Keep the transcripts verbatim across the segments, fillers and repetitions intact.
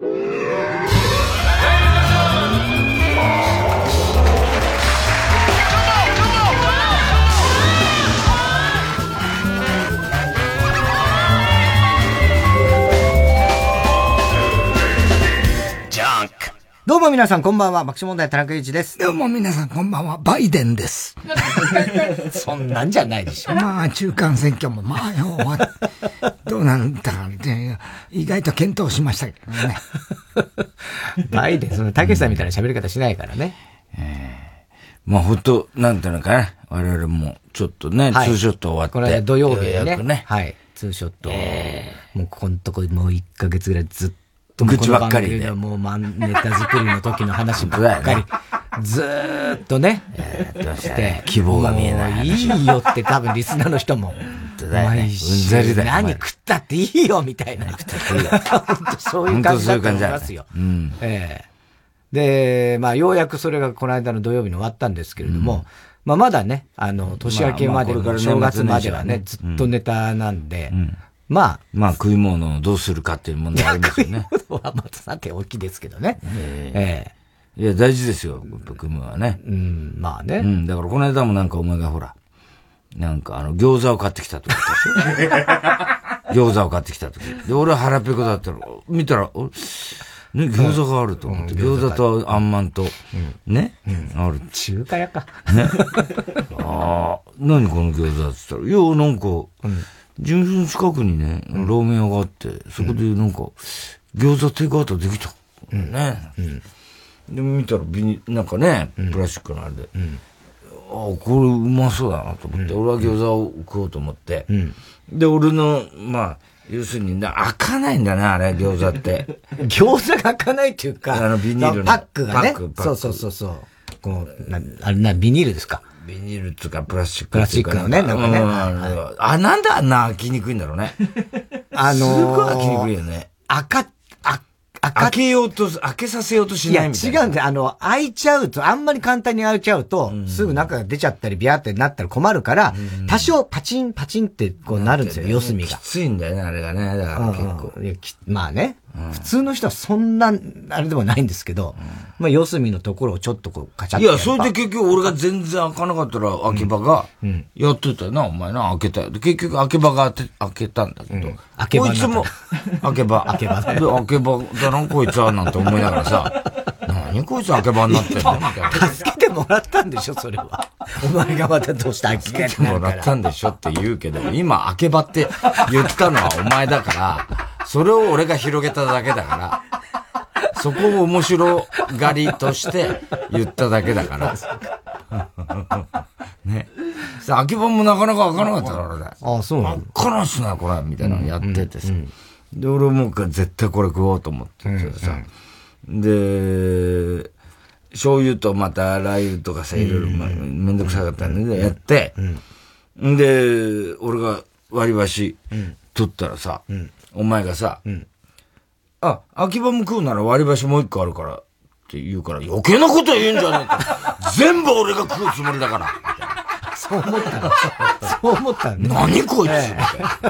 どうも皆さんこんばんは、爆笑問題田中裕一です。 どうも皆さんこんばんは、バイデンです。 そんなんじゃないでしょ。 まあ中間選挙もまあよ、どうなんだかって意外と検討しましたけどね。 バイデン、そのたけしさんみたいな喋り方しないからね。 えー、まあほんと、なんていうのかな、我々もちょっとね、はい、ツーショット終わって。 これは土曜日でね。 ねはい。ツーショット。 えー、もうここのとこもういっかげつぐらいずっと。 愚痴ばっかりで。 もうネタ作りの時の話ばっかり。ずーっとね。 えー、して。希望が見えない。 いいよって多分リスナーの人も。 毎週何食ったっていいよみたいな。そういう感じだと思いますよ。 うん、 えー、で、まあようやくそれがこの間の土曜日に終わったんですけれども、うん、まあまだね、あの、年明けまで、正月まではね、ずっとネタなんで、うんうんまあ。 まあ食い物をどうするかっていう問題ありますよね。 食い物はまたさて大きいですけどね。 ええー。いや、大事ですよ、食い物はね。 うん、まあね。 うん、だからこの間もなんかお前がほら、なんかあの、餃子を買ってきたとか言ったでしょ。餃子を買ってきたとき。で、俺は腹ペコだったら、見たら、ね、餃子があると思って、餃子とあんまんと、ね、ある。 中華屋か。 ね。ああ、何この餃子って言ったら、いや、なんか、事務所の近くにね、ラーメン屋があって、そこでなんか、餃子テイクアウトできた。ね。で、見たらビニ、なんかね、プラスチックのあれで。ああ、これうまそうだなと思って、俺は餃子を食おうと思って。で、俺の、まあ、要するに、開かないんだね、あれ、餃子って。 餃子が開かないっていうか、 あの、ビニールの。 パックがね。そうそうそうそう。こう、な、あれな、ビニールですか。 ビニールっていうか、プラスチック。 プラスチックのね、なんかね。 あ、なんであんな開きにくいんだろうね。 あのー、 すごい開きにくいよね。 開か、あ、 開けようと、開けさせようとしないみたいな。 いや、違うんだよ。あの、開いちゃうと、あんまり簡単に開いちゃうと、すぐ中が出ちゃったり、ビャーってなったら困るから、多少パチンパチンってこうなるんですよ、四隅が。 きついんだよね、あれがね。だから結構。 まあね。普通の人はそんな、あれでもないんですけど、まあ四隅のところをちょっとこう、カチャッと。 いや、それで結局俺が全然開かなかったら、開け場が、やってたよな、お前な、開けたよ。結局開け場が開けたんだけど。 開け場こいつも、開け場。 開け場で、開け場だな、こいつは、なんて思いながらさ、何こいつ開け場になってんのみたいな。 助けてもらったんでしょ、それは。お前がまたどうして開けてもらったんでしょって言うけど、今開け場って言ったのはお前だから、それを俺が広げただけだから、そこを面白がりとして言っただけだから。ね。さ、開け場もなかなか開かなかったからね。 ああ、そうなの。 開かないっすな、これ、みたいなのやっててさ。で、俺も絶対これ食おうと思っててさ。で、醤油とまたラー油とかさ、いろいろめんどくさかったんで、やって、で、俺が割り箸取ったらさ、お前がさ、あ、秋葉も食うなら割り箸もう一個あるからって言うから余計なこと言うんじゃねえか。全部俺が食うつもりだから。 そう思ったの。そう思ったんだ。 何こいつ、え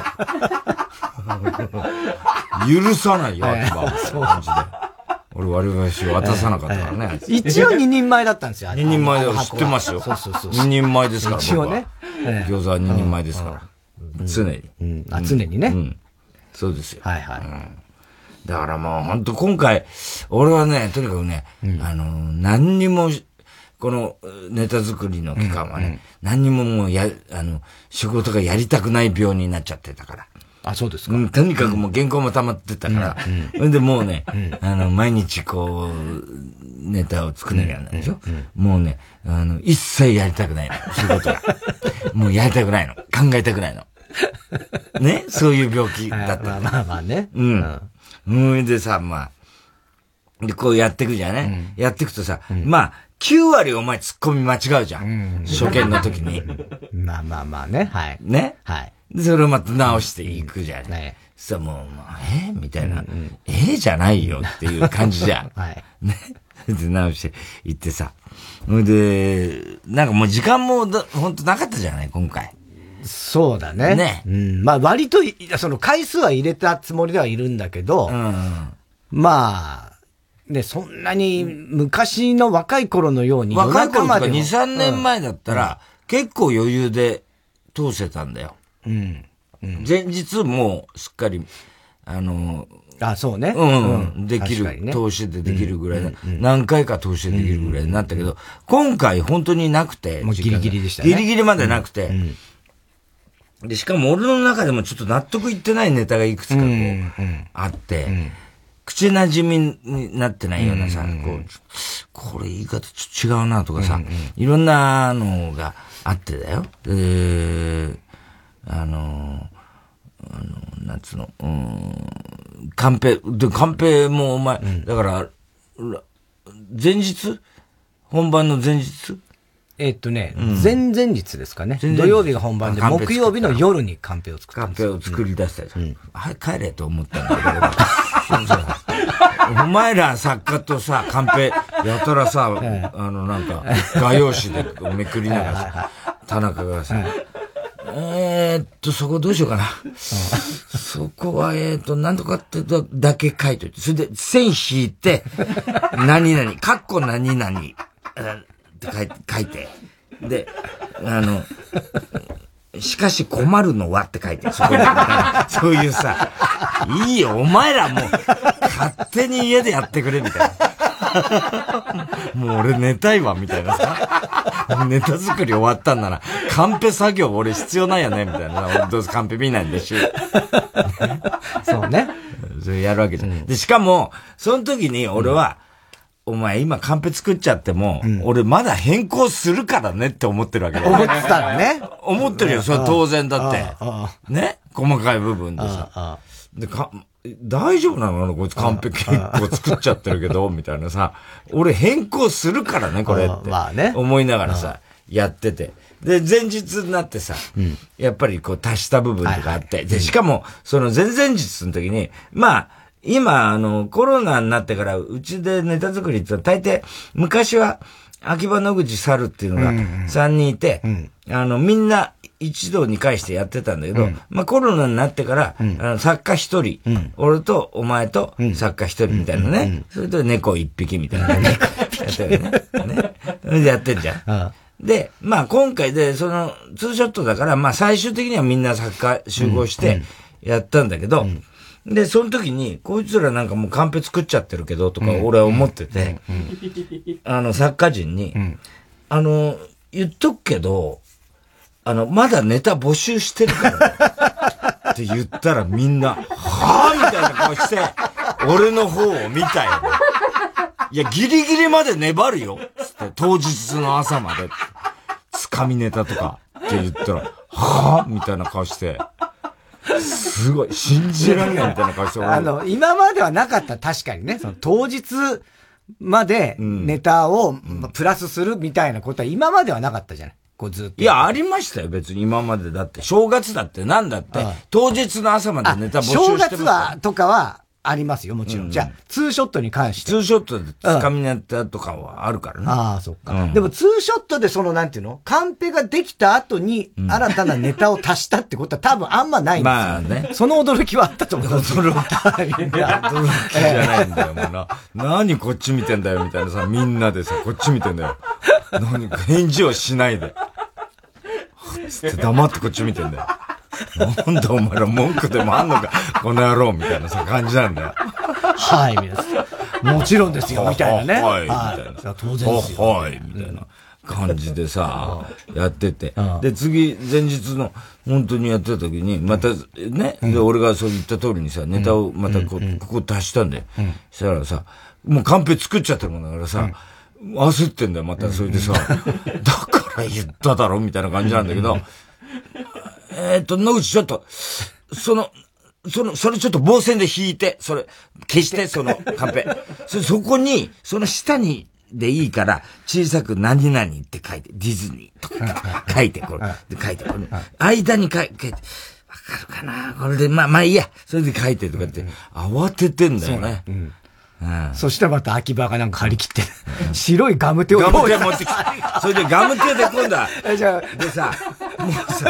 え、許さないよ、秋葉は。そう感じで。俺割り箸渡さなかったからね。 一応二人前だったんですよ。 二人前で知ってますよ。 そうそうそう。 二人前ですから、 一応ね。 餃子は二人前ですから。常に。 あ、常にね。 そうですよ。 はいはい。 だからもう本当今回、俺はね、とにかくね、あの、何にも、このネタ作りの期間はね、何にももうや、あの、仕事がやりたくない病になっちゃってたから。 あ、そうですか。 うん、とにかくもう原稿も溜まってたから、それでもうね、あの、毎日こう、ネタを作んなきゃなんでしょ、もうね、あの、一切やりたくないの、仕事が。もうやりたくないの。考えたくないの。ね、そういう病気だった。 まあまあまあね。 うん。うん、でさ、まあ、で、こうやっていくじゃね、うん、やっていくとさ、うん、まあ、きゅう割お前突っ込み間違うじゃん。うん、初見の時に。 まあまあまあね。はい。 ね。 はい。 で、それをまた直していくじゃん。ね。さ、もう、まあ、えみたいな。うんうん、えじゃないよっていう感じじゃん。 はい。 ね。で、直していってさ。で、なんかもう時間もだ、ほんとなかったじゃない今回。 そうだね。 ね。 うん。まあ割と、その回数は入れたつもりではいるんだけど、 うん。 まあ、ね、そんなに昔の若い頃のように、 若い頃とかに、さんねんまえだったら、うん、結構余裕で通せたんだよ。うんうん、前日もうすっかり、あの、 あ、そうね。 うん、うん、できる、ね、投資でできるぐらい、うんうん、何回か投資でできるぐらいになったけど、うん、今回本当になくて、 もうギリギリでしたね。 ギリギリまでなくて、うんうん、で、しかも俺の中でもちょっと納得いってないネタがいくつかこう、うん、あって、うん、口馴染みになってないようなさ、うん、こう、これ言い方ちょっと違うなとかさ、うんうん、いろんなのがあってだよ。で、あの、あの、なんつうの、うん、カンペ、で、カンペもお前、うん、だから、前日本番の前日えっとね、うん、前々日ですかね。土曜日が本番で、木曜日の夜にカンペを作ったんです。 カンペを作り出したじゃん。うん、はい、帰れと思ったんだけど、お前ら作家とさ、カンペやたらさ、あの、なんか、画用紙でめくりながらさ、田中がさ、えーっと、そこどうしようかな。うん、そこは、えーっと、なんとかってだけ書いといて、それで線引いて、何々、カッコ何々、って書いて、書いて。で、あの、しかし困るのはって書いて、そこに。そういうさ、いいよ、お前らもう、勝手に家でやってくれ、みたいな。もう俺寝たいわ、みたいなさ。ネタ作り終わったんなら、カンペ作業俺必要ないよね、みたいな。俺どうせカンペ見ないんでしょ。 そうね。 それやるわけじゃん。うん、で、しかも、その時に俺は、うん、お前今カンペ作っちゃっても、うん、俺まだ変更するからねって思ってるわけだよ。 思ってたらね。 思ってるよ、それは当然だって。ね、細かい部分でさ。で、か、大丈夫なのこいつカンペ結構作っちゃってるけど、みたいなさ。俺変更するからね、これって。まあね。思いながらさ、やってて。で、前日になってさ、うん、やっぱりこう足した部分とかあって。はいはい、で、しかも、その前々日の時に、まあ、今、あの、コロナになってから、うちでネタ作りって大抵、昔は、秋葉野口猿っていうのがさんにんいて、うんうん、あの、みんな一堂に会してやってたんだけど、うん、まあコロナになってから、うん、あの作家一人、うん、俺とお前と作家一人みたいなね、うんうん、それと猫一匹みたいなね、やってるね。ね。それでやってんじゃん。ああで、まあ今回で、その、ツーショットだから、まあ最終的にはみんな作家集合してやったんだけど、うんうん、で、その時に、こいつらなんかもうカンペ作っちゃってるけど、とか俺は思ってて、うんうん、あの、作家陣に、うん、あの、言っとくけど、あの、まだネタ募集してるから、って言ったらみんな、はぁみたいな顔して、俺の方を見たよ。いや、ギリギリまで粘るよ。つって、当日の朝まで。つかみネタとかって言ったら、はぁみたいな顔して。すごい、信じられないみたいな顔して。 あの、今まではなかった、確かにね。その当日までネタをプラスするみたいなことは今まではなかったじゃない。こうずっと。 いや、ありましたよ、別に今までだって。正月だってなんだって、ああ当日の朝までネタ募集してます。 正月は、とかは、ありますよ、もちろん。うん、じゃあ、ツーショットに関して。 ツーショットでつかみネタとかはあるからね。 ああ、そっか、うん。でも、ツーショットでその、なんていうのカンペができた後に、新たなネタを足したってことは多分あんまないんですよ。まあね。その驚きはあったと思う。 驚き。いや、驚きじゃないんだよ、もうな。何こっち見てんだよ、みたいなさ、みんなでさ、こっち見てんだよ。何か返事をしないで。つって黙ってこっち見てんだよ。なんだお前ら文句でもあんのか、この野郎みたいなさ、感じなんだよ。 はい、皆さん。もちろんですよ、みたいなね。 はい、みたいな。当然ですよ。はい、みたいな感じでさ、やってて。で、次、前日の、本当にやってた時に、また、ね、で、俺がそう言った通りにさ、ネタをまたここ足したんだよ。したらさ、もうカンペ作っちゃってるもんだからさ、焦ってんだよ、また。それでさ、だから言っただろ、みたいな感じなんだけど、えっと、野口ちょっと、その、その、それちょっと棒線で引いて、それ、消して、その、カンペ。そ、そこに、その下に、でいいから、小さく何々って書いて、ディズニーとか書いて、これ、で書いて、これ、間に書いて、わかるかなこれで、まあ、まあいいや、それで書いてとかって、慌ててんだよね。うんうん、そしたらまた秋葉がなんか張り切って、うん、白いガムテをガムテ持ってきて、それでガムテで今度は、じゃあでさ、もうさ、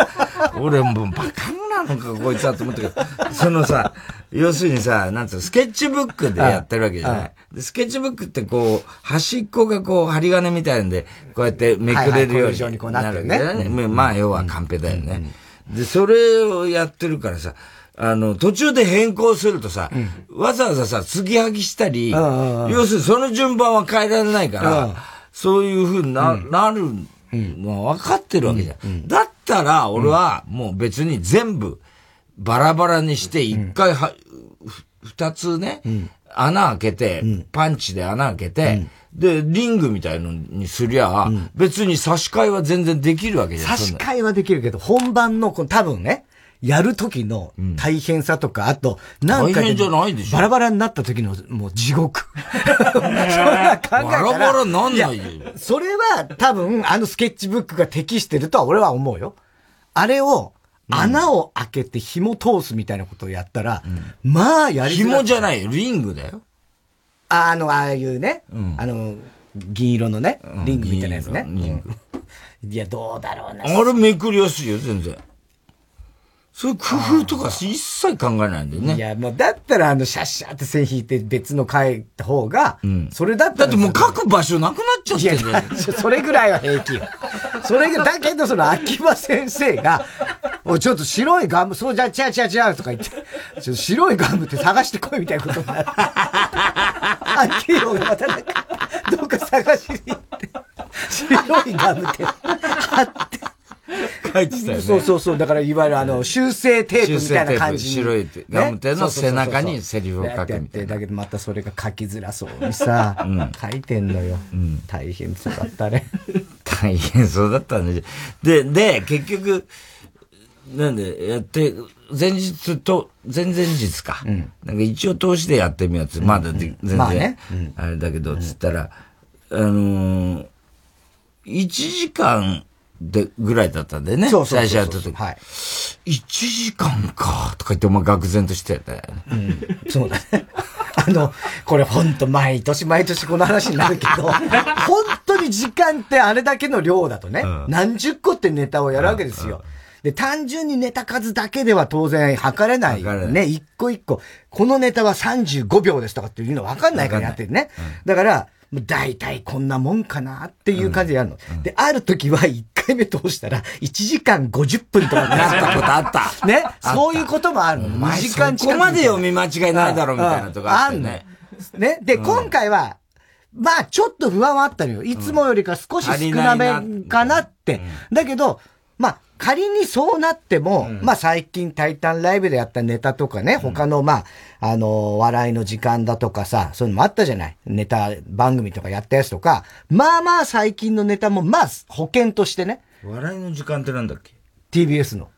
俺もうバカなのか、こいつはと思ったけど、そのさ、要するにさ、なんつうの、スケッチブックでやってるわけじゃない。でスケッチブックってこう、端っこがこう、針金みたいなんで、こうやってめくれるようになるね。まあ、要はカンペだよね。で、それをやってるからさ、あの、途中で変更するとさ、うん、わざわざさ、継ぎはぎしたり、要するにその順番は変えられないから、そういう風にな、うん、なるのは分かってるわけじゃん。うんうん、だったら、俺はもう別に全部バラバラにして、一回は、二つね、うん、穴開けて、うん、パンチで穴開けて、うん、で、リングみたいのにすりゃ、うん、別に差し替えは全然できるわけじゃん。 差し替えはできるけど、本番の、多分ね、やる時の大変さとか、うん、あと、なんか、 大変じゃないでしょ。 バラバラになった時の、もう地獄。そんな考えたら。 バラバラなんないよ。 それは多分、あのスケッチブックが適してるとは俺は思うよ。あれを、穴を開けて紐通すみたいなことをやったら、うん、まあやりづらい。 紐じゃないよ、リングだよ。 あ、あの、ああいうね、うん、あの、銀色のね、リングみたいなやつね。リング。いや、どうだろうな。 あれめくりやすいよ、全然。そういう工夫とか一切考えないんだよね。 いや、もうだったらあの、シャッシャーって線引いて別の書いた方が、うん、それだったら。 だってもう書く場所なくなっちゃってるじゃん。 それぐらいは平気よ。それが、だけどその秋葉先生が、おい、ちょっと白いガム、そうじゃ、違う違う違うとか言って、ちょっと白いガムって探してこいみたいなことになって。秋葉がまたなんか、どっか探しに行って、白いガムって貼って、 書いてたよね。 そうそうそう。だからいわゆるあの、修正テープみたいな感じに。 白いガムテの背中にセリフを書くみたいな。 だけどまたそれが書きづらそうにさ、うん、書いてんのよ。うん、大変そうだったね。 大変そうだったね。で、で、結局、なんで、やって、前日と、前々日か。うん、なんか一応通しでやってみようって、まだ全然、まあね、あれだけど、つったら、あのー、いちじかん、で、ぐらいだったんでね。そうそうそうそう。最初やった時。はい。いちじかんか、とか言ってお前愕然としてたよね。 うん。そうだね。あの、これほんと毎年毎年この話になるけど、本当に時間ってあれだけの量だとね、うん、何十個ってネタをやるわけですよ。うんうん、で、単純にネタ数だけでは当然測れない。測れない。ね、一個一個。このネタはさんじゅうごびょうですとかっていうの分かんないからやってるね。うん、だから、大体こんなもんかなっていう感じでやるの。うんうん、で、ある時はいっかいめ通したらいちじかんごじゅっぷんとかになったことあった。ね。そういうこともあるの。にじかん近く。 そこまで読み間違いないだろうみたいなとかあってね。 あね。で、うん、今回は、まあちょっと不安はあったのよ。いつもよりか少し少なめかなって。うん、だけど、まあ、仮にそうなっても、うん、まあ最近タイタンライブでやったネタとかね、他のまあ、あの、笑いの時間だとかさ、そういうのもあったじゃない。ネタ番組とかやったやつとか、まあまあ最近のネタもまあ保険としてね。 笑いの時間ってなんだっけ？ ティービーエス の。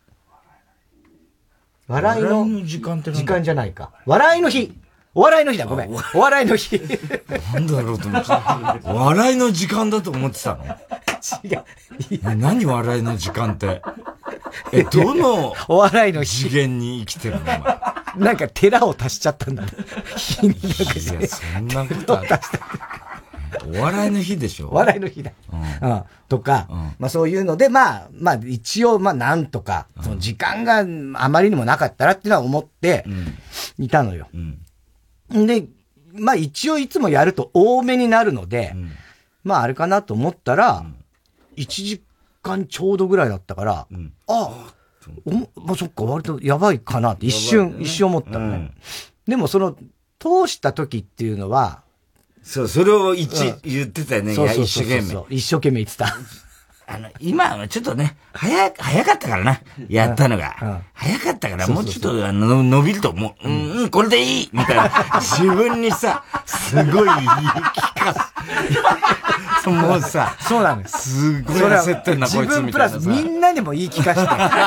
笑いの、 笑いの時間ってなんだ時間じゃないか。笑いの日。お笑いの日だ、ごめん。お笑いの日。 なんだろうと思ってた。笑いの時間だと思ってたの？ 違う。 何笑いの時間って。え、どのお笑いの次元に生きてるのお前。 なんか寺を足しちゃったんだね。 日になんかいや、そんなことある。お笑いの日でしょ？ お笑いの日だ。うん。うん、とか、うん、まあそういうので、まあ、まあ一応、まあなんとか、その時間があまりにもなかったらっていうのは思っていたのよ。うん、で、まあ一応いつもやると多めになるので、うん、まああれかなと思ったら、うん、いちじかんちょうどぐらいだったから、うん、ああ、おまあそっか、割とやばいかなって一瞬、ね、一瞬思ったのね、うん。でもその、通した時っていうのは、 そう、それを一、うん、言ってたよね。そうそうそうそう。 一生懸命。一生懸命言ってた。 あの、今はちょっとね、早、早かったからな。やったのが。うん、早かったから、もうちょっと、あの、伸びると思う。うん、うん、これでいいみたいな。自分にさ、すごい言い聞かす。もうさ、 そうなんです。 すごい焦ってんな、こいつみたいな。 自分プラスみんなにも言い聞か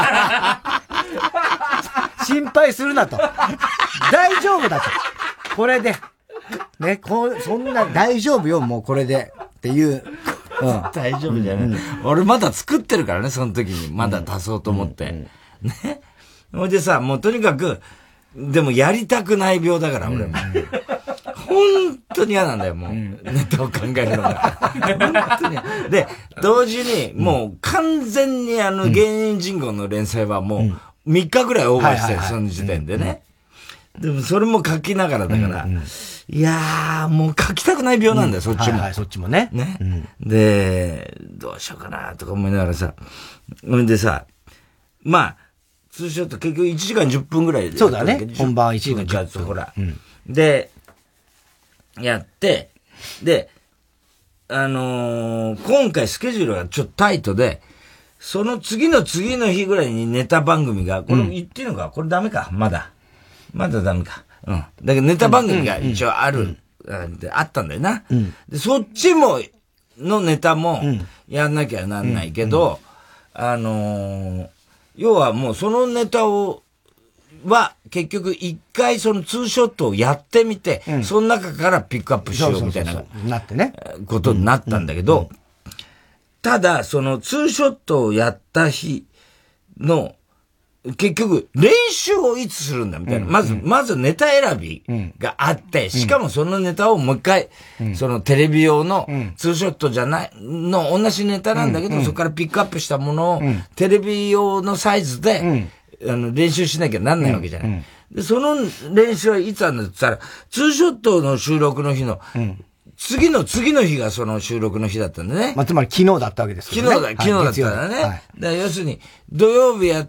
して。心配するなと。大丈夫だと。これで。ね、こう、そんな、大丈夫よ、もうこれで。っていう。 うん、大丈夫じゃない、うん、俺まだ作ってるからね、その時に。まだ足そうと思って。うんうん、ね。ほいでさ、もうとにかく、でもやりたくない病だから、俺も。 本当に嫌なんだよ、もう。うん、ネタを考えるのが。本当に。で、同時に、もう完全にあの芸人人口の連載はもうみっかぐらいオーバーしてる、その時点でね。でもそれも書きながらだから、うんうん、いやー、もう書きたくない病なんだよ、うん、そっちも。 はいはい、そっちもね。 ね。うん、で、どうしようかなとか思いながらさ。ほんでさ、まあ、ツーショット結局いちじかんじゅっぷんぐらいで。 そうだね。本番いちじかんじゅっぷん。 ほら。うん、で、やって、で、あのー、今回スケジュールがちょっとタイトで、その次の次の日ぐらいにネタ番組が、これ言っていいのか、うん、これダメかまだ。まだダメか。うん。だけどネタ番組が一応ある、うん、あったんだよな。うん、で、そっちも、のネタも、やんなきゃなんないけど、うんうん、あのー、要はもうそのネタを、は、結局一回そのツーショットをやってみて、うん、その中からピックアップしようみたいな、 なってね。 ことになったんだけど、うんうんうん、ただ、そのツーショットをやった日の、結局、練習をいつするんだみたいな。うん、まず、まずネタ選びがあって、うん、しかもそのネタをもう一回、うん、そのテレビ用のツーショットじゃない、の同じネタなんだけど、うん、そこからピックアップしたものを、うん、テレビ用のサイズで、うん、あの練習しなきゃなんないわけじゃない。うんうん、で、その練習はいつあるんだって言ったら、ツーショットの収録の日の、うん次の次の日がその収録の日だったんでね。 まあ、つまり昨日だったわけですけどね。 昨日だ、昨日だったからね。はい、だから要するに、土曜日やって、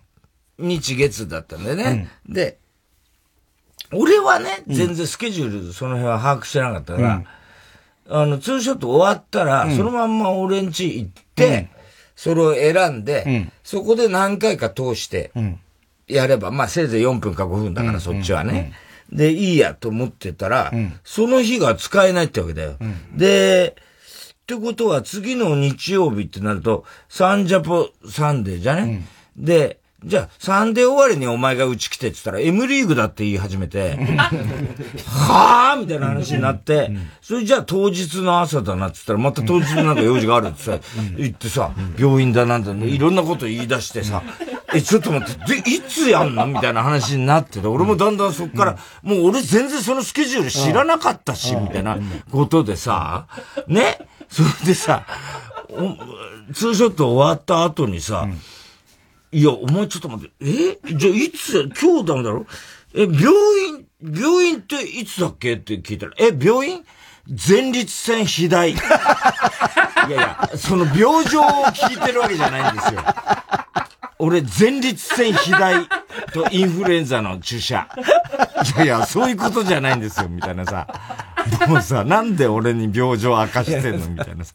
うん、日月だったんでね。うん、で、俺はね、全然スケジュールその辺は把握してなかったから、うん、あの、ツーショット終わったら、うん、そのまんま俺ん家行って、うん、それを選んで、うん、そこで何回か通して、やれば、まあせいぜいよんぷんかごふんだから、そっちはね。うんうんうんで、いいやと思ってたら、うん、その日が使えないってわけだよ。うん、で、ってことは次の日曜日ってなると、サンジャポサンデーじゃね、うん、で、じゃあ、サンデー終わりにお前がうち来てって言ったら、M リーグだって言い始めて、はぁみたいな話になって、うん、それじゃあ当日の朝だなって言ったら、また当日なんか用事があるってさ、言ってさ、病院だなんだ、いろんなこと言い出してさ、え、ちょっと待って、で、いつやんのみたいな話になってて、俺もだんだんそっから、もう俺全然そのスケジュール知らなかったし、みたいなことでさ、ねそれでさ、ツーショット終わった後にさ、いや、お前ちょっと待って、えじゃあいつ、今日ダメだろえ、病院、病院っていつだっけって聞いたら、え、病院前立腺肥大。いやいや、その病状を聞いてるわけじゃないんですよ。俺、前立腺肥大とインフルエンザの注射。いやいや、そういうことじゃないんですよ、みたいなさ。もうさ、なんで俺に病状明かしてんのみたいなさ。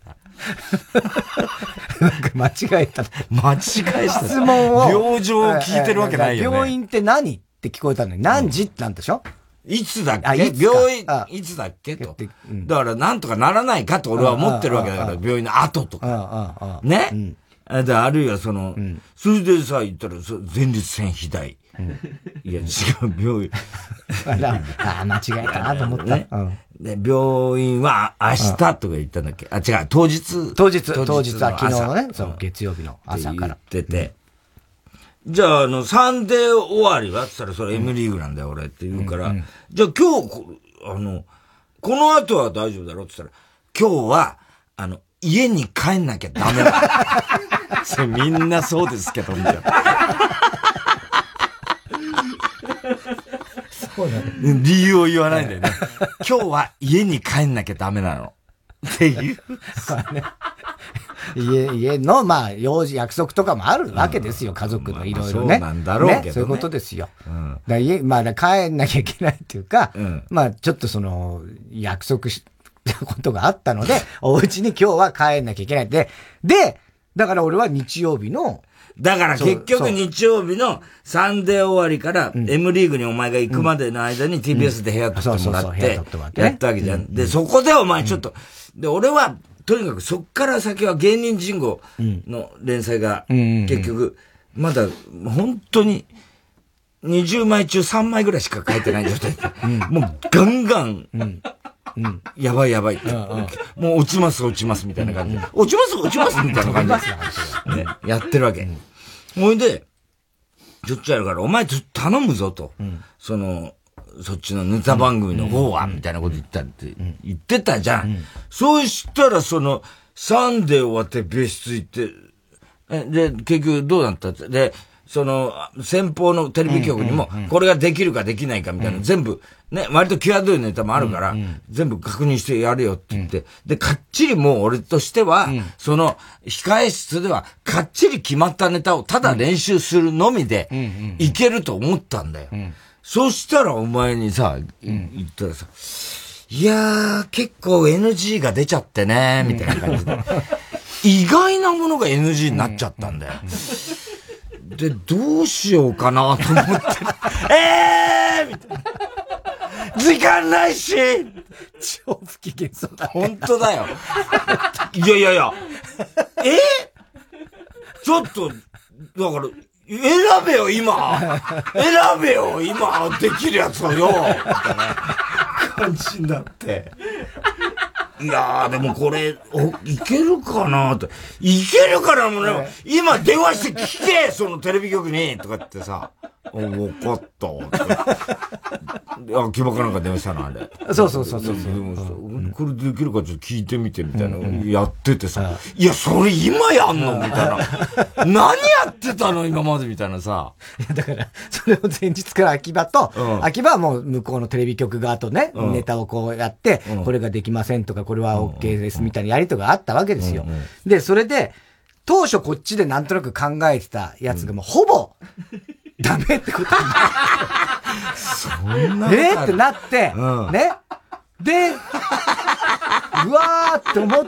なんか間違えた。 間違えた。 質問を。 病状を聞いてるわけないよね。 病院って何って聞こえたのに、何時ってなんでしょ、 うん、いつだっけ病院、いつだっけと。うん、だから、なんとかならないかと俺は思ってるわけだから、病院の後とか。ね、うんで、あるいはその、うん、それでさ、言ったら、前立腺肥大。うん、いや、違う、病院。 ああ、間違えたなと思った。ねうん、で、病院は明日とか言ったんだっけ、あ、違う、当日。 当日、当日は昨日のね、そう、月曜日の朝から。 って言ってて。うん、じゃあ、あの、サンデー終わりはって言ったら、それ M リーグなんだよ、俺って言うから、うんうん、じゃあ今日、あの、この後は大丈夫だろって言ったら、今日は、あの、家に帰んなきゃダメだ。それみんなそうですけど、みたいな。 そうだね。 理由を言わないんだよね。今日は家に帰んなきゃダメなの。っていう。 そうね。家、家の、まあ、用事、約束とかもあるわけですよ、うん、家族のいろいろね。 そうなんだろうけどね。 ねそういうことですよ。うん、だ家、まあ、帰んなきゃいけないっていうか、うん、まあ、ちょっとその、約束し、ことがあったので、お家に今日は帰んなきゃいけないって。で、だから俺は日曜日の、 だから結局日曜日のサンデー終わりから M リーグにお前が行くまでの間に ティービーエス で部屋取ってもらって、やったわけじゃん。で、そこでお前ちょっと、で、俺は、とにかくそっから先は芸人人口の連載が、結局、まだ本当ににじゅうまい中さんまいぐらいしか書いてない状態で、もうガンガン、うん、やばいやばいって、うんうん。もう落ちます落ちますみたいな感じで。うんうん、落ちます落ちますみたいな感じで、ね。やってるわけ。ほ、うん、いで、ちょっとやるから、お前ちょっと頼むぞと。うん、その、 そっちのネタ番組の方は、みたいなこと言ったって言ってたじゃん。そうしたら、その、サンデー終わって別室行って、えで、結局どうなったって。で、その、先方のテレビ局にも、これができるかできないかみたいな、全部、ね、割と際どいネタもあるから、全部確認してやるよって言って、で、かっちりもう俺としては、その、控え室では、かっちり決まったネタをただ練習するのみで、いけると思ったんだよ。そしたらお前にさ、言ったらさ、いやー、結構 エヌジー が出ちゃってね、みたいな感じで。意外なものが エヌジー になっちゃったんだよ。で、どうしようかなと思って。えーみたいな。時間ないし超不機嫌そうだね。 本当だよ。いやいやいや。えちょっと、だから、選べよ、今選べよ、今できるやつをよみたいな感じになって。いやー、でもこれ、お、いけるかなって。いけるからもね、今電話して聞けそのテレビ局にとかってさ、お、わかったって。あ、木場かなんか電話したのあれ。 そうそうそうそう。でもさ、これできるかちょっと聞いてみてみたいな、やっててさ、いや、それ今やんのみたいな。何やってたの今までみたいなさ。 いや、だから、それを前日から秋葉と、秋葉はもう向こうのテレビ局側とね、ネタをこうやって、これができませんとか、これは OK ですみたいなやりとりがあったわけですよ。で、それで、当初こっちでなんとなく考えてたやつがもうほぼ、ダメってことになる。 そんなえーってなって、うん、ね。で、うわーって思って、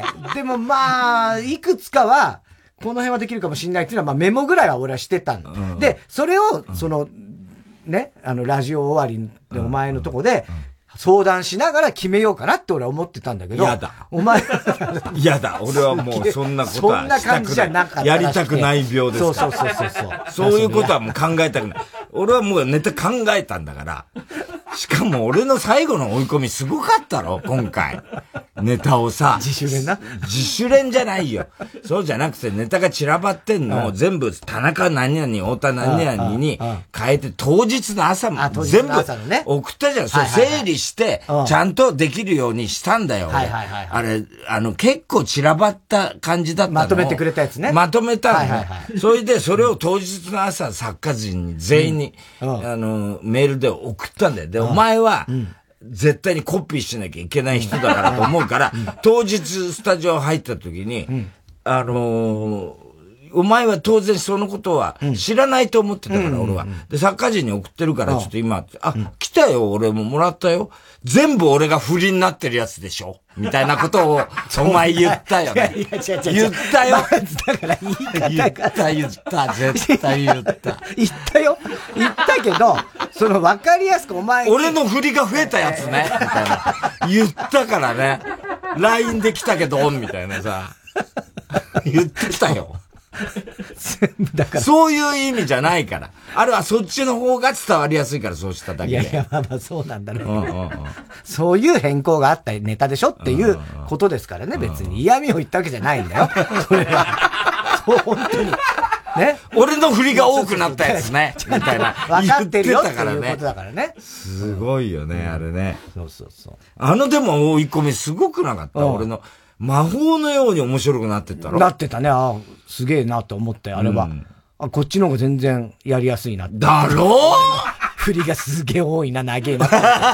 でもまあ、いくつかは、この辺はできるかもしれないっていうのは、まあメモぐらいは俺はしてたんだ。うん、で、それを、その、ね、あの、ラジオ終わりでお前のとこで、相談しながら決めようかなって俺は思ってたんだけど。 やだ。 お前。 やだ。俺はもうそんなことはそんな感じじゃなかった。 やりたくない病ですから。 そうそうそうそう。 そういうことはもう考えたくない。俺はもうネタ考えたんだから。しかも俺の最後の追い込みすごかったろ今回。ネタをさ。 自主練な自主練じゃないよ。そうじゃなくてネタが散らばってんのを全部田中何々、太田何々に変えて当日の朝も全部送ったじゃん。それ整理してちゃんとできるようにしたんだよ。あれ、あの結構散らばった感じだったの。 まとめてくれたやつね。 まとめたの。それでそれを当日の朝作家陣に全員にあのメールで送ったんだよ。で、お前は、絶対にコピーしなきゃいけない人だからと思うから、当日スタジオ入った時に、あのー、お前は当然そのことは知らないと思ってたから、俺は。で、作家陣に送ってるから、ちょっと今、あ、来たよ、俺ももらったよ。全部俺が不利になってるやつでしょみたいなことを、お前言ったよね。 いやいや違う違う言ったよ。 まずだから言い方が。 言った、言った、絶対言った。 言ったよ。言ったけど、その分かりやすくお前俺の振りが増えたやつね。みたいな。言ったからね。ライン で来たけど、みたいなさ。言ってたよ。 全部だから。 そういう意味じゃないから。あれはそっちの方が伝わりやすいからそうしただけで。 いやいや、まあまあそうなんだろう、うんうんうん。そういう変更があったネタでしょっていうことですからね、別に嫌味を言ったわけじゃないんだよ。それは。そう、本当に。ね。 俺の振りが多くなったやつね。みたいな。 分かってるよっていうことだからね。 すごいよね、あれね。 そうそうそう。 あのでも追い込みすごくなかった、俺の。魔法のように面白くなってたろ。 なってたね。ああ、すげえなと思って、あれは。うん、あ、こっちの方が全然やりやすいなって。 だろう振りがすげえ多いな、長えな。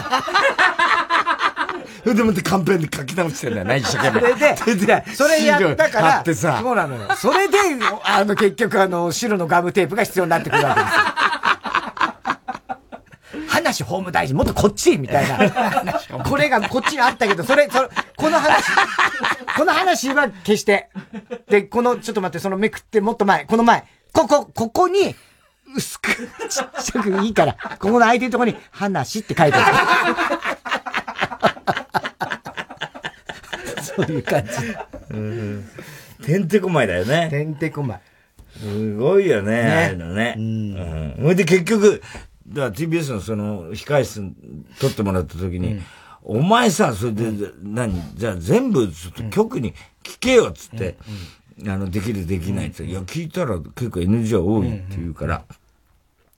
それでもってカンペンで書き直してんだよね、一生懸命。 それで、でそれやったから、そうなのよ。それで、あの、結局あの、白のガムテープが必要になってくるわけですよ。話法務大臣もっとこっちみたいな。これがこっちにあったけど、それ、それ、この話、この話は消して。で、この、ちょっと待って、そのめくってもっと前、この前、ここ、ここに、薄く、ちっちゃくいいから、ここの空いてるところに、話って書いてある。そういう感じ。 うん。てんてこまいだよね。 てんてこまい。 すごいよね、ねああいうのね。うん。それで結局、だから ティービーエス のその控室撮ってもらった時に、うん、お前さ、それで、うん、何じゃあ全部ちょっと局に聞けよっつって、うん、あの、できるできないって、うん、いや、聞いたら結構 エヌジー は多いって言うから、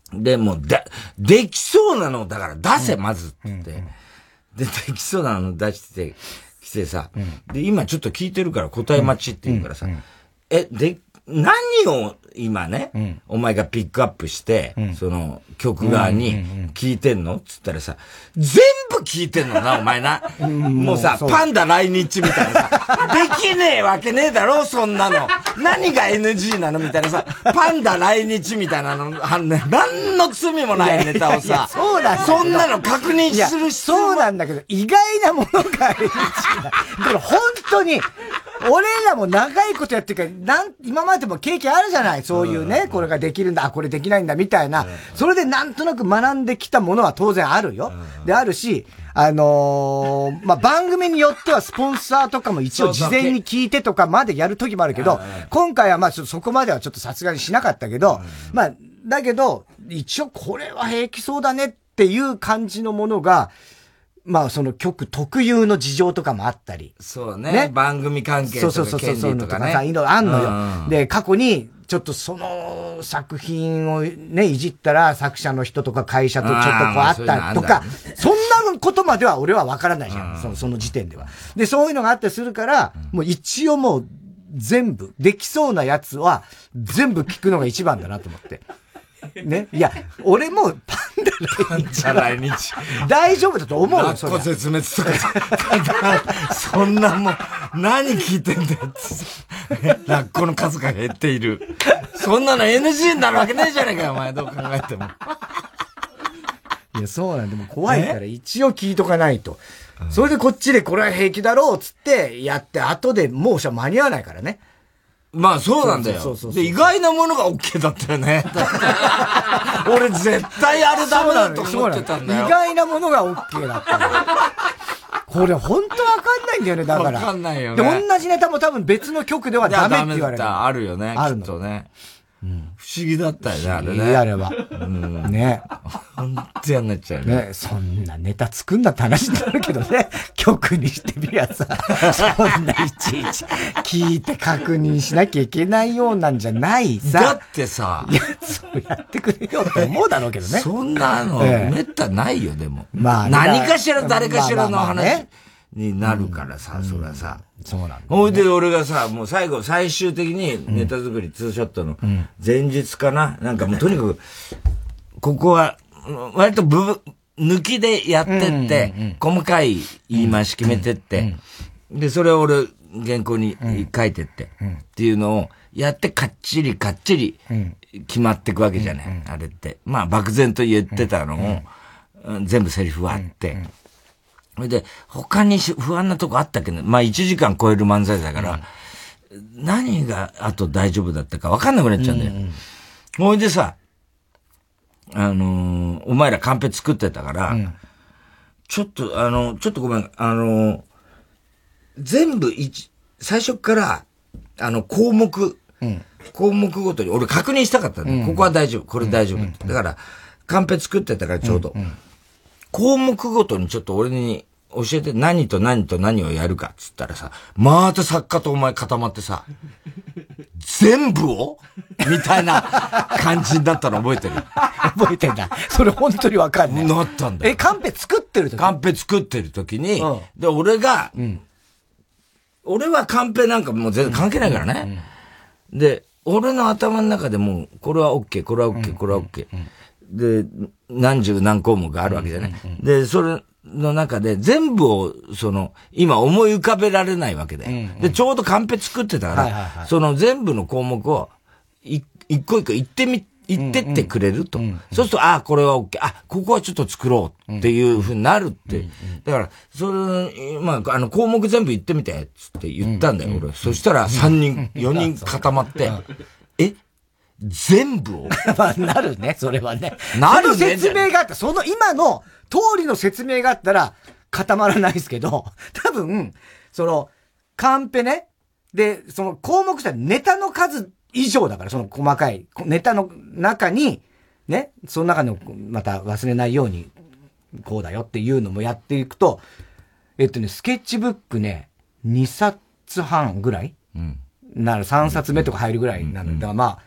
で、もう、で、できそうなのだから出せ、まずって言って。で、できそうなの出して、来てさ、で、今ちょっと聞いてるから答え待ちって言うからさ、え、で、何を今ね、うん、お前がピックアップして、うん、その曲側に聞いてんのっつったらさ、全部聞いてんのな、お前な。うん、もうさ、うパンダ来日みたいなさ、できねえわけねえだろ、そんなの。何が エヌジー なのみたいなさ、パンダ来日みたいなの、何の罪もないネタをさ、 そうだそんなの確認する必要そうなんだけど、意外なものが エヌジー だ。これ本当に、俺らも長いことやってるから、なん、今までも経験あるじゃない。そういうね、これができるんだ、あ、これできないんだ、みたいな。それでなんとなく学んできたものは当然あるよ。で、あるし、あのー、まあ、番組によってはスポンサーとかも一応事前に聞いてとかまでやる時もあるけど、今回はま、そこまではちょっとさすがにしなかったけど、まあ、だけど、一応これは平気そうだねっていう感じのものが、まあその曲特有の事情とかもあったり。 そうね。ね番組関係とか権利とかね。 さ、いろいろあんのよ、うん。で、過去にちょっとその作品をね、いじったら作者の人とか会社とちょっとこうあったとか、そんなことまでは俺はわからないじゃん。その、その時点では。で、そういうのがあったりするから、もう一応もう全部、できそうなやつは全部聞くのが一番だなと思って。ね。いや、俺もパンダ来日。大丈夫だと思うよ、 それ。ラッコ絶滅とか。そんなもん、何聞いてんだよって。ラッコの数が減っている。そんなの エヌジー になるわけねえじゃねえかよ、お前。どう考えても。 いや、そうなんでも怖いから一応聞いとかないと。それでこっちでこれは平気だろうっつってやって、後でもうじゃ間に合わないからね。 まあそうなんだよ。で、意外なものが OK だったよね。俺絶対あれダメだと思ってたんだよ。 意外なものが OK だったの。これ本当わかんないんだよね、だから。 わかんないよね。 で、同じネタも多分別の曲ではダメって言われる。 あるよね、きっとね。うん、不思議だったよね、あれね。 あれは。うん、ね。 ほんと嫌になっちゃうね。 ね、そんなネタ作んなって話になるけどね。曲にしてみりゃさ、そんないちいち聞いて確認しなきゃいけないようなんじゃないさ。 だってさ、 いや、そうやってくれよって思うだろうけどね。 そんなの、めったないよ、でも。まあ、何かしら誰かしらの話になるからさ、そりゃさ。 そうなんだ、ね。 ほいで俺がさ、もう最後、最終的にネタ作り、ツーショットの前日かな、なんかもうとにかく、ここは、割と部、抜きでやってって、細かい言い回し決めてって、で、それを俺、原稿に書いてって、っていうのをやってかっちりかっちり決まっていくわけじゃない、あれって。まあ、漠然と言ってたのを、全部セリフはあって、それで、他に不安なとこあったけど、まあいちじかん超える漫才だから、うん、何があと大丈夫だったか分かんなくなっちゃうんだよ。ほ、うん、いでさ、あのー、お前らカンペ作ってたから、うん、ちょっと、あの、ちょっとごめん、あのー、全部一、最初から、あの、項目、うん、項目ごとに、俺確認したかったんだよ、うん。ここは大丈夫、これ大丈夫。うん、だから、カンペ作ってたからちょうど、うんうん、項目ごとにちょっと俺に、教えて何と何と何をやるかっつったらさ、また作家とお前固まってさ、全部をみたいな感じになったの覚えてる覚えてんだ。それ本当にわかんない。 なったんだよ。 え、カンペ作ってる時カンペ作ってる時に、うん、で、俺が、うん、俺はカンペなんかもう全然関係ないからね。うん、で、俺の頭の中でもう、これは OK、これは OK、これは OK。で、何十何項目があるわけじゃない。で、それ、の中で全部を、その、今思い浮かべられないわけで。うんうん、で、ちょうどカンペ作ってたから、はいはいはい、その全部の項目を、い、一個一個言ってみ、言ってってくれると。うんうん、そうすると、ああ、これは OK。あ、ここはちょっと作ろうっていうふうになるって。うんうん、だから、それ、まあ、あの、項目全部言ってみて、つって言ったんだよ、うんうん、俺。そしたらさんにん、よにん固まって、え全部をまあ、なるね、それはね。なるね。説明があった。その今の通りの説明があったら固まらないですけど、多分、その、カンペね。で、その項目したネタの数以上だから、その細かい、ネタの中に、ね、その中のまた忘れないように、こうだよっていうのもやっていくと、えっとね、スケッチブックね、にさつはんぐらい、うん、ならさんさつめとか入るぐらいなので、うん、だからまあ、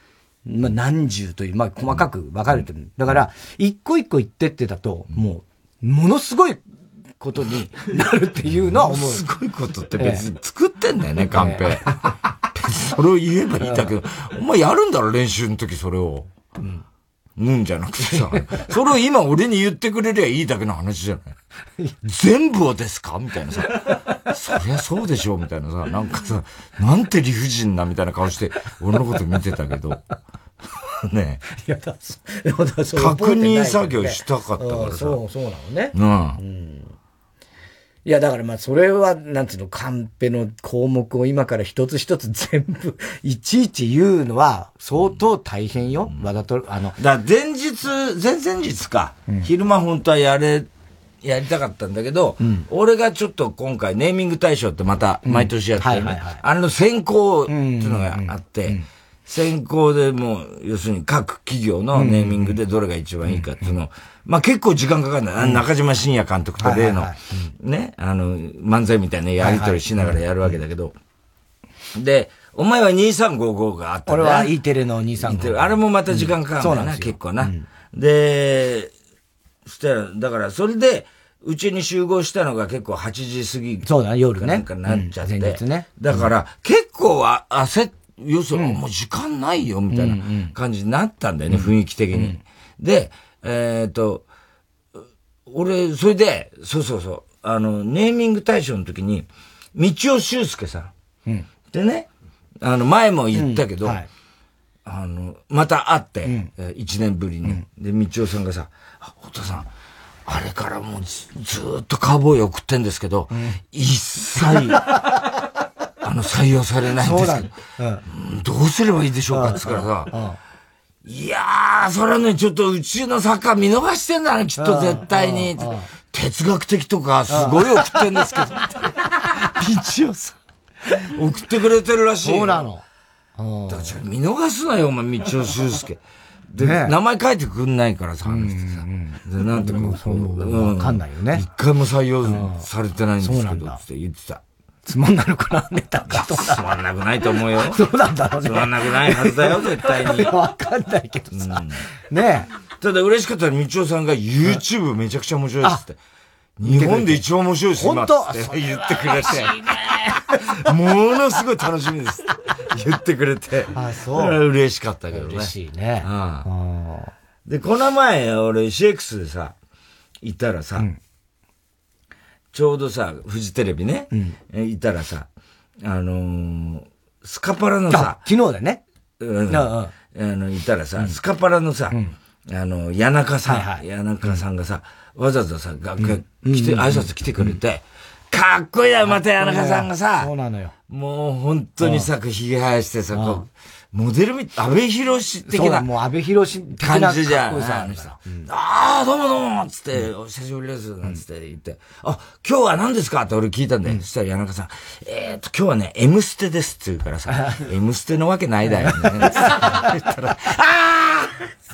まあ何十という、まあ細かく分かれてる。だから、一個一個言ってってだと、もう、ものすごいことになるっていうのは思う。 すごいことって別に作ってんだよね、カンペ。別にそれを言えばいいんだけど、お前やるんだろ、練習の時それを。うん。うんじゃなくてさ、それを今俺に言ってくれりゃいいだけの話じゃない。全部をですかみたいなさ。そりゃそうでしょみたいなさ、なんかさ、なんて理不尽なみたいな顔して、俺のこと見てたけど。ねえ。いや、だそ確認作業したかったからさ。 そう、そうなのね。 うん。 うんいや、だからまあ、それは、なんつうの、カンペの項目を今から一つ一つ全部、いちいち言うのは、相当大変よ。うん、わざと、あの。 だ前日、前々日か。うん、昼間本当はやれ、やりたかったんだけど、うん、俺がちょっと今回ネーミング大賞ってまた毎年やってる、ねうんはいはいはい、あれの選考っていうのがあって、うんうんうん選考でもう、要するに各企業のネーミングでどれが一番いいかっていうのを、まあ結構時間かかるんだ。うん、中島信也監督と例の、ね、あの、漫才みたいなやりとりしながらやるわけだけど、で、お前はにさんごごがあったんだ俺は E テレのにさんごご。 あれもまた時間かかるんだな、結構な。で、そしたら、だからそれで、うちに集合したのが結構はちじ過ぎ。 そうだ、夜ね。 なんかなっちゃって。 前日ね。 だから、結構は焦って、要するに、もう時間ないよ、みたいな感じになったんだよね、雰囲気的に。で、えっと、俺、それで、そうそうそう、あの、ネーミング大賞の時に、道尾修介さん。でね、あの、前も言ったけど、あの、また会って、一年ぶりに。で、道尾さんがさ、太田さん、あれからもうずーっとカーボーイ送ってんですけど、一切、あの、採用されないんですけど、うん、どうすればいいでしょうかって言ったからさ、いやー、それはね、ちょっとうちのサッカー見逃してんだね、きっと絶対に。哲学的とか、すごい送ってんですけど。道をさ、送ってくれてるらしい。 そうなの。 だから見逃すなよ、お前、道尾修介。で、ね、名前書いてくんないからさ、話してさ。で、なんていうか、 そう、わかんないよね。 一回も採用されてないんですけど、って言ってた。 つまんなくなネタかと。 つまんなくないと思うよ。 そうなんだろうね。 つまんなくないはずだよ、絶対に。 わかんないけどさ。ねえ。 ただ嬉しかったら、道尾さんが YouTube めちゃくちゃ面白いですって。日本で一番面白いです、 今。本当って言ってくれて。ものすごい楽しみです。言ってくれて。 あ、そう。 嬉しかったけどね。 嬉しいね。 で、この前、俺 シーエックス でさ、いたらさ、ちょうどさ、フジテレビね、うん、いたらさ、あのー、スカパラのさ、 昨日だね。 うん。あの、いたらさ、うん、スカパラのさ、うん、あの、谷中さん、はいはい、谷中さんがさ、わざわざさ、楽屋来て、挨拶来てくれて、かっこいいだまた谷中さんがさ、 そうなのよ。 もう本当にさ、髭生やしてさ、こう、モデルみ、安倍博士的な。 もう安倍博士的な感じじゃん。ああ、どうもどうもつって、お久しぶりです。なんつって言って、あ、今日は何ですかって俺聞いたんだよ。そしたら谷中さん、えっと、今日はね、M ステですって言うからさ、M ステのわけないだよね。言ったら、あ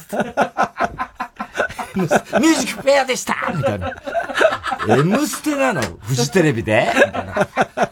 ミュージックフェアでしたみたいな。M ステなのフジテレビでみたいな。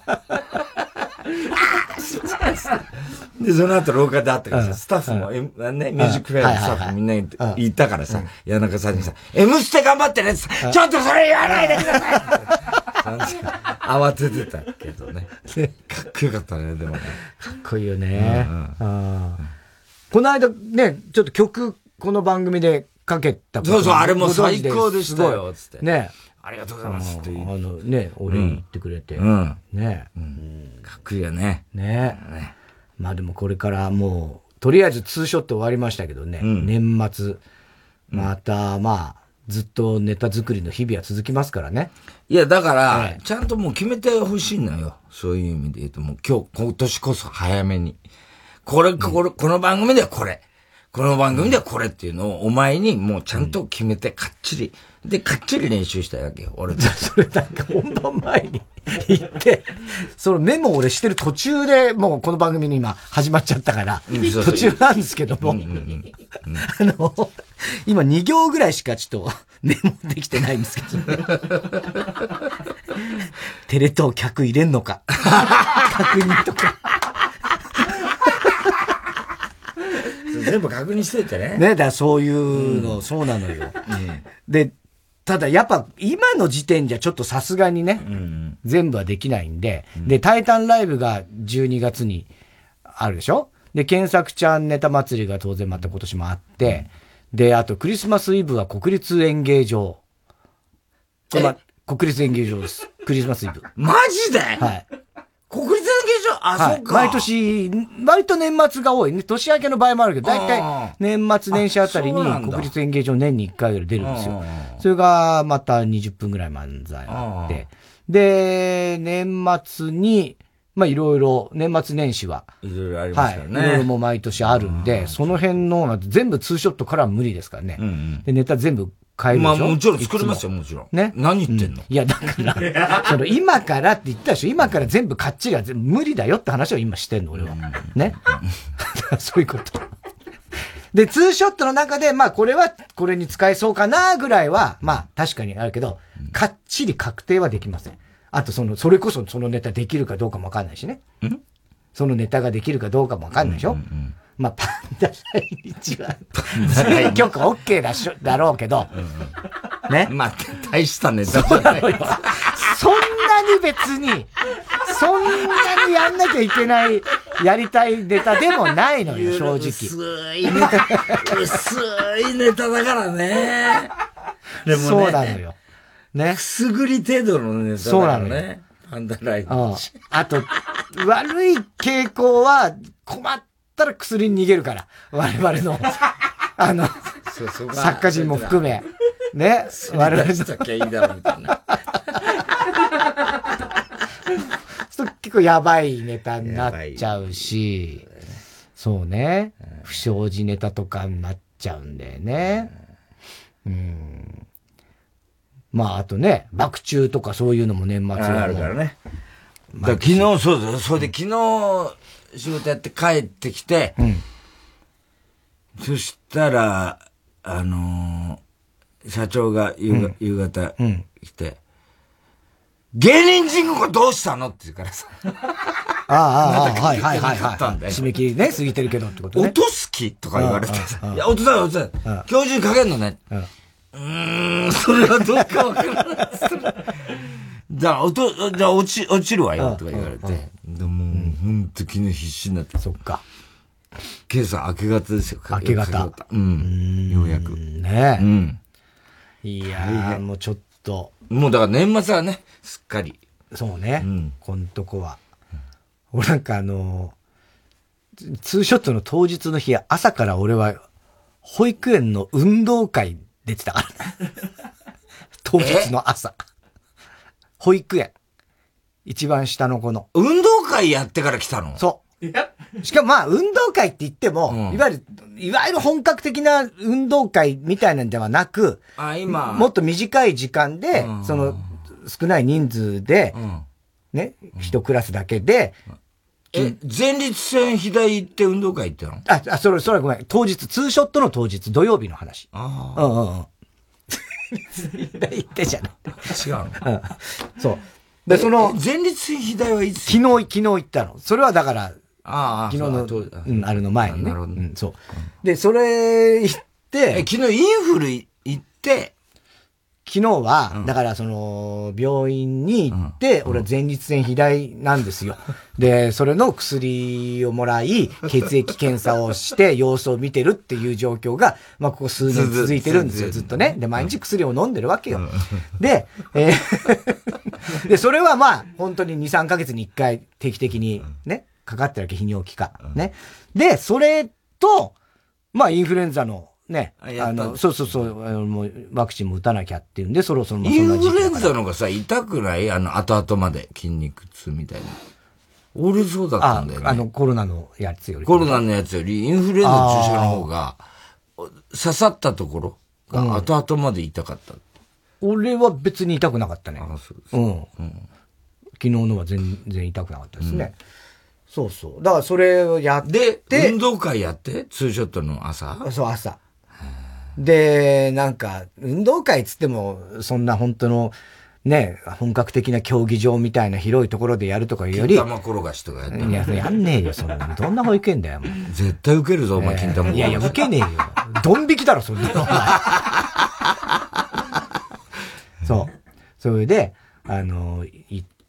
で、その後廊下で会ったからさ、スタッフも、うん、ね、ミュージックフェアのスタッフみんな言ったからさ、谷中さんにさ、M ステ頑張ってねって、ちょっとそれ言わないでください慌ててたけどね。かっこよかったね、でもね。 かっこいいよね。この間ね、ちょっと曲、この番組でかけたそうそう、あれも最高でしたよ、つって。 ね。 ありがとうございますって言って。あのね、俺言ってくれて。 うん。 ね。 かっこいいよね。 ね。まあでもこれからもう、とりあえずツーショット終わりましたけどね。年末、またまあ、ずっとネタ作りの日々は続きますからね。 いや、だから、ちゃんともう決めてほしいのよ。そういう意味で言うと、もう今日、今年こそ早めに。これ、これ、この番組ではこれ。この番組ではこれっていうのをお前にもうちゃんと決めてかっちり、で、かっちり練習したいわけよ、俺。 それなんか本番前に行って、そのメモ俺してる途中でもうこの番組に今始まっちゃったから、うん、そうそう途中なんですけども、うんうんうんうん、あの、今に行ぐらいしかちょっとメモできてないんですけどね。テレ東客入れんのか、確認とか。 全部確認しといてね。 ね、だからそういうの、うん、そうなのよ。うん、で、ただやっぱ今の時点じゃちょっとさすがにね、うん、全部はできないんで、うん、で、タイタンライブがじゅうにがつにあるでしょ？で、検索ちゃんネタ祭りが当然また今年もあって、うん、で、あとクリスマスイブは国立演芸場。これま、国立演芸場です。クリスマスイブ。 マジで？ はい。 国立演芸場あ、はい、そうか。 毎年、割と年末が多いね。年明けの場合もあるけど、だいたい年末年始あたりに国立演芸場年にいっかいぐらい出るんですよ。それがまたにじゅっぷんぐらい漫才あって。で、年末に、まあいろいろ、年末年始は。 いろいろありますからね。 はい。いろいろも毎年あるんで、その辺の、全部ツーショットからは無理ですからね。うんうん、で、ネタ全部変えるでしょ。 まあもちろん作れますよ、もちろん。ね。何言ってんの、 うん、いや、だから、その今からって言ったでしょ。今から全部かっちりは無理だよって話を今してんの、俺は。ね。そういうこと。で、ツーショットの中で、まあこれは、これに使えそうかなぐらいは、まあ確かにあるけど、かっちり確定はできません。あとその、それこそそのネタできるかどうかもわかんないしね。んそのネタができるかどうかもわかんないでしょ。うんうんうん、まあ、パンダ来日は、選挙区 OK だしょ、だろうけど、うんうん、ね。 まあ、大したネタじゃない。 そんなに別に、そんなにやんなきゃいけない、やりたいネタでもないのよ、正直。 薄いネタ、薄いネタだからね。 でもね、そうなのよ。ね。 くすぐり程度のネタだからね。パンダライブ。 あと、悪い傾向は、困ったら薬に逃げるから。我々の、あの、そうそう作家陣も含め。ね。我々 の。きゃいいだろ、みたいな。 結構やばいネタになっちゃうし、そうね。不祥事ネタとかになっちゃうんだよね。うん。まあ、あとね、爆中とかそういうのも年末はあるからね。だ昨日、そうだよ。それで昨日、仕事やって帰ってきて、うん、そしたら、あのー、社長が夕,、うん、夕方来て、うん、芸人人口どうしたのって言うからさ。 ああ、ああ、はいはいはいはい。締め切りね、過ぎてるけどってことね。 落とす気とか言われてさ。いや、落とさない落とさない。今日中にかけんのね。うんうーん、それはどうかわからない。じゃあ、落と、じゃあ落ち、落ちるわよ、とか言われて。でも、うん、ほんと昨日必死になって。 そっか。 今朝明け方ですよ、 明け方。 うん。ようやく。 ねえ。うん。いやー、もうちょっと。 もうだから年末はね、すっかり。 そうね。うん。こんとこは。俺なんかあのー、ツーショットの当日の日、朝から俺は、保育園の運動会出てたからね。当日の朝。保育園。一番下の子の。 運動会やってから来たの？ そう。しかもまあ、運動会って言っても、うん、いわゆる、いわゆる本格的な運動会みたいなんではなく、 あ、今。 もっと短い時間で、うん、その、少ない人数で、うん、ね、一クラスだけで、 え、前立腺肥大行って運動会行ったの？ あ、あ、それ、それごめん。当日、ツーショットの当日、土曜日の話。ああ。うんうんうん。言ってじゃない。 違うの、 うん、そう。で、その、 前立腺肥大はいつ？ 昨日、昨日行ったの。それはだから、 ああ、 昨日の、うん、あれの前にね。 なるほど、ね。 うん、そう。で、それ行って、 え、昨日インフル行って、 昨日は、うん、だからその、病院に行って、うん、俺は前立腺肥大なんですよ。で、それの薬をもらい、血液検査をして、様子を見てるっていう状況が、まあ、ここ数年続いてるんですよ、ずっとね。で、毎日薬を飲んでるわけよ。うん、で、えー、で、それはまあ、本当にに、さんかげつにいっかい定期的にね、かかってるわけ、泌尿器科。ね。で、それと、まあ、インフルエンザの、ね。あの、そうそうそう、あの、もう、ワクチンも打たなきゃっていうんで、そろそろもそんな時期。インフルエンザのがさ、痛くないあの、後々まで筋肉痛みたいな。俺そうだったんだよね。 あ、あの、コロナのやつより。 コロナのやつより、インフルエンザの注射の方が、刺さったところが後々まで痛かった。 うん、俺は別に痛くなかったね。 あ、そうです。 うん。うん、昨日のは全然痛くなかったですね。うん、そうそう。だからそれをやって。 で、運動会やってツーショットの朝？ そう、朝。で、なんか、運動会つっても、そんな本当の、 ね、本格的な競技場みたいな広いところでやるとかいうより。 金玉転がしとかやってる。 いや、やんねえよ、そんな。どんな保育園だよ、もう。 絶対受けるぞ、お前、金玉転がし。 いやいや、受けねえよ。ドン引きだろ、そんなの。そう。それで、あの、行って、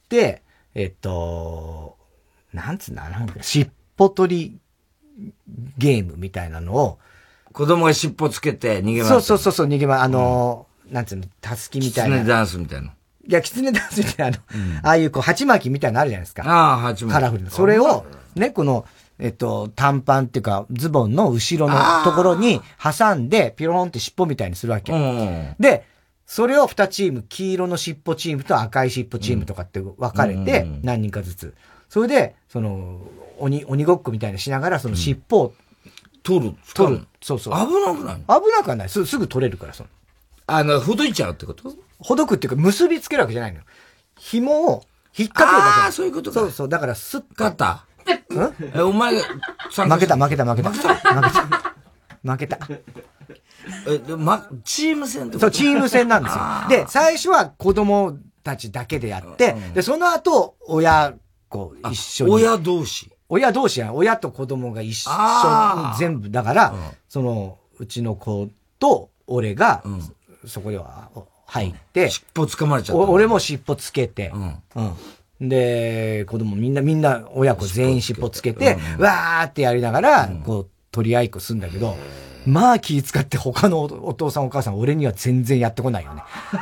えっと、なんつうんだ、なんか、尻尾取りゲームみたいなのを、 子供が尻尾つけて逃げます。 そうそうそうそう、逃げます。あの、うん、なんつうの、たすきみたいな。 キツネダンスみたいな。 いや、キツネダンスみたいな、あの、うん、ああいうこう、鉢巻きみたいなのあるじゃないですか。 ああ、鉢巻き。 カラフルな。それを、ね、この、えっと、短パンっていうか、ズボンの後ろのところに挟んで、ピローンって尻尾みたいにするわけ。うん、で、それをにチーム、黄色の尻尾チームと赤い尻尾チームとかって分かれて、何人かずつ。それで、その、鬼、鬼ごっこみたいにしながら、その尻尾を、 取る。 取る。そうそう。 危なくない？ 危なくはない。す、すぐ取れるから、その。 あの、ほどいちゃうってこと？ ほどくっていうか、結びつけるわけじゃないのよ。紐を引っ掛けるだけ。 ああ、そういうことか。 そうそう。だから、すっ勝った。 んえ、お前が、 負けた、負けた、負けた。負けた。負けた。 え、で、ま、チーム戦ってこと？ そう、チーム戦なんですよ。で、最初は子供たちだけでやって、うん、で、その後、親子一緒に。 親同士。 親同士や、親と子供が一緒に全部。だから、うん、その、うちの子と俺が、うん、そこでは入って、 尻尾掴まれちゃった。 俺も尻尾つけて、うん。うん。で、子供みんな、みんな親子全員尻尾つけて、うん、わーってやりながら、うん、こう、取り合いっこすんだけど、まあ気使って他のお父さんお母さん俺には全然やってこないよね。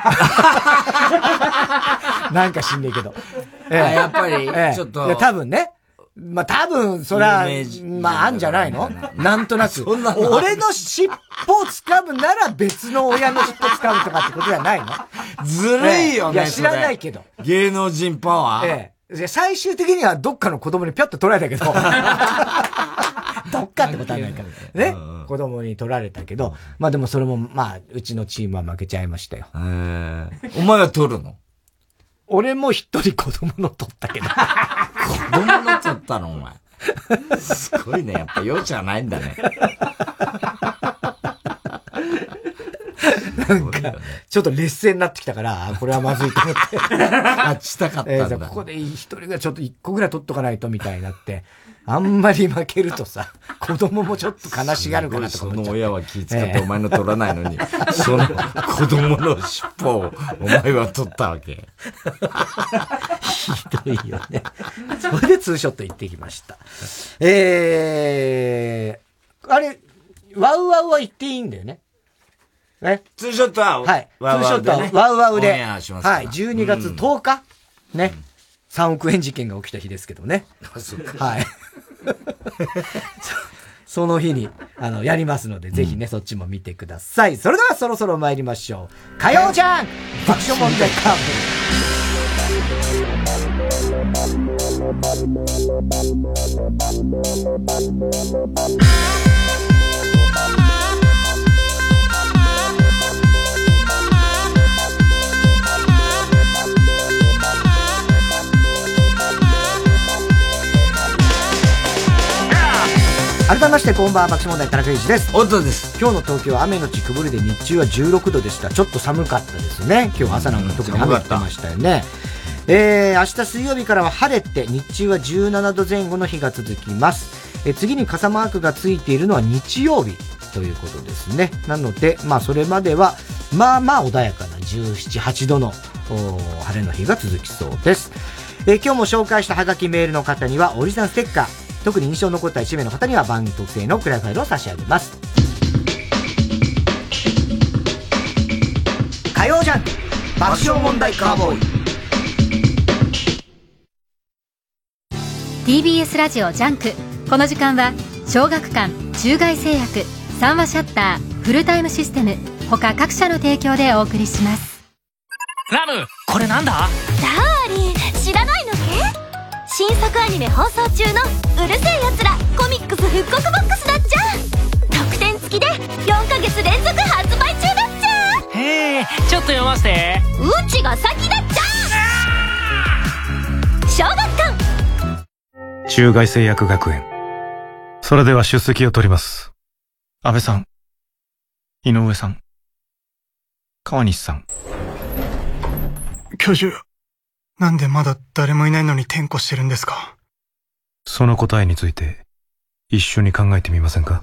なんか知んねえけど。 えー、やっぱり、ちょっと。 いや多分ね。まあ多分、そら、まああんじゃないの？なんとなく。俺の尻尾を掴むなら別の親の尻尾掴むとかってことじゃないの？ ずるいよね。 いや知らないけど。 芸能人パワー。 ええ。最終的にはどっかの子供にピャッと取られたけど。どっかってことはないから。ね。子供に取られたけど、まあでもそれも、まあ、うちのチームは負けちゃいましたよ。 へえ。お前は取るの？ 俺も一人子供の取ったけど。 子供の取ったのお前。すごいね。やっぱ容赦ないんだね。 なんか、ちょっと劣勢になってきたから、これはまずいと思って。 勝ちたかったんだ。えー、 ここで一人がちょっと一個ぐらい取っとかないとみたいになって、あんまり負けるとさ、子供もちょっと悲しがるかなとか思っちゃって。 その親は気遣ってお前の取らないのに、えー、その子供の尻尾をお前は取ったわけ。 ひどいよね。それでツーショット行ってきました。えー、あれ、ワウワウは行っていいんだよね。ね。 ツーショットは、 はい。ツーショットはワウワウで、はい。じゅうにがつとおか、うん、ね、うん。さんおくえん事件が起きた日ですけどね。はい。そ, その日に、あの、やりますので、ぜひね、うん、そっちも見てください。それではそろそろ参りましょう。火曜じゃん爆笑問題カーブ。改めましてこんばんは、爆笑問題田中裕二です。 おっとです。 今日の東京は雨のち曇りで日中はじゅうろくどでした。ちょっと寒かったですね。今日朝なんか特に雨降ってましたよね。えー、明日水曜日からは晴れて日中はじゅうななどぜん後の日が続きます。えー、次に傘マークがついているのは日曜日ということですね。なので、まあそれまではまあまあ穏やかなじゅうなな、はちどの晴れの日が続きそうです。えー、今日も紹介したハガキメールの方にはオリジナルステッカー、特に印象に残ったいち名の方には番組特製のクラファイルを差し上げます。火曜ジャンク爆笑問題カーボーイ。 ティービーエス ラジオジャンク。この時間は小学館、中外製薬、三話シャッター、フルタイムシステム他各社の提供でお送りします。 ラム、これなんだ？ ダーリン、知らないのけ？新作アニメ放送中のうるせえやつらコミックス復刻ボックスだっちゃ。特典付きでよんかげつ連続発売中だっちゃ。 へえ、ちょっと読ませて。 うちが先だっちゃ。小学館。 中外製薬学園。それでは出席を取ります。安倍さん、井上さん、川西さん。 教授、なんでまだ誰もいないのに転校してるんですか？ その答えについて一緒に考えてみませんか？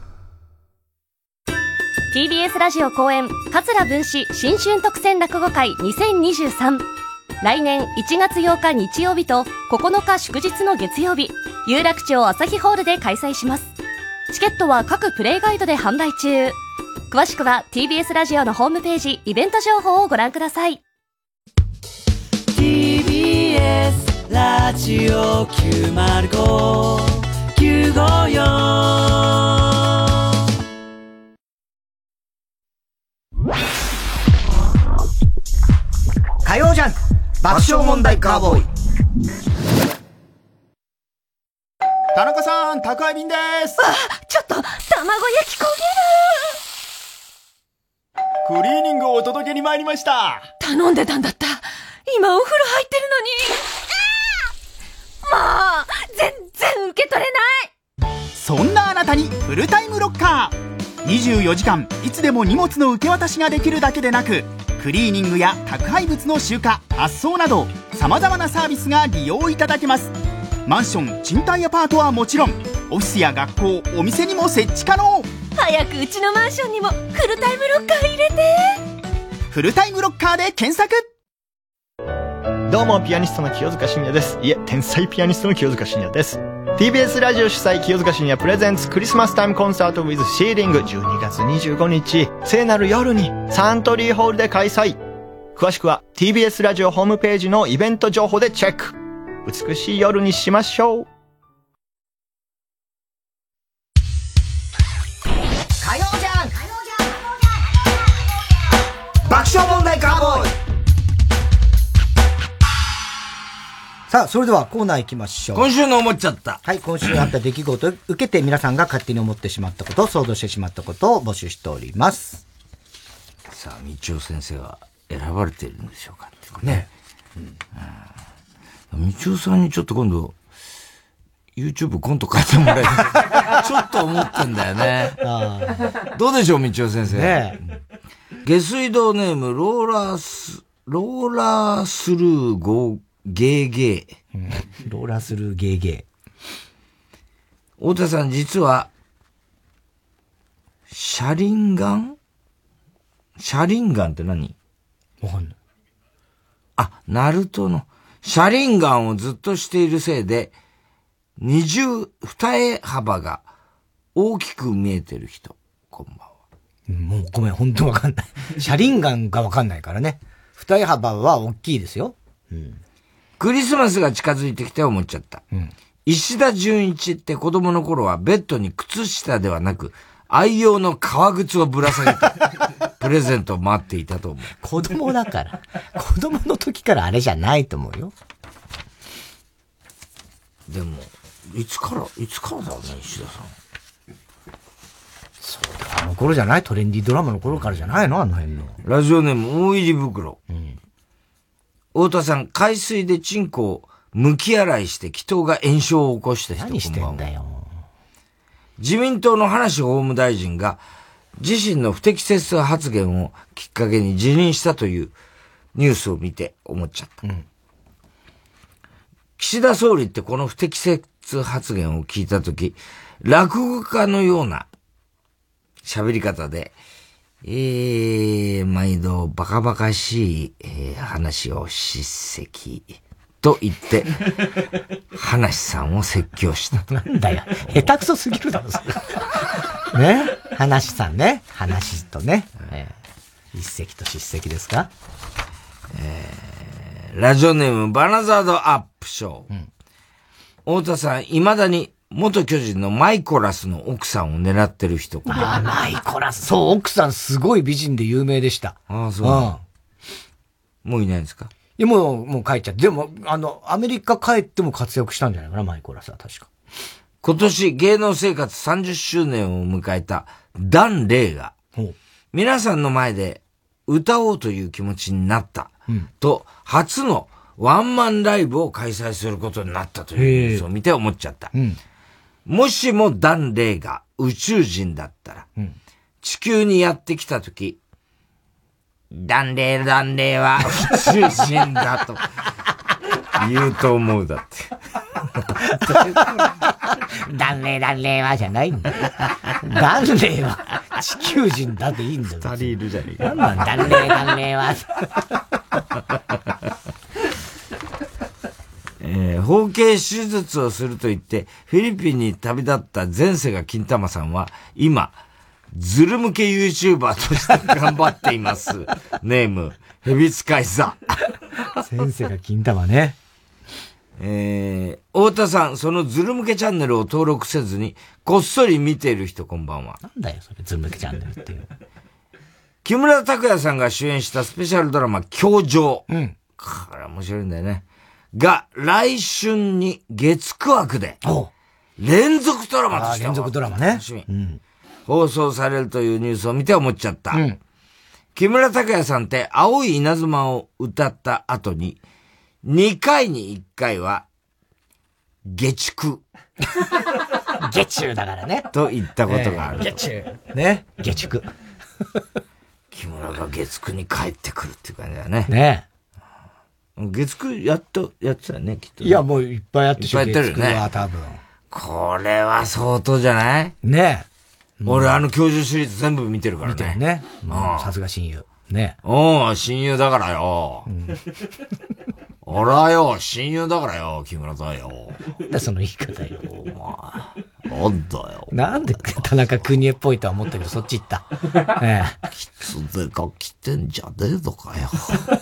ティービーエス ラジオ公演桂文枝新春特選落語会にせんにじゅうさん、来年いちがつようか日曜日とここのか祝日の月曜日、有楽町朝日ホールで開催します。チケットは各プレイガイドで販売中。詳しくは ティービーエス ラジオのホームページイベント情報をご覧ください。 ティービーエス ラジオきゅうまるご きゅうごよん。 火曜ジャンク爆笑問題カーボーイ。 田中さん、宅配便です。 あ、ちょっと卵焼き焦げる。クリーニングをお届けに参りました。 頼んでたんだった。今お風呂入ってるのに。もう全然受け取れない。 そんなあなたにフルタイムロッカー。にじゅうよじかんいつでも荷物の受け渡しができるだけでなく、クリーニングや宅配物の集荷、発送など様々なサービスが利用いただけます。マンション、賃貸アパートはもちろん、オフィスや学校、お店にも設置可能。 早くうちのマンションにもフルタイムロッカー入れて。 フルタイムロッカーで検索。 どうも、ピアニストの清塚信也です。いえ、天才ピアニストの清塚信也です。ティービーエス ラジオ主催清塚信也プレゼンツクリスマスタイムコンサート with シーリングじゅうにがつにじゅうごにち聖なる夜にサントリーホールで開催。詳しくは ティービーエス ラジオホームページのイベント情報でチェック。美しい夜にしましょう。 火曜ジャンク爆笑問題カーボーイ。さあ、それではコーナー行きましょう。 今週の思っちゃった。 はい、今週あった出来事を受けて皆さんが勝手に思ってしまったこと、想像してしまったことを募集しております。 さあ、道夫先生は選ばれているんでしょうかってね。うん、道夫さんにちょっと今度、YouTube コント書いてもらえたちょっと思ってんだよね。あどうでしょう、道夫先生。ね、下水道ネーム、ローラース、ローラースルーゴー、ゲーゲー、 うん。ローラースルーゲーゲー。太田さん、実は、シャリンガンシャリンガンって何？ わかんない。 あ、ナルトの、シャリンガンをずっとしているせいで、二重、二重幅が大きく見えてる人。こんばんは。 もうごめん、本当わかんない。シャリンガンがわかんないからね。二重幅は大きいですよ。うん。 クリスマスが近づいてきて思っちゃった。うん、石田純一って子供の頃はベッドに靴下ではなく愛用の革靴をぶら下げてプレゼントを待っていたと思う。 子供だから。子供の時からあれじゃないと思うよ。 でも、いつから、いつからだろうね、石田さん。 そうだ、あの頃じゃない？トレンディドラマの頃からじゃないの？あの辺の。 ラジオネーム大入り袋。うん太田さん、海水でチンコを剥き洗いして気筒が炎症を起こした人。 何してんだよ。 自民党の葉梨法務大臣が自身の不適切発言をきっかけに辞任したというニュースを見て思っちゃった。うん、岸田総理ってこの不適切発言を聞いたとき、落語家のような喋り方で、えー、毎度バカバカしい、えー、話を叱責と言って、話さんを説教した。 なんだよ。下手くそすぎるだろ、それ。ね話さんね。話とね。えー、一石と叱責ですか？ えー、ラジオネームバナザードアップショー。うん、太田さん、未だに元巨人のマイコラスの奥さんを狙ってる人。 ああ、マイコラス。そう、奥さんすごい美人で有名でした。 ああ、そう。うん。もういないんですか？ いや、もう、もう帰っちゃって。でも、あの、アメリカ帰っても活躍したんじゃないかな、マイコラスは確か。 今年芸能生活さんじゅっしゅうねんを迎えたダン・レイが、皆さんの前で歌おうという気持ちになった、うん、と、初のワンマンライブを開催することになったというニュースを見て思っちゃった。うんもしもダン・レイが宇宙人だったら、うん、地球にやってきたとき、 断霊断霊は普通人だと言うと思うだって。 断霊断霊はじゃないんだよ。断霊は地球人だっていいんだよ。 二人いるじゃねえか。なんなん断霊断霊は。 えー、包茎手術をすると言ってフィリピンに旅立った前世が金玉さんは今ズル向け YouTuber として頑張っています。ネームヘビ使い座。 前世が金玉ね。 えー、太田さん、そのズル向けチャンネルを登録せずにこっそり見ている人こんばんは。 なんだよそれズル向けチャンネルっていう。 木村拓哉さんが主演したスペシャルドラマ教場。 うん。 これ面白いんだよね。が、来春に月9枠で、連続ドラマとして連続ドラマね。 うん。放送されるというニュースを見て思っちゃった。うん。木村拓哉さんって青い稲妻を歌った後に、にかいにいっかいは、月9。 月中だからね。 と言ったことがある、 えー。月中。ね。月9。 木村が月9に帰ってくるっていう感じだね。 ね。 月9やっと、やってたよね、きっと、ね。 いや、もういっぱいやってしょ。いっぱいやってるよね。 月9は多分。 これは相当じゃないねえ。俺、あの教授シリーズ全部見てるからね。 見てるね。さすが親友。ねおう、親友だからよ。うん、俺はよ、親友だからよ、木村だよ。 なんだその言い方よ。 なんだよ。 なんで田中邦衛っぽいとは思ったけど、そっち行った。 ええ。キツネが来てんじゃねえのかよ。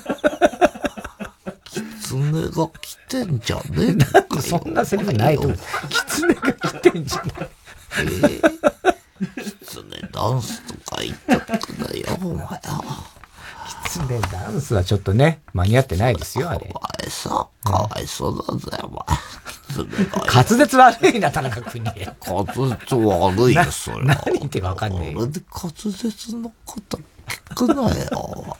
キツネが来てんじゃねえのかよ。 そんなセリフないと思う。キツネが来てんじゃない。 えーキツネダンスとか言ったくないよ、お前は。 キツネダンスはちょっとね、間に合ってないですよ、あれ。 お前さ、かわいそうだぜ、お前。キツネが。 滑舌悪いな、田中邦衛。 滑舌悪いよ、それ。 何言ってかわかんないよ。 俺で滑舌のこと聞くなよ。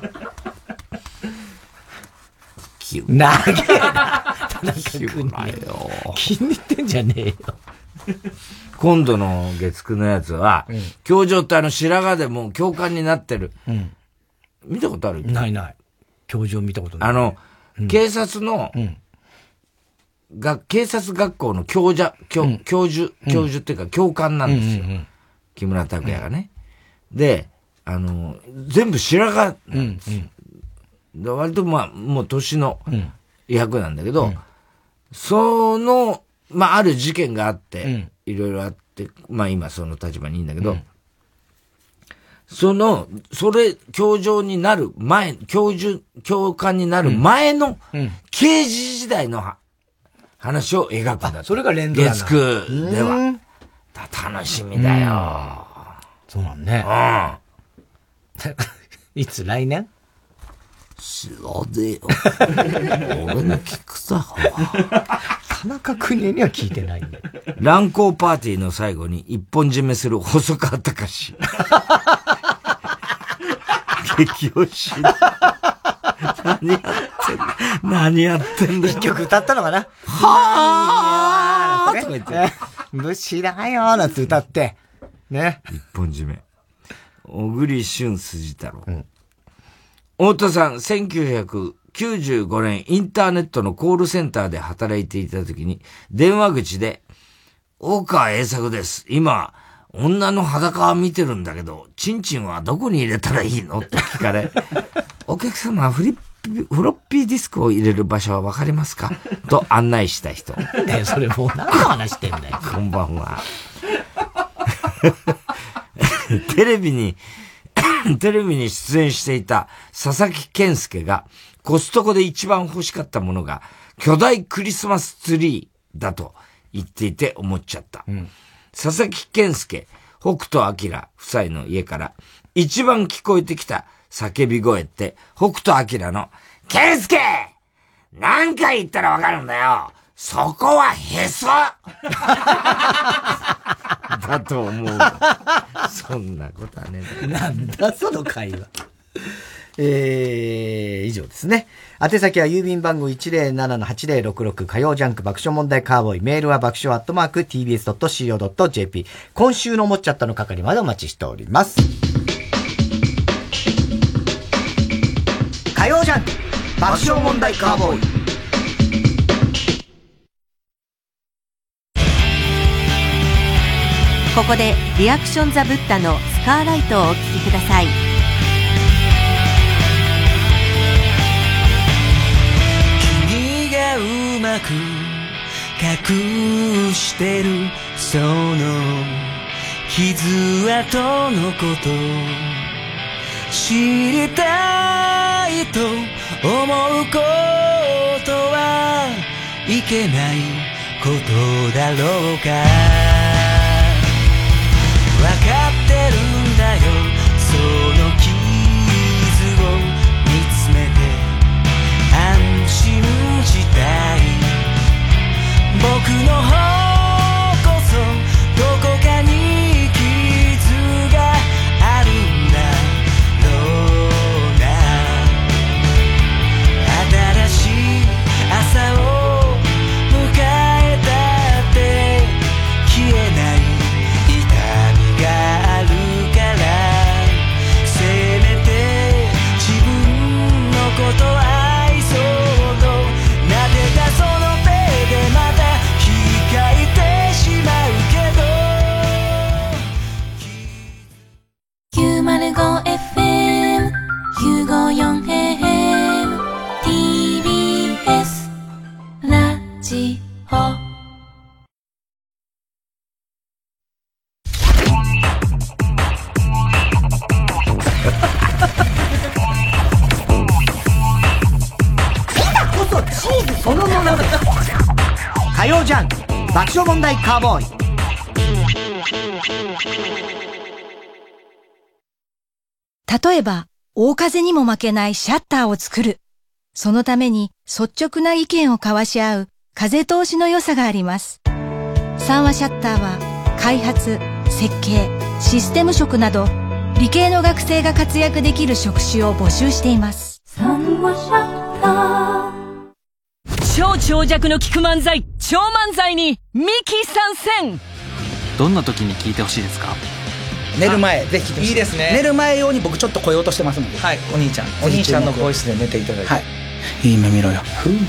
長えな、田中邦衛。気に入ってんじゃねえよ。 今度の月9のやつは、うん、教場ってあの白髪でもう教官になってる。うん、見たことある？ ないない。教場見たことない。 あの、うん、警察の、うん、が、警察学校の教授、教、うん、教授、教授っていうか教官なんですよ。うんうんうん、木村拓哉がね、うん。で、あの、全部白髪なんですよ。うんうん、割とまあ、もう年の役なんだけど、うん、その、まあ、ある事件があって、うん、いろいろあって、まあ今その立場にいいんだけど、うん、その、それ、教場になる前、教授、教官になる前の、刑事時代の話を描くんだ、うん。 それが連ドラな月9では。楽しみだよ。 そうなんね。うん。いつ来年知らねえよ。俺に聞くさ。 田中邦衛には聞いてないんだよ。 乱交パーティーの最後に一本締めする細川隆。激推し。何やってんだ何やってんだ一曲歌ったのかなはぁーとか言って。 武士だよーなんて歌って。ね。 一本締め。小栗旬筋太郎。うん太田さん、せんきゅうひゃくきゅうじゅうごねんインターネットのコールセンターで働いていた時に、電話口で、大川栄作です。今、女の裸を見てるんだけど、チンチンはどこに入れたらいいのって聞かれ、お客様はフリップ、フロッピーディスクを入れる場所はわかりますかと案内した人。 え、それもう何の話してんだよ。 こんばんは。テレビに、テレビに出演していた佐々木健介がコストコで一番欲しかったものが巨大クリスマスツリーだと言っていて思っちゃった。うん、佐々木健介、北斗晶夫妻の家から一番聞こえてきた叫び声って北斗晶の健介何回言ったらわかるんだよそこはへそだと思う。そんなことはねえ。なんだその会話。えー、以上ですね。宛先は郵便番号 いちまるななのはちまるろくろく 火曜ジャンク爆笑問題カーボーイ。メールは爆笑アットマーク ティービーエスドットシーオードットジェーピー。今週の思っちゃったの係までお待ちしております。 火曜ジャンク爆笑問題カーボーイ。 ここでリアクションザブッダのスカーライトをお聴きください。 君がうまく隠してるその傷跡のこと知りたいと思うことはいけないことだろうか。わかってるんだよその傷を見つめて安心したい。僕の方こそどこかに傷があるんだろうな。新しい朝を迎えたって消えないがあるからせめて自分のこと愛そうと撫でたその手でまた控えてしまうけど きゅうまるごエフエム きゅうごよんエフエム ティービーエス ラジオそのものです。火曜ジャンク爆笑問題カーボーイ。 例えば、大風にも負けないシャッターを作る。そのために率直な意見を交わし合う風通しの良さがあります。三和シャッターは開発、設計、システム職など理系の学生が活躍できる職種を募集しています。 三和シャッター超長尺の聞く漫才超漫才にミキ参戦。 どんな時に聞いてほしいですか？ 寝る前ぜひ聞いてほしい。 いいですね。 寝る前用に僕ちょっと来ようとしてますので、 はい、お兄ちゃんお兄ちゃんのボイスで寝ていただいて、はい、 いい夢見ろよ。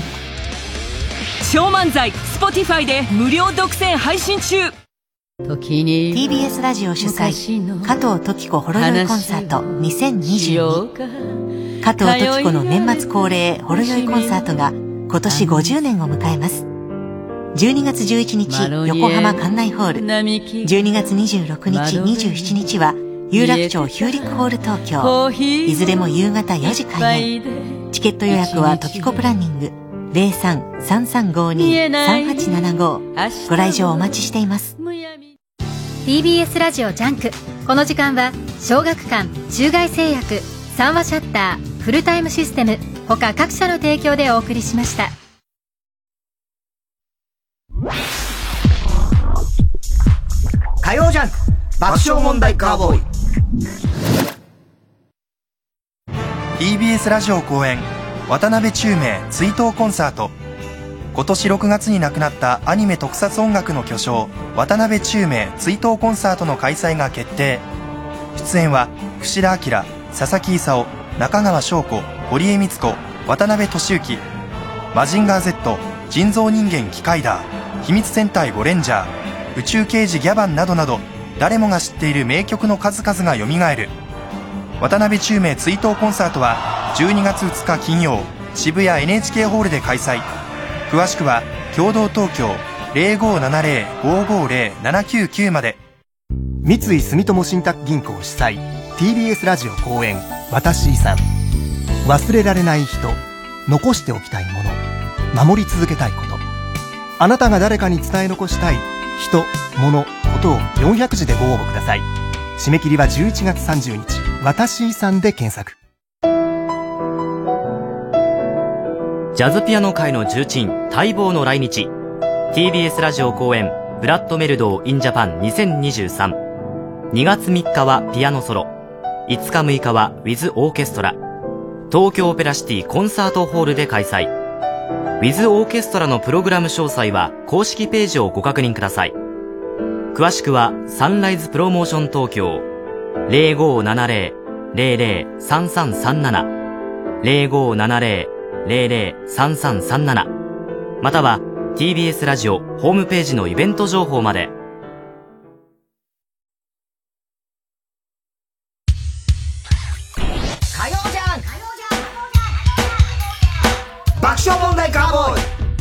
超漫才 Spotify で無料独占配信中。 時に ティービーエス ラジオ主催加藤登紀子ほろ酔いコンサートにせんにじゅうに。加藤登紀子の年末恒例ほろ酔いコンサートが今年ごじゅうねんを迎えます。じゅうにがつじゅういちにち横浜関内ホール、じゅうにがつにじゅうろくにち、にじゅうしちにちは有楽町ヒューリックホール東京。いずれも夕方よじ開演。チケット予約はトキコプランニング ゼロさん さんさんごに さんはちななご。ご来場お待ちしています。 ティービーエス ラジオジャンク。この時間は小学館、中外製薬、三和シャッター、フルタイムシステム他各社の提供でお送りしました。 火曜ジャンク爆笑問題カーボーイ。 ティービーエス ラジオ公演渡辺宙明追悼コンサート。今年ろくがつに亡くなったアニメ特撮音楽の巨匠渡辺宙明追悼コンサートの開催が決定。出演は櫛田明、佐々木功、中川翔子、堀江光子、渡辺俊之、マジンガー Z、人造人間キカイダー、秘密戦隊ゴレンジャー、宇宙刑事ギャバンなどなど誰もが知っている名曲の数々がよみがえる。渡辺宙明追悼コンサートはじゅうにがつふつか金曜渋谷 エヌエイチケー ホールで開催。詳しくは共同東京 ゼロごーななゼロ ごーごーゼロ ななきゅうきゅう まで。 三井住友信託銀行主催 ティービーエス ラジオ公演私遺産。忘れられない人、残しておきたいもの、守り続けたいこと。あなたが誰かに伝え残したい人、物、ことをよんひゃくじでご応募ください。締め切りはじゅういちがつさんじゅうにち、私遺産で検索。 ジャズピアノ界の重鎮待望の来日。 ティービーエス ラジオ公演ブラッドメルドー in Japan にせんにじゅうさん。 にがつみっかはピアノソロ、いつかむいかは with オーケストラ、東京オペラシティコンサートホールで開催。 with オーケストラのプログラム詳細は公式ページをご確認ください。詳しくはサンライズプロモーション東京 ゼロごーななゼロ ゼロゼロ さんさんさんななゼロごーななゼロ ゼロゼロ さんさんさんなな または ティービーエス ラジオホームページのイベント情報まで。 火曜じゃん爆笑問題カーボーイ。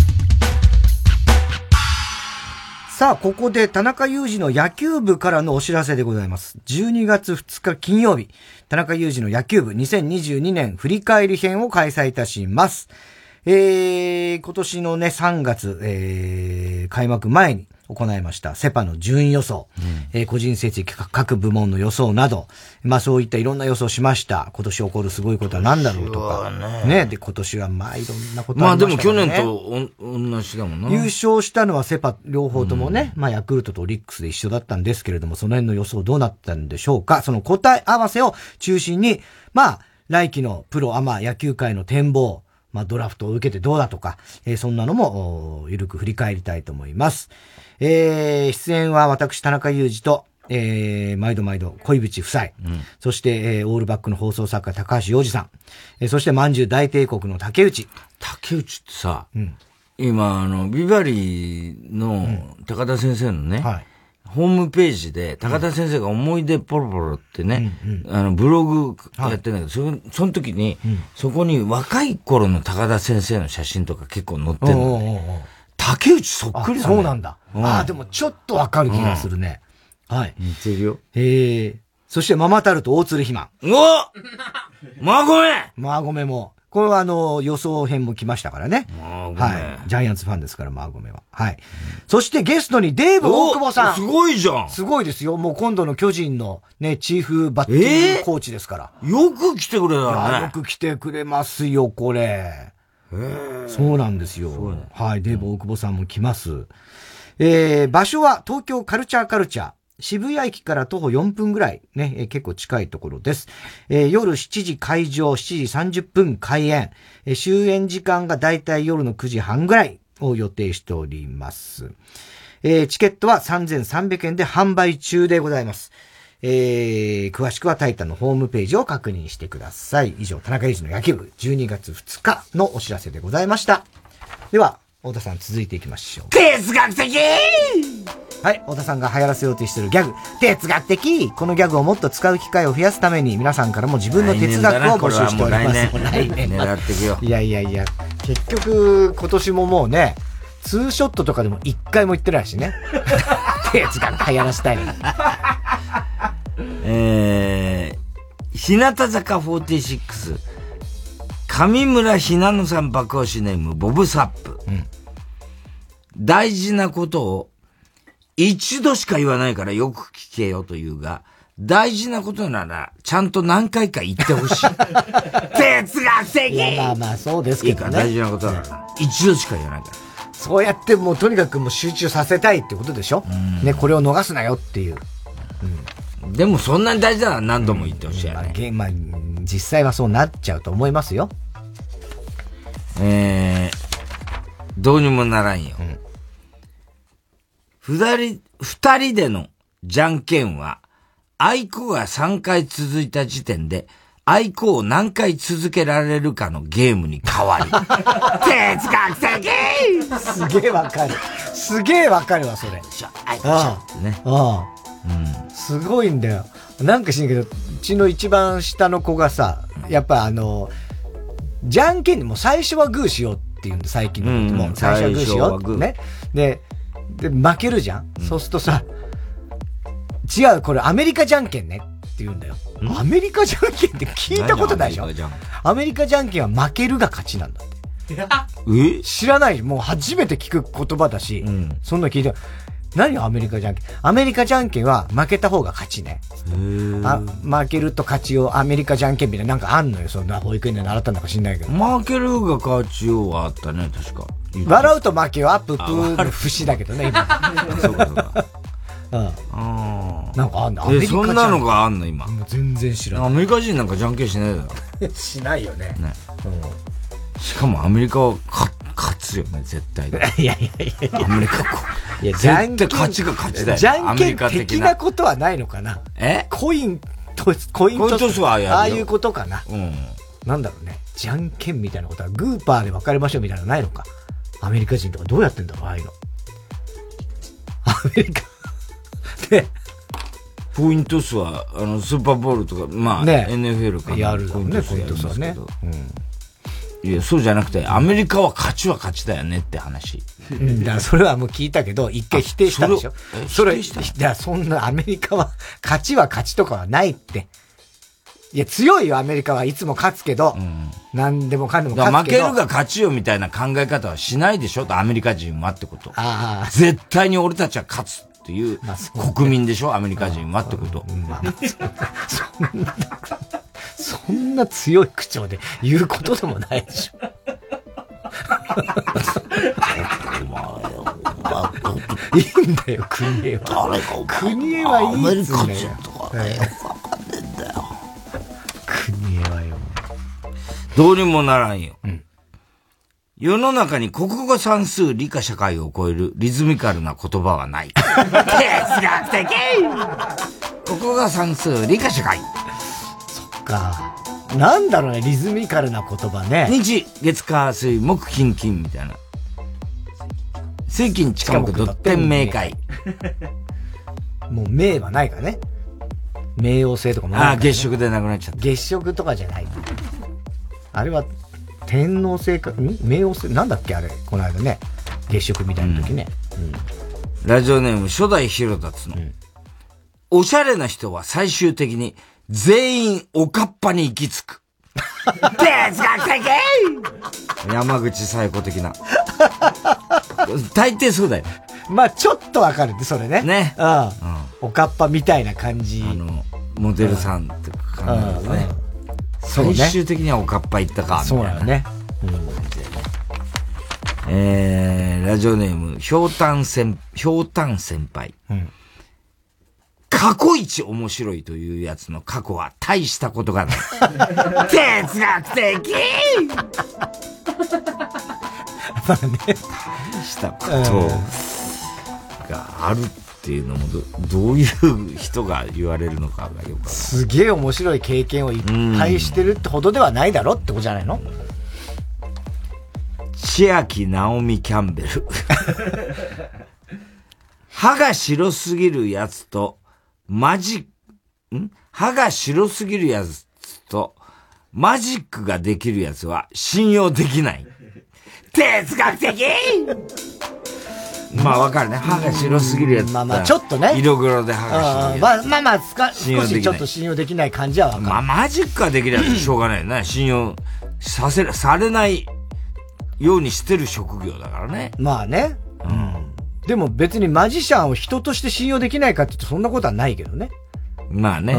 さあ、ここで田中裕二の野球部からのお知らせでございます。じゅうにがつふつか金曜日、田中裕二の野球部にせんにじゅうにねん振り返り編を開催いたします。えー、今年のね、さんがつ、えー、開幕前に行いましたセパの順位予想、うん、えー、個人成績各部門の予想など、まあそういったいろんな予想しました。今年起こるすごいことは何だろうとか。ね, ね。で、今年はまあいろんなことありましたね。 まあでも去年と同じだもんな。 優勝したのはセパ両方ともね、うん、まあヤクルトとオリックスで一緒だったんですけれども、その辺の予想どうなったんでしょうか。その答え合わせを中心に、まあ来季のプロアマ野球界の展望、まあドラフトを受けてどうだとか、えー、そんなのもゆるく振り返りたいと思います。えー、出演は私田中裕二と、えー、毎度毎度恋淵夫妻、うん、そして、えー、オールバックの放送作家高橋洋二さん、えー、そしてまんじゅう大帝国の竹内。 竹内ってさ、うん、今あのビバリーの高田先生のね、うん、はい、ホームページで高田先生が思い出ポロポロってね、うんうん、あのブログやってんだけど、はい、そ, その時に、うん、そこに若い頃の高田先生の写真とか結構載ってるのね。おうおうおう、竹内そっくりだね。 そうなんだ。うん、ああ、でもちょっとわかる気がするね。うん、はい。 似てるよ。 へえ。そしてママタルト大鶴ひま。 うわマーゴメマーゴメも。これはあの、予想編も来ましたからね。 マーゴメ。 はい。ジャイアンツファンですから、マーゴメは。はい。うん、そしてゲストにデーブ大久保さん。 すごいじゃん。 すごいですよ。もう今度の巨人のね、チーフバッティングコーチですから。 えー、よく来てくれたね。 よく来てくれますよ、これ。そうなんですよ。ね、はい。デーブ大久保さんも来ます。えー、場所は東京カルチャーカルチャー。渋谷駅から徒歩よんぷんぐらい。ね、えー、結構近いところです。えー、夜しちじ開場、しちじさんじゅっぷん開演。えー、終演時間がだいたい夜のくじはんぐらいを予定しております。えー、チケットはさんぜんさんびゃくえんで販売中でございます。えー、詳しくはタイタンのホームページを確認してください。以上、田中裕二の野球部じゅうにがつふつかのお知らせでございました。では、太田さん続いていきましょう。 哲学的はい、太田さんが流行らせようとしているギャグ、哲学的。このギャグをもっと使う機会を増やすために、皆さんからも自分の哲学を募集しております。 来年狙っていくよ。 いやいやいや、結局、今年ももうね、ツーショットとかでも一回も言ってないしね。哲学流行らせたいのに。 えー、日向坂フォーティシックス、上村ひなのさん爆押しネーム、ボブサップ。うん、大事なことを一度しか言わないからよく聞けよというが、大事なことならちゃんと何回か言ってほしい。哲学的。 いや、まあまあそうですけどね。 いいか、大事なことなら一度しか言わないから。 そうやってもうとにかくもう集中させたいってことでしょ。ね、これを逃すなよっていう。 うん、でもそんなに大事なら何度も言ってほしいよね。 まあ、まあ、実際はそうなっちゃうと思いますよ。 えー、どうにもならんよ。うん、二人、二人でのじゃんけんは、あいこがさんかい続いた時点で、あいこを何回続けられるかのゲームに変わり。哲学的。 すげえわかる。すげえわかるわ、それ。 あいこちゃんってね。 ああ。うん。すごいんだよ。なんか知んけど、うちの一番下の子がさ、やっぱあの、じゃんけんにも最初はグーしようって言うんだ、最近のことも。うん、最初はグーしよう。ね。で、で、負けるじゃん、うん、そうするとさ、違う、これアメリカじゃんけんねって言うんだよ。アメリカじゃんけんって聞いたことないでしょ。アメリカじゃんけんは負けるが勝ちなんだって。え知らない。もう初めて聞く言葉だし、うん、そんな聞いて、何アメリカじゃんけん。アメリカじゃんけんは負けた方が勝ちね。あ、負けると勝ちをアメリカじゃんけんみたいななんかあんのよ。そんな保育園で習ったんだか知んないけど。 負けるが勝ちをはあったね、確か。 笑うと負けはププーの節だけどね、今。そうかそうか。うん。あなんかあんの、 アメリカじゃんけん。そんなのがあんの、今。 全然知らない。 アメリカ人なんかじゃんけんしないだろ。 しないよね。ね。 うん。しかもアメリカは勝勝つよね、絶対で。 いやいやいやアメリカこう。いや、じゃんけん。 勝ちが勝ちだよ。 じゃんけん的なことはないのかな。 えコインと、コイントス。 コイントスはやるよ。 ああいうことかな。うん。なんだろうね。 じゃんけんみたいなことは、グーパーで分かれましょうみたいなのないのか。アメリカ人とかどうやってんだろう、ああいうの。アメリカ。で、 コイントスは、あの、スーパーボールとか、まあ、ね、エヌエフエル かやるだろうね、コイントスはね。 うん。いや、そうじゃなくて、アメリカは勝ちは勝ちだよねって話。 うん、だからそれはもう聞いたけど、一回否定したでしょ。それ、それ、いや、そんなアメリカは、勝ちは勝ちとかはないって。いや、強いよ、アメリカはいつも勝つけど、うん、何でもかんでも勝つけど。 負けるが勝ちよみたいな考え方はしないでしょアメリカ人はってこと。 ああ。 絶対に俺たちは勝つっていう国民でしょアメリカ人はってこと。 まあ、そんな、そんな強い口調で言うことでもないでしょ。いいんだよ、国枝は。 誰か国枝はいいっつうんだよ。 アメリカ人とかね、よくわかんねえんだよ。 国枝はよ。 どうにもならんよ。うん、世の中に国語算数理科社会を超えるリズミカルな言葉はない。哲学的国語算数理科社会。 そっか。なんだろうね、リズミカルな言葉ね。 日、月火水木金金みたいな。水金地下木ドッテン明快。 もう明はないからね。冥王星とかもない、ね。 ああ、月食でなくなっちゃった。 月食とかじゃない。あれは天王星か、ん冥王星なんだっけあれ、この間ね。月食みたいな時ね。うんうん、ラジオネーム初代広田つの、うん。おしゃれな人は最終的に全員おかっぱに行き着く。哲学的山口最高的な。大抵そうだよ。 まあちょっとわかるって、それね。 ね。 うん。うん、おかっぱみたいな感じ。 あの、モデルさんって感じだね。最終的にはおかっぱ行ったか、みたいな。 そうだよね。うん。 えー、ラジオネーム、ひょうたん先、ひょうたん先輩。うん。過去一面白いというやつの過去は大したことがない。哲学的まあね。 大したことがあるっていうのもど、どういう人が言われるのかがよく。 すげえ面白い経験をいっぱいしてるってほどではないだろってことじゃないの？ 千秋直美キャンベル。歯が白すぎるやつと、マジック、ん歯が白すぎるやつと、マジックができるやつは信用できない。哲学的まあわかるね。歯が白すぎるやつ。 まあまあちょっとね。 色黒で歯が白いやつ。 まあまあまあつか、少しちょっと信用できない感じはわかる。 まあマジックができるやつしょうがないよね。信用させ、されないようにしてる職業だからね。 まあね。うん。でも別にマジシャンを人として信用できないかって言うとそんなことはないけどね。 まあね。うん、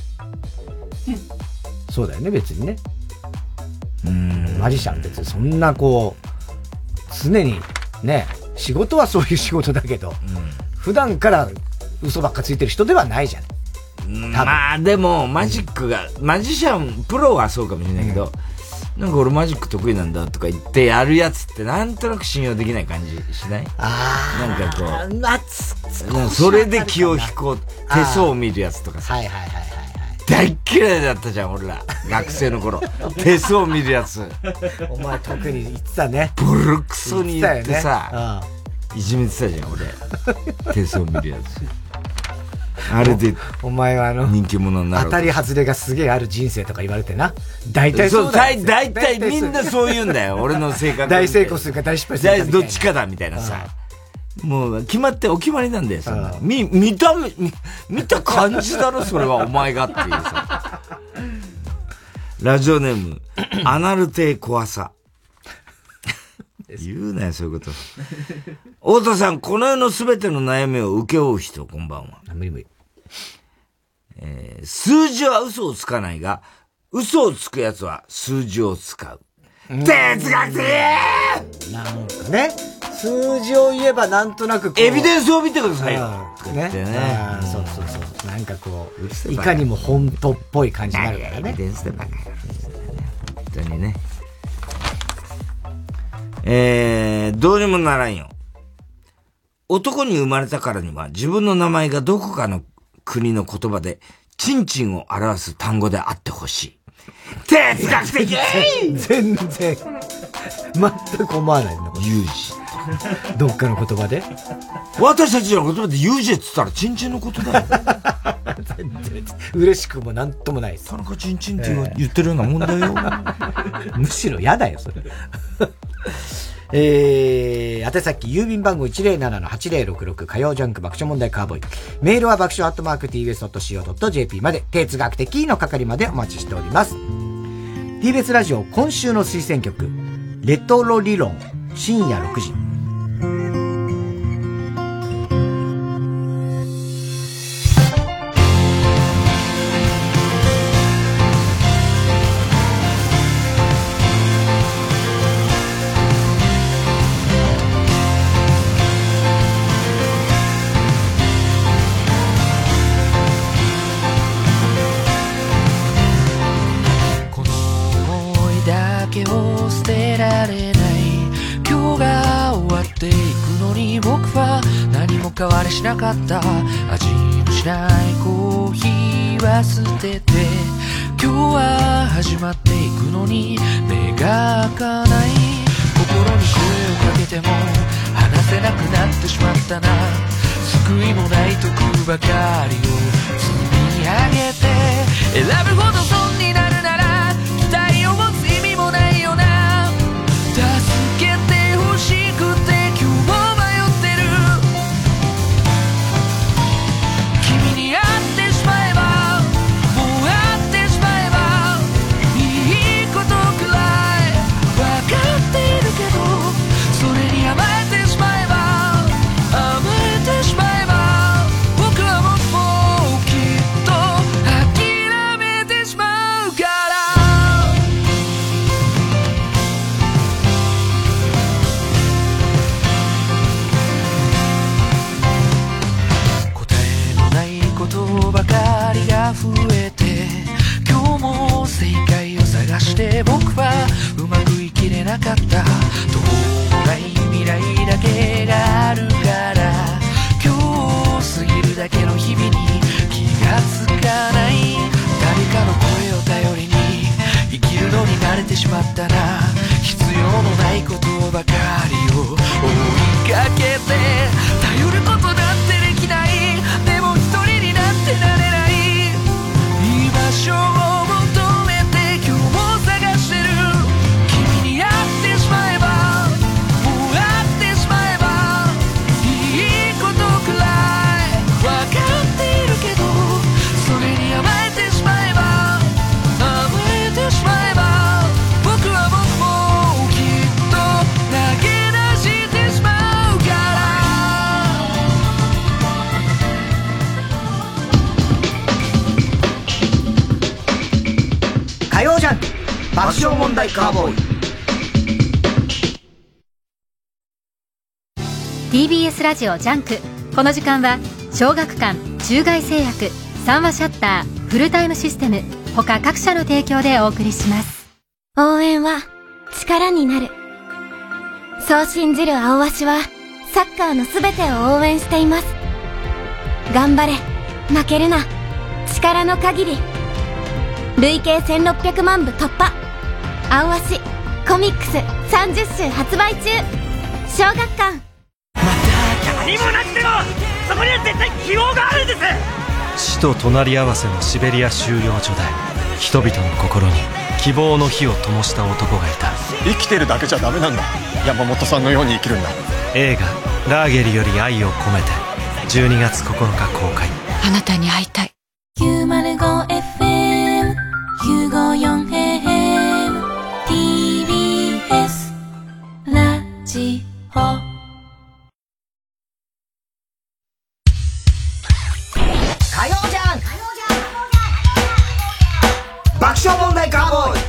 そうだよね、別にね。うん。マジシャン別にそんなこう、常にね、仕事はそういう仕事だけど、うん、普段から嘘ばっかついてる人ではないじゃない。 まあでも、マジックが、マジシャン、プロはそうかもしれないけど、うんなんか俺マジック得意なんだとか言ってやるやつってなんとなく信用できない感じしない？ ああ。なんかこう。 夏それで気を引こう。手相を見るやつとかさ。 はいはいはいはい。 大っ嫌いだったじゃん、俺ら。学生の頃。手相を見るやつ。 お前特に言ってたね。 ボロクソに言ってさ、いじめてたじゃん、俺。手相を見るやつ。あれで、 お前はあの、 人気者になる。 当たり外れがすげえある人生とか言われてな。大体そうだよ。 大体みんなそう言うんだよ、俺の性格。 大成功するか大失敗するか。 どっちかだ、みたいなさ。もう、決まって、お決まりなんだよ、そんな。見、見た目、見た感じだろ、それは、お前がっていうさ。ラジオネーム、アナルテ怖さ。言うなよ、そういうこと。太田さん、この世のすべての悩みを請け負う人、こんばんは。 無理無理。 えー、数字は嘘をつかないが、嘘をつくやつは数字を使う。哲学的なんかね、数字を言えばなんとなくこう。 エビデンスを見てくださいよ。 ね。ねそうそうそう。なんかこう、いかにも本当っぽい感じになるからね。 エビデンスでバカやる。本当にね。えー、どうにもならんよ。男に生まれたからには自分の名前がどこかの国の言葉でチンチンを表す単語であってほしい。 哲学的全然。全く思わないの。 有事。 どっかの言葉で私たちの言葉で有事って言ったらチンチンのことだよ。 全然嬉しくもなんともないです。 田中チンチンって言ってるようなもんだよ。 むしろ嫌だよ、それ。えー、宛先郵便番号 いちまるななのはちまるろくろく 火曜ジャンク爆笑問題カーボーイ。メールは爆笑アットマーク ティービーエスドットシーオードットジェーピー まで、哲学的の係までお待ちしております。ティービーエス ラジオ今週の推薦曲、レトロ理論深夜ろくじ。 変わりしなかった味のしないコーヒーは捨てて今日は始まっていくのに目が開かない心に声をかけても話せなくなってしまったな救いもない徳ばかりを積み上げて選ぶほど損になるなら期待を持つ意味もないよな助けてほしくて今日もして僕はうまく生きれなかった途方もない未来だけがあるから今日過ぎるだけの日々に気がつかない誰かの声を頼りに生きるのに慣れてしまったな必要のないことばかりを追いかけて頼ることなんてできないでも一人になんてなれない居場所を爆笑問題カーボーイ。 ティービーエス ラジオジャンク。この時間は小学館、中外製薬、三話シャッター、フルタイムシステム他各社の提供でお送りします。 応援は力になる、そう信じる青鷲はサッカーのすべてを応援しています。頑張れ、負けるな、力の限り。累計せんろっぴゃくまんぶ突破、青鷲コミックスさんじゅっしゅう発売中。小学館。 何もなくてもそこには絶対希望があるんです。 死と隣り合わせのシベリア収容所で人々の心に希望の火を灯した男がいた。 生きてるだけじゃダメなんだ、山本さんのように生きるんだ。 映画ラーゲリより愛を込めてじゅうにがつここのか公開。 あなたに会いたい。 きゅうまるごエフエムきゅうごよんエーエム ティービーエス ラジオ。 火曜じゃん爆笑問題カーボーイ。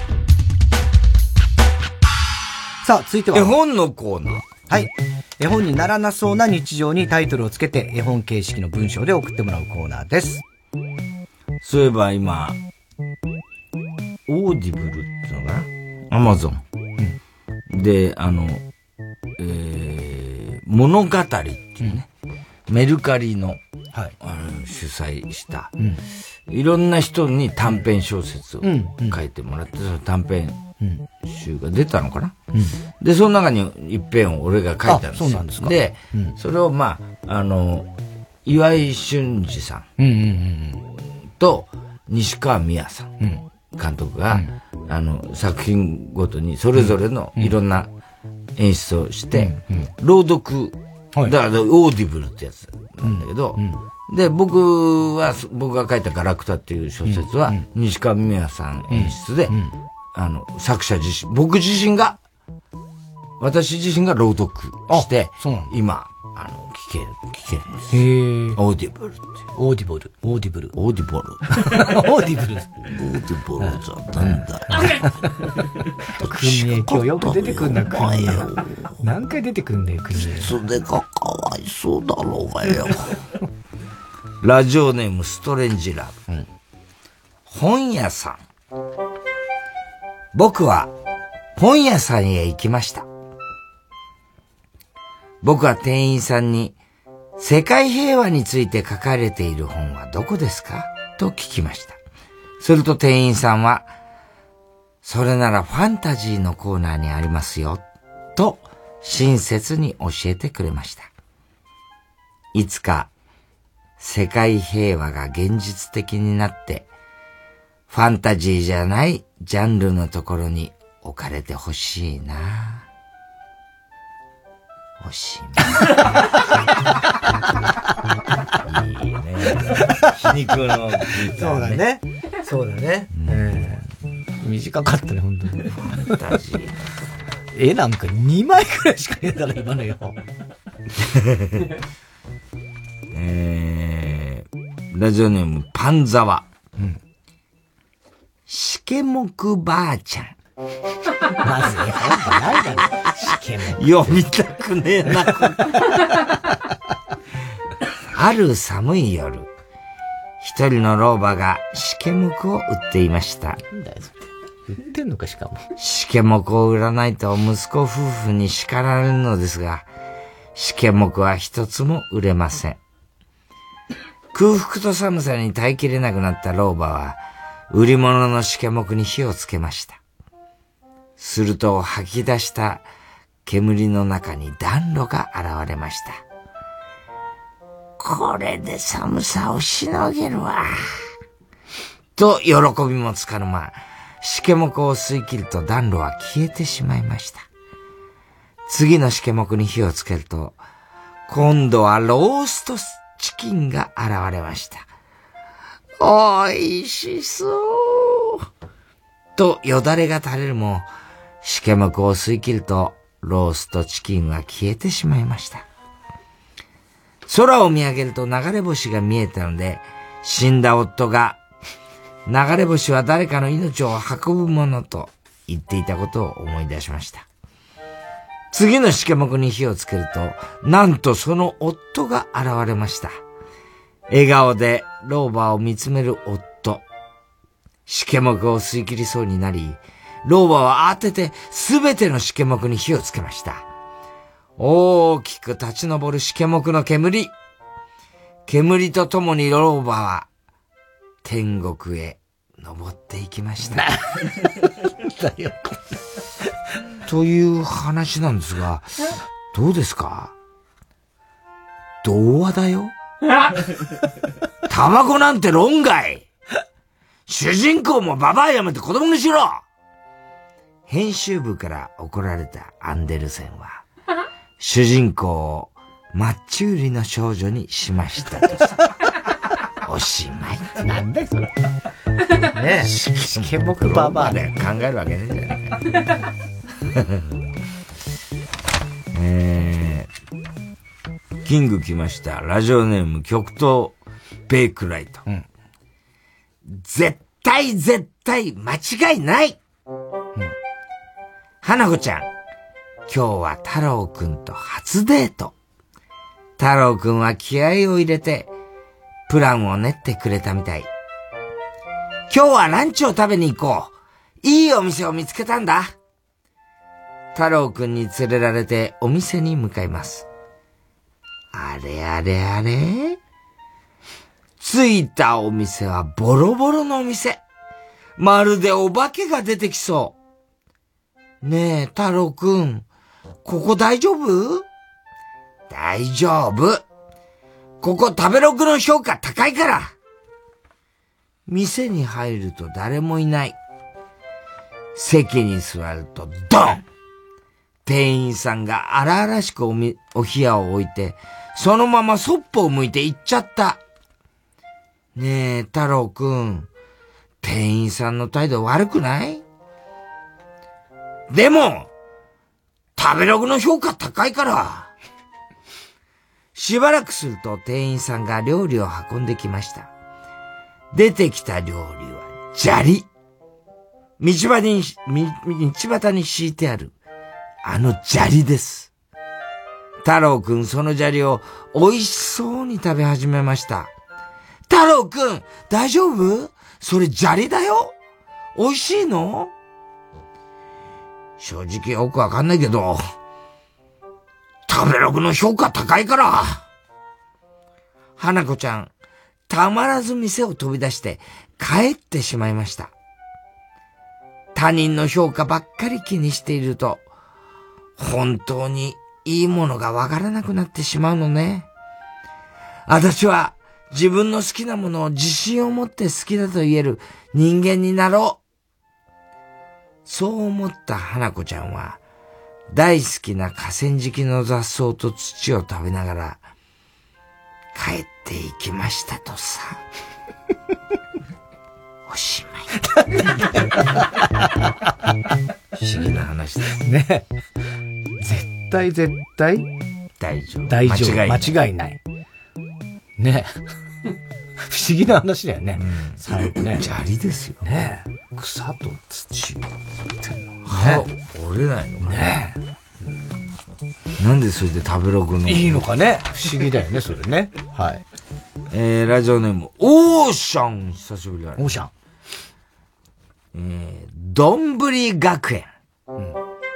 さあ続いては絵本のコーナー。 はい、絵本にならなそうな日常にタイトルをつけて絵本形式の文章で送ってもらうコーナーです。 そういえば今オーディブルっていうのかな、アマゾン、うん、であの、えー、物語っていうね、うん、メルカリのはい、あの主催した、うん、いろんな人に短編小説を書いてもらって、うん、その短編集が出たのかな、うん、で、その中に一編を俺が書いたんですよ。 そうなんですか。 で、うん、それをまあ、あの、岩井俊二さんと西川美也さん、うん、監督が、うん、あの、作品ごとにそれぞれのいろんな演出をして、うんうん、朗読、はい、だからオーディブルってやつなんだけど、うんうん、で、僕は、僕が書いたガラクタっていう小説は、西川美也さん演出で、うんうん、あの、作者自身、僕自身が、私自身が朗読して、今、あの、聞ける、聞けるんです。へー。オーディブルって。 オーディブル。オーディブル。 オーディブル。 オーディブル。 オーディブルじゃなんだ。 国へ今日よく出てくんだ、国へ。何回出てくんだよ、国へ。 袖がかわいそうだろうがよ。ラジオネームストレンジラブ。うん、本屋さん。僕は本屋さんへ行きました。僕は店員さんに、世界平和について書かれている本はどこですかと聞きました。すると店員さんは、それならファンタジーのコーナーにありますよ、と親切に教えてくれました。いつか世界平和が現実的になって、ファンタジーじゃないジャンルのところに置かれてほしいな。おしまい。いいね。皮肉の、ね。 そうだね。そうだね。えー、短かったね、本当に。ファンタジー。絵なんかにまいくらいしかねえだろ、今のよ。 えー、ラジオネームパンザワ。うん。しけもくばあちゃん。 まずね、ないだろ。しけもく。 読みたくねえな。ある寒い夜、一人の老婆がしけもくを売っていました。 なんだよ、それ。売ってんのか、しかも。 しけもくを売らないと息子夫婦に叱られるのですが、しけもくは一つも売れません。空腹と寒さに耐えきれなくなった老婆は、売り物のしけもくに火をつけました。すると吐き出した煙の中に暖炉が現れました。これで寒さをしのげるわ。と喜びもつかの間、しけもくを吸い切ると暖炉は消えてしまいました。次のしけもくに火をつけると、今度はローストチキンが現れました。おいしそうとよだれが垂れるも、しけもくを吸い切るとローストチキンは消えてしまいました。空を見上げると流れ星が見えたので、死んだ夫が、流れ星は誰かの命を運ぶものと言っていたことを思い出しました。次のしけもくに火をつけると、なんとその夫が現れました。笑顔で老婆を見つめる夫。しけもくを吸い切りそうになり、老婆は慌ててすべてのしけもくに火をつけました。大きく立ち上るしけもくの煙。煙とともに老婆は天国へ登っていきました。という話なんですが、どうですか？童話だよ。タバコなんて論外。主人公もババアやめて子供にしろ。編集部から怒られたアンデルセンは、主人公をマッチ売りの少女にしましたとさ。おしまい。 なんだよ、それ。ねえ。しけもくババアで考えるわけねえじゃないか。えー、キング来ました。ラジオネーム極東ベイクライト。うん、絶対絶対間違いない、うん、花子ちゃん、今日は太郎くんと初デート。太郎くんは気合を入れてプランを練ってくれたみたい。今日はランチを食べに行こう。いいお店を見つけたんだ。太郎くんに連れられてお店に向かいます。あれあれあれ、 着いたお店はボロボロのお店。まるでお化けが出てきそう。ねえ、太郎くん、ここ大丈夫？大丈夫。ここ食べログの評価高いから。店に入ると誰もいない。席に座るとドン！店員さんが荒々しくおみ、お冷やを置いて、そのままそっぽを向いて行っちゃった。ねえ、太郎くん、店員さんの態度悪くない？でも、食べログの評価高いから。しばらくすると店員さんが料理を運んできました。出てきた料理は砂利。道端に、道端に敷いてある、あの砂利です。太郎くん、その砂利を美味しそうに食べ始めました。太郎くん、大丈夫？それ砂利だよ。美味しいの？正直よくわかんないけど、食べログの評価高いから。花子ちゃん、たまらず店を飛び出して帰ってしまいました。他人の評価ばっかり気にしていると、本当にいいものがわからなくなってしまうのね。私は自分の好きなものを自信を持って好きだと言える人間になろう。そう思った花子ちゃんは、大好きな河川敷の雑草と土を食べながら、帰っていきましたとさ。おしまい。不思議な話ですね。 絶対絶対大丈夫。 大丈夫。 間違いない。 間違いない。ね。不思議な話だよね。うん、最後ね。 砂利ですよ。 ね。 草と土。歯折れないのかね。なんでそれで食べログの。 いいのかね。不思議だよね、それね。はい。 えー、ラジオネーム、オーシャン。久しぶりだね。 オーシャン。 えー、どんぶり学園。うん。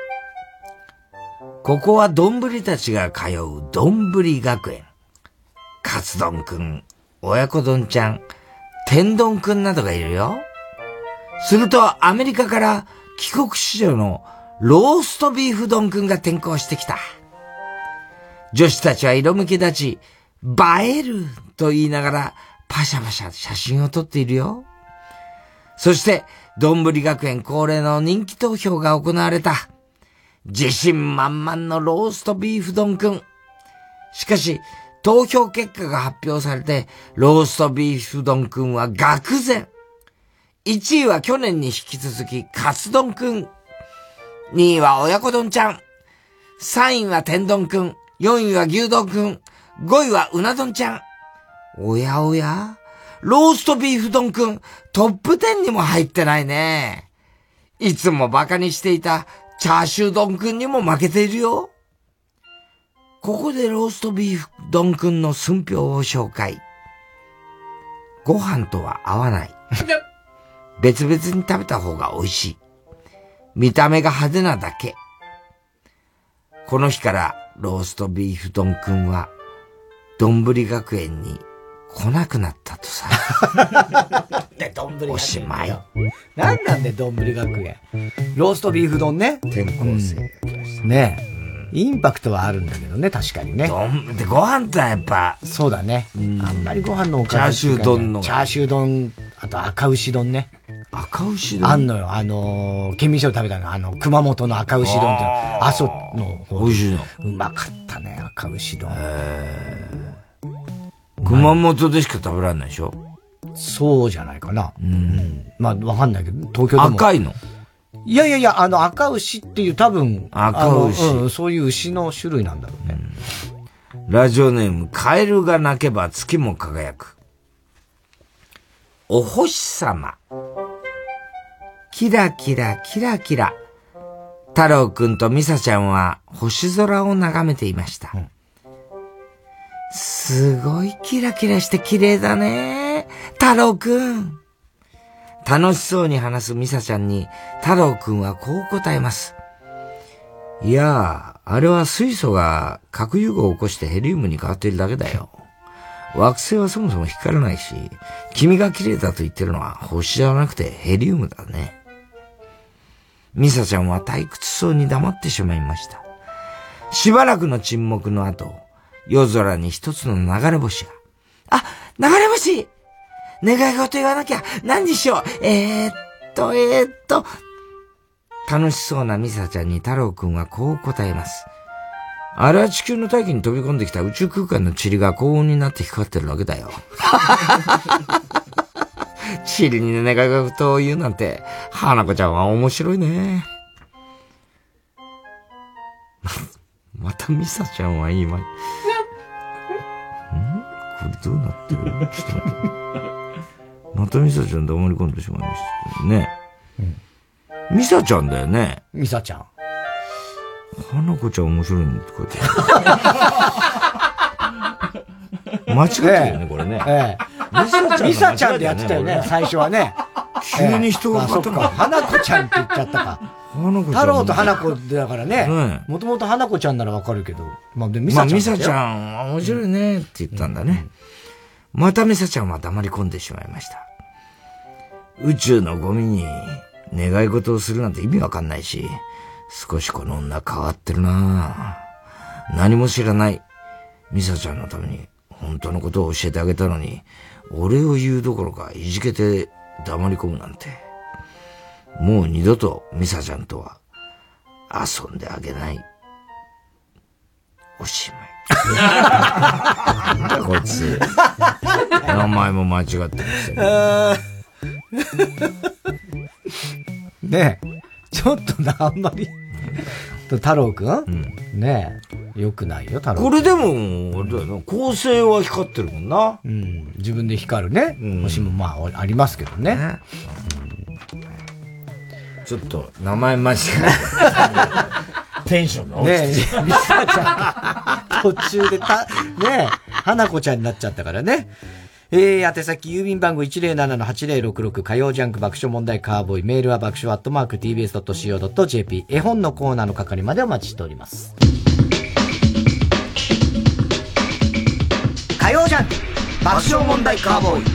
ここはどんぶりたちが通うどんぶり学園。カツ丼くん、親子丼ちゃん、天丼くんなどがいるよ。するとアメリカから帰国子女のローストビーフ丼くんが転校してきた。女子たちは色むき立ち、映えると言いながらパシャパシャ写真を撮っているよ。そして、どんぶり学園恒例の人気投票が行われた。自信満々のローストビーフ丼くん。しかし、投票結果が発表されて、ローストビーフ丼くんは愕然。いちいは去年に引き続き、カツ丼くん。にいは親子丼ちゃん。さんいは天丼くん。よんいは牛丼くん。ごいはうな丼ちゃん。おやおや？ローストビーフ丼くん、トップじゅうにも入ってないね。いつもバカにしていたチャーシュー丼くんにも負けているよ。ここでローストビーフ丼くんの寸評を紹介。ご飯とは合わない。別々に食べた方が美味しい。見た目が派手なだけ。この日からローストビーフ丼くんは、どんぶり学園に来なくなったとさ。 で、どんぶり学園。 おしまい。 なんなんで、どんぶり学園。ローストビーフ丼ね。 転校生、 うん。ねえ。インパクトはあるんだけどね、確かにね。 どん、で、ご飯ってやっぱ。 そうだね。うん、あんまりご飯のおかず。 チャーシュー丼の。 チャーシュー丼、あと赤牛丼ね。 赤牛丼あんのよ、あのー、県民賞食べたの、あの、熊本の赤牛丼っての、阿蘇の方。 美味しいの。 うまかったね、赤牛丼。 へー。熊本でしか食べられないでしょ？ そうじゃないかな。 うん。うん、 まあ、わかんないけど、東京でも。 赤いの？ いやいやいや、あの、赤牛っていう多分、 赤牛。 うん、そういう牛の種類なんだろうね。 うん、ラジオネーム、カエルが鳴けば月も輝く。お星様。キラキラキラキラ。太郎くんとミサちゃんは星空を眺めていました。うん、すごいキラキラして綺麗だね。太郎くん。楽しそうに話すミサちゃんに太郎くんはこう答えます。いやあ、あれは水素が核融合を起こしてヘリウムに変わっているだけだよ。 惑星はそもそも光らないし、君が綺麗だと言ってるのは星じゃなくてヘリウムだね。ミサちゃんは退屈そうに黙ってしまいました。しばらくの沈黙の後、夜空に一つの流れ星が。あ、流れ星！願い事言わなきゃ何にしよう。えーっと、えーっと。楽しそうなミサちゃんに太郎くんはこう答えます。あれは地球の大気に飛び込んできた宇宙空間の塵が高温になって光ってるだけだよ。塵に願い事を言うなんて、花子ちゃんは面白いね。またミサちゃんは今、ん？これどうなってる？ちょっと待って。またミサちゃん黙り込んでしまいましたね。うん、ミサちゃんだよね。 ミサちゃん。 花子ちゃん面白いねって書いてある。間違ってるよね、これね。 ええ。ミサちゃん。ミサちゃんでやってたよね、最初はね。 急に人が変わったか。 花子ちゃんって言っちゃったか。 花子ちゃん。 太郎と花子だからね。もともと花子ちゃんならわかるけど。まあ、で、ミサちゃん。まあ、 ミサちゃんは面白いねって言ったんだね。またミサちゃんは黙り込んでしまいました。宇宙のゴミに願い事をするなんて意味わかんないし、少しこの女変わってるなぁ。何も知らないミサちゃんのために本当のことを教えてあげたのに、俺を言うどころかいじけて黙り込むなんて。もう二度とミサちゃんとは遊んであげない。おしまい。なんだこいつ。名前も間違ってますよ。 ねえ、ちょっとな、あんまり。太郎くん、うん、ねえ、よくないよ、太郎くん。 これでも、あれだよな、構成は光ってるもんな。 うん、自分で光るね、うん、星もまあ、ありますけどね。ねうん、ちょっと、名前間違えテンションが落ちてねえ、ミサちゃん、途中でた、ねえ、花子ちゃんになっちゃったからね。えー、宛先、郵便番号 いちまるななのはちぜろろくろく 火曜ジャンク爆笑問題カーボーイ。メールは爆笑アットマーク ティービーエスドットシーオードットジェーピー。絵本のコーナーの係までお待ちしております。火曜ジャンク爆笑問題カーボーイ。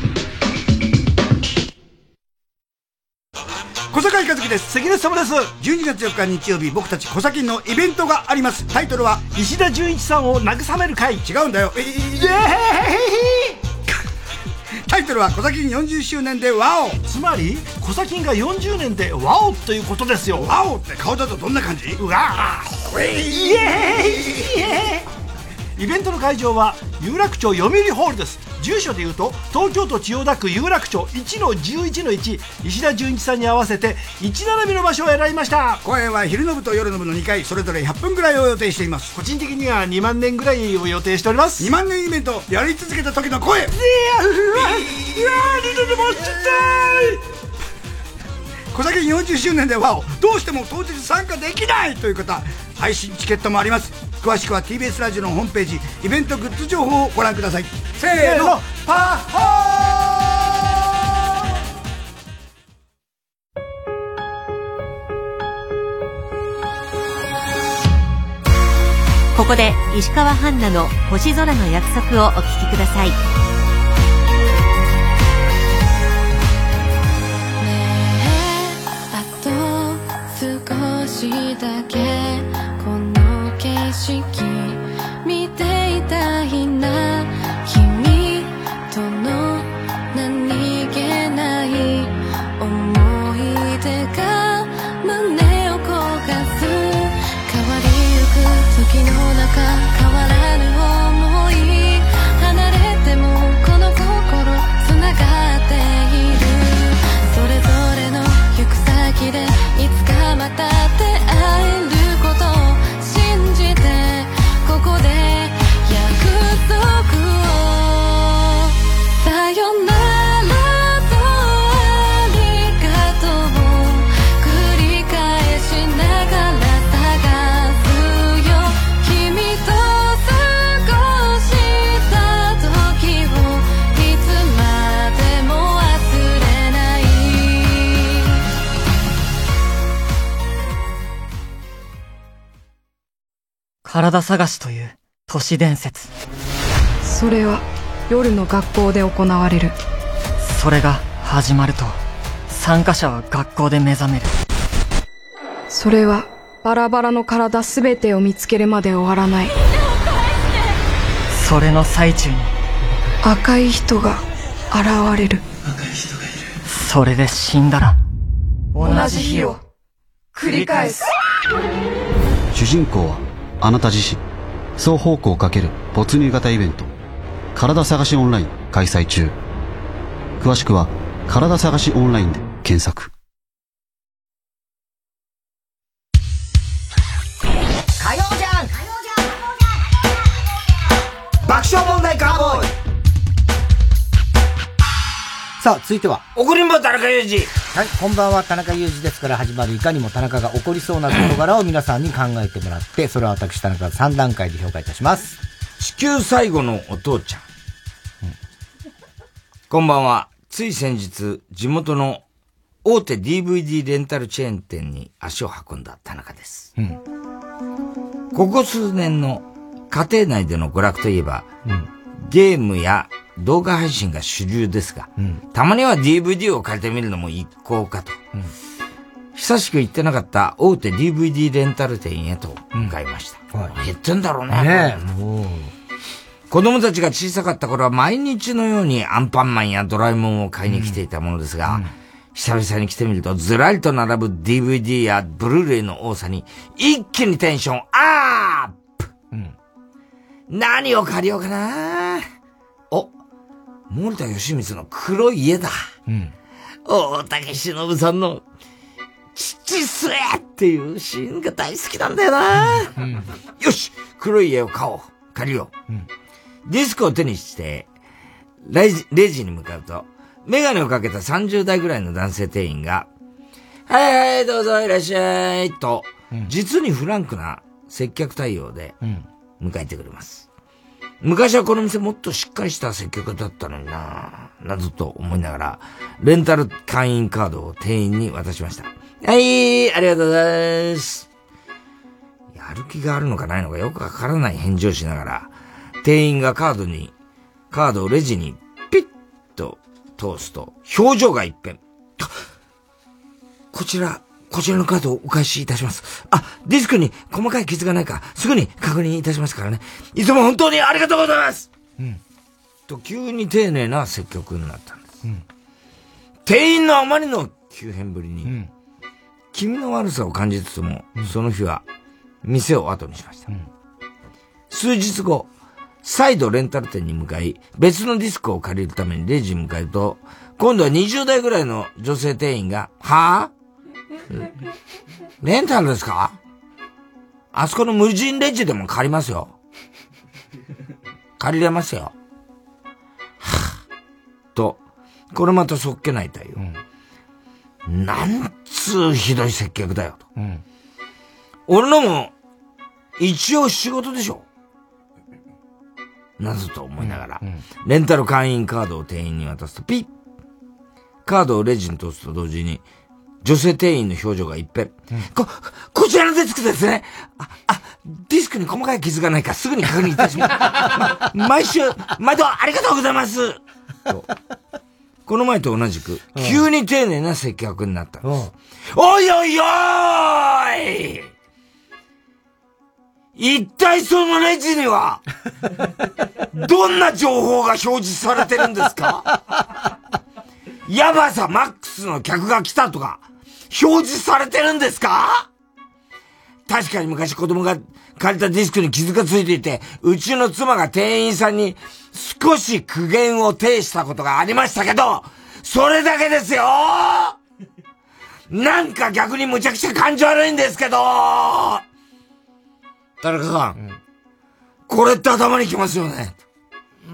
小坂井和樹です。関根様です。じゅうにがつよっか日曜日、僕たち小坂のイベントがあります。タイトルは石田純一さんを慰める会。違うんだよ。えー、イエーイタイトルは小崎よんじゅっしゅうねんでワオ。つまり小崎がよんじゅうねんでワオということですよ。ワオって顔だとどんな感じ？うわーイエーイ。イベントの会場は有楽町読売ホールです。住所でいうと東京都千代田区有楽町 いちのじゅういちのいち。 石田純一さんに合わせていち並びの場所を選びました。公演は昼の部と夜の部のにかい、それぞれひゃっぷんぐらいを予定しています。個人的にはにまんねんぐらいを予定しております。にまんねんイベントやり続けた時の声。いやうわうわ二度でもっちゃったい。小崎よんじゅっしゅうねんでワオ、どうしても当日参加できないという方、配信チケットもあります。詳しくは ティービーエス ラジオのホームページ、イベントグッズ情報をご覧ください。せーの、パッホー。ここで石川ハンナの星空の約束をお聞きください。 少しだけこの景色見ていたいな、君との何気ない思い出が胸を焦がす。変わりゆく時の中、変わらぬ想い、離れてもこの心つながっている。それぞれの行く先でいつかまた出会えることを信じて、ここで約束を。さよならとありがとう繰り返しながら探すよ。君と過ごした時をいつまでも忘れない。 体探しという都市伝説。 それは夜の学校で行われる。 それが始まると参加者は学校で目覚める。 それはバラバラの体すべてを見つけるまで終わらない。 それの最中に赤い人が現れる。 それで死んだら同じ日を繰り返す。 主人公はあなた自身。双方向×没入型イベント体探しオンライン開催中。詳しくは体探しオンラインで検索。 火曜じゃん爆笑問題カーボーイ。さあ続いては怒りんぼ田中裕二。 はい、こんばんは、田中裕二ですから始まるいかにも田中が起こりそうな事柄を皆さんに考えてもらってそれを私田中がさん段階で評価いたします。 地球最後のお父ちゃん、うん、こんばんは。つい先日地元の大手 ディーブイディー レンタルチェーン店に足を運んだ田中です、うん、ここ数年の家庭内での娯楽といえば、うん、ゲームや動画配信が主流ですが、うん、たまには ディーブイディー を借りてみるのも一向かと、うん、久しく行ってなかった大手 ディーブイディー レンタル店へと向かいました、うんはい、減ってんだろうね。ねえ、もう子供たちが小さかった頃は毎日のようにアンパンマンやドラえもんを買いに来ていたものですが、うんうん、久々に来てみるとずらりと並ぶ ディーブイディー やブルーレイの多さに一気にテンションアップ、うん、何を借りようかな。お、森田義満の黒い家だ、うん、大竹しのぶさんの父末っていうシーンが大好きなんだよな、うん、よし、黒い家を買おう、借りよう、うん、ディスクを手にしてレジ、レジに向かうとメガネをかけたさんじゅう代ぐらいの男性店員がはいはいどうぞいらっしゃいと、うん、実にフランクな接客対応で迎えてくれます、うん、昔はこの店もっとしっかりした接客だったのにななどと思いながらレンタル会員カードを店員に渡しました。はい、ありがとうございます。やる気があるのかないのかよくわからない返事をしながら店員がカードにカードをレジにピッと通すと表情が一変。こちらこちらのカードをお返しいたします。あ、ディスクに細かい傷がないかすぐに確認いたしますからね。いつも本当にありがとうございます、うん、と急に丁寧な接客になったんです、うん、店員のあまりの急変ぶりに、うん、気味の悪さを感じつつも、うん、その日は店を後にしました、うん、数日後再度レンタル店に向かい別のディスクを借りるためにレジに向かうと今度はにじゅう代ぐらいの女性店員がはぁレンタルですか？あそこの無人レジでも借りますよ。借りれますよ。はぁと、これまたそっけない対応。うん、なんつうひどい接客だよと。うん、俺のも一応仕事でしょ。なぞと思いながら、うんうん、レンタル会員カードを店員に渡すとピッ。カードをレジに通すと同時に女性店員の表情が一変、うん、こ、こちらのデスクですね。あ、あ、ディスクに細かい傷がないかすぐに確認いたします。ま、毎週、毎度ありがとうございます。とこの前と同じく、うん、急に丁寧な接客になったんです。うん、おいおいおーい一体そのレジには、どんな情報が表示されてるんですか？やばさマックスの客が来たとか、表示されてるんですか？確かに昔子供が借りたディスクに傷がついていて、うちの妻が店員さんに少し苦言を呈したことがありましたけど、それだけですよ。なんか逆にむちゃくちゃ感じ悪いんですけど。田中さん、うん、これって頭にきますよね。 うん、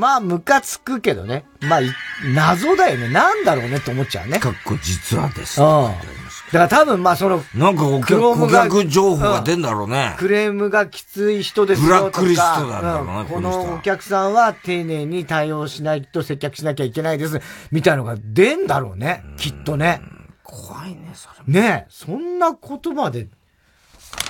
まあ、ムカつくけどね。まあ、謎だよね。なんだろうねって思っちゃうね。 かっこ実はです。 うん。だから多分、まあ、その、 なんかお客、顧客情報が出んだろうね、 うん。クレームがきつい人ですよとか。 ブラックリストなんだろうな、うん、 このお客さんは丁寧に対応しないと接客しなきゃいけないです。みたいなのが出んだろうね。うきっとね。 怖いね、それ。 ねえ、そんな言葉で、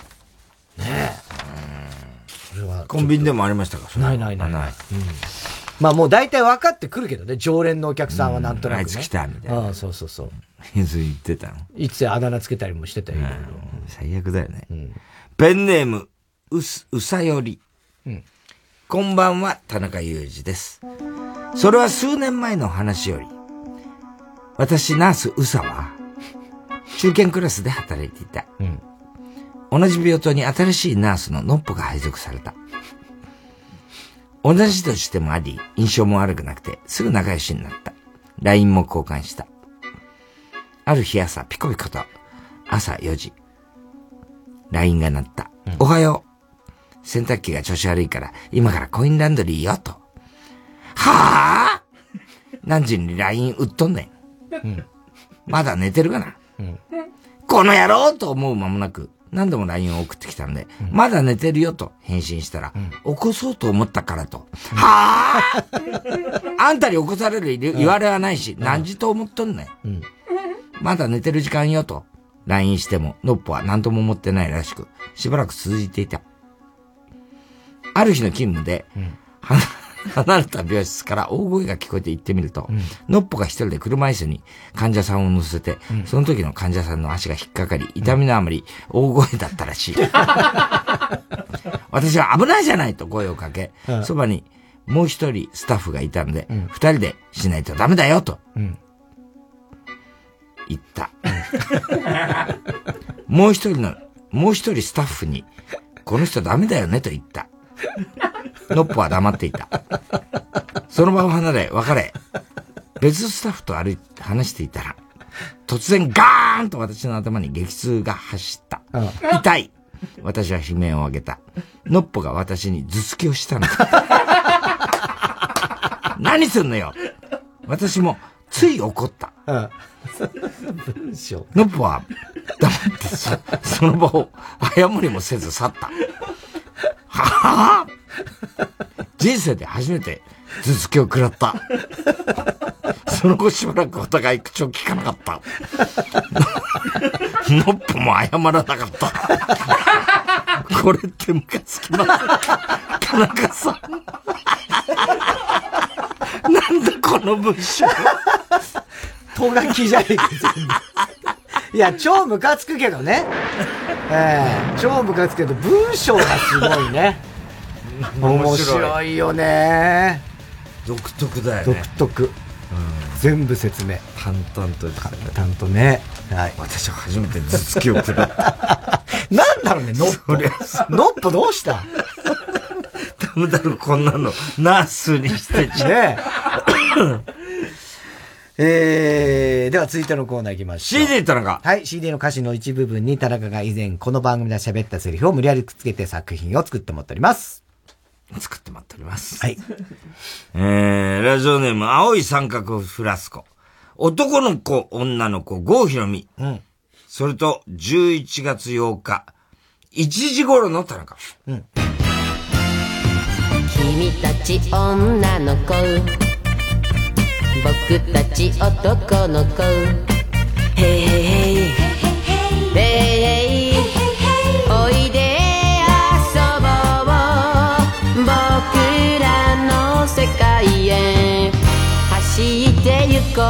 ねえ。 それはコンビニでもありましたか？ ないないない。 ない。うん、 まあもう大体分かってくるけどね、常連のお客さんはなんとなくね。 あいつ来たみたいな。 ああ、そうそうそう。 いつ言ってたの？ いつあだ名つけたりもしてたよ、いろいろ。 最悪だよね。うん、ペンネーム、うす、うさより。うん、こんばんは、田中裕二です。それは数年前の話より、私、ナースうさは、中堅クラスで働いていた。うん、同じ病棟に新しいナースののっぽが配属された。同じとしてもあり、印象も悪くなくて、すぐ仲良しになった。ライン も交換した。ある日朝、ピコピコと、朝よじ、ライン が鳴った。うん、おはよう。洗濯機が調子悪いから、今からコインランドリーよ、と。はぁ何時に ライン 売っとんねん。うん、まだ寝てるかな、うん、この野郎と思う間もなく、何度も ライン を送ってきたんで、うん、まだ寝てるよと返信したら、うん、起こそうと思ったからと。うん、はぁあんたに起こされる言われはないし、うん、何時と思っとんねん。うん、まだ寝てる時間よと、ライン しても、のっぽは何とも思ってないらしく、しばらく続いていた。ある日の勤務で、うん、離れた病室から大声が聞こえて行ってみると、うん、のっぽが一人で車椅子に患者さんを乗せて、うん、その時の患者さんの足が引っかかり、痛みのあまり大声だったらしい。私は危ないじゃないと声をかけ、うん、そばにもう一人スタッフがいたので、うん、二人でしないとダメだよと、うん、言った。もう一人の、もう一人スタッフに、この人ダメだよねと言った。のっぽは黙っていた。その場を離れ、別れ、別スタッフと歩いて話していたら、突然ガーンと私の頭に激痛が走った。うん、痛い。私は悲鳴を上げた。のっぽが私に頭突きをしたのだ。何すんのよ。私もつい怒った。うん、のっぽは黙ってそ、その場を謝りもせず去った。はぁ人生で初めて頭突きを食らった。その後しばらくお互い口を聞かなかった。のっぽも謝らなかった。これってムカつきます。田中さん。なんだこの文章。 とがきじゃねえか。いや、超ムカつくけどね。ええー、超ムカつくけど、文章がすごいね。面白いよね。 独特だよね。 独特。うん、全部説明。 淡々とですね。 淡々とね。 はい。私は初めて頭突きを食らった。 なんだろうね、ノッポ。ノッポどうした？ ダメだろ、こんなの。ナースにしてちね。 えー、では続いてのコーナー行きましょう。 シーディー 田中。 はい、シーディー の歌詞の一部分に田中が以前この番組で喋ったセリフを無理やりくっつけて作品を作ってもらっております。 作ってもらっております。 はい。 えー、ラジオネーム、青い三角フラスコ。男の子、女の子、郷ひろみ。うん。それと、じゅういちがつようか、いちじ頃の田中。うん。 君たち女の子、僕たち男の子、へいへいへい、へいへい、おいで遊ぼう、僕らの世界へ走ってゆこ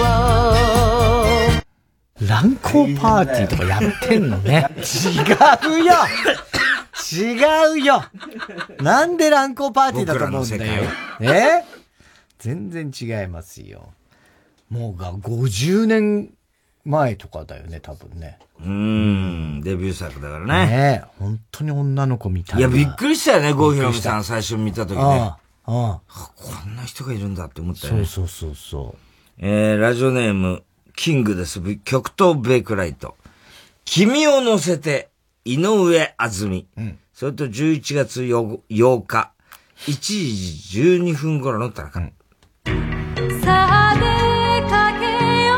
う。乱交パーティーとかやってんのね。違うよ違うよなんで乱交パーティーだと思うんだよ。え全然違いますよ。もうがごじゅうねんまえとかだよね、多分ね。 うーん、デビュー作だからね。 ねえ、本当に女の子みたいな。 いや、びっくりしたよね、郷ひろみさん最初見た時ね。ああ、ああ。こんな人がいるんだって思ったよね。 そうそうそうそう。 えー、ラジオネーム、キングです。極東ベイクライト。君を乗せて、井上あずみ。うん。それとじゅういちがつようか、いちじじゅうにふん頃の田中。うん、 さあ出かけ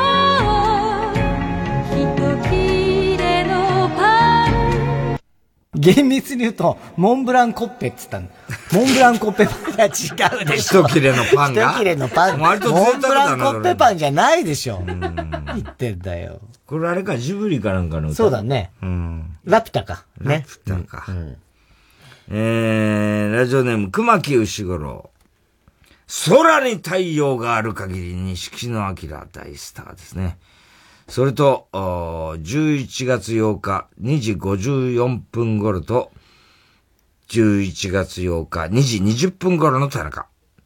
よう、一切れのパン。 厳密に言うと、モンブランコッペって言ったの。モンブランコッペパンが違うでしょ。 一切れのパンが一切れのパン。 割とモンブランコッペパンじゃないでしょ。言ってんだよ。 これあれか、ジブリかなんかの歌。 そうだね。うん。ラピュタか。ね。 ラピュタか。うん。えー、ラジオネーム、熊木牛五郎。 空に太陽がある限り、錦野明大スターですね。それと、じゅういちがつようかにじごじゅうよんぷん頃と、じゅういちがつようかにじにじゅっぷん頃の田中。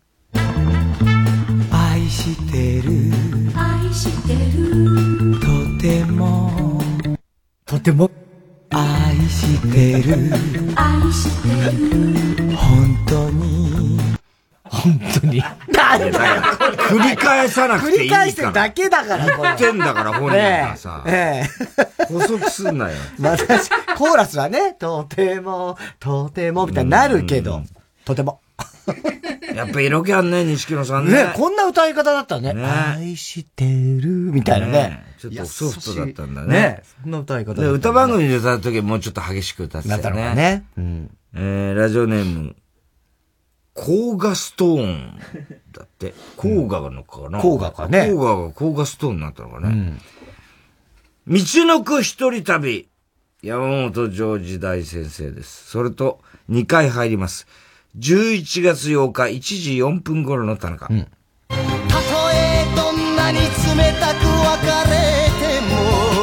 愛してる愛してるとてもとても愛してる愛してる本当に本当に誰だよ繰り返さなくていいから。 繰り返してるだけだからこれ。 言ってんだから本人がさ。 ええ。補足すんなよ。 まあ確かコーラスはね、とても、とてもみたいになるけど、とても。 やっぱ色気あんね、錦野さんね。 ね、こんな歌い方だったね。ね愛してる、みたいなね。ねちょっとソフトだったんだね。 ねそんな歌い方だった、 ね。歌番組で歌った時はもうちょっと激しく歌ってたよね。 なったのかね。うん。 えー、ラジオネーム、コーガストーンだって。コーガのかな、 コーガかね。 コーガがコーガストーンになったのかね。うん、道のく一人旅。山本ジョージ大先生です。それと、にかい入ります。じゅういちがつようかいちじよんぷん頃の田中。うん、 たとえどんなに冷たく別れても、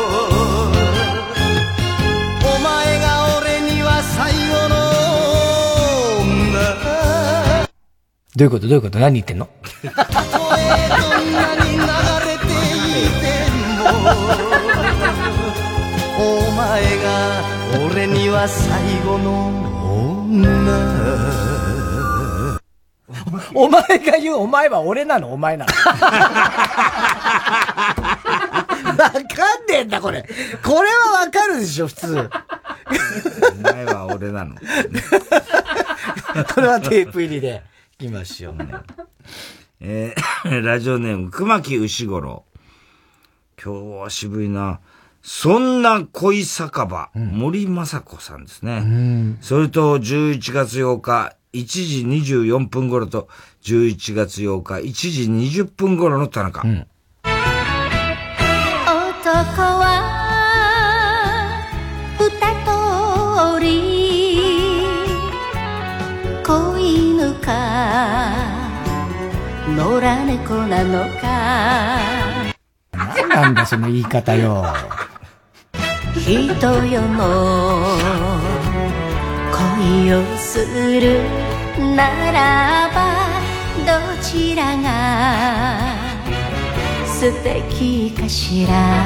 お前が俺には最後のどういうことどういうこと何言ってんのたとえどんなに流れていてもお前が俺には最後の女お前が言うお前は俺なのお前なのわかんねえんだこれこれはわかるでしょ普通お前は俺なのこれはテープ入りでいきましょうね。 えー、ラジオネーム、熊木牛五郎。今日は渋いな。そんな恋酒場、うん、森雅子さんですね。うん、それと、じゅういちがつようかいちじにじゅうよんぷん頃と、じゅういちがつようかいちじにじゅっぷん頃の田中。うん、 男は、二通り。子犬か野良猫なのか何なんだその言い方よ人よも恋をするならばどちらが素敵かしら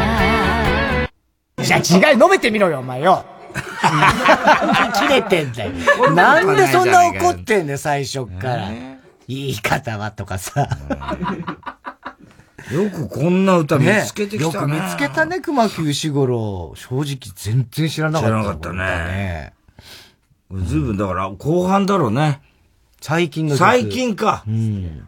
じゃあ違い飲めてみろよお前よ切れてんだよ。なんでそんな怒ってんだよ、最初から。言い方はとかさ。 よくこんな歌見つけてきたね。 よく見つけたね、熊木牛五郎。正直全然知らなかった。 知らなかったね。ずいぶんだから後半だろうね。 最近の最近か。うん、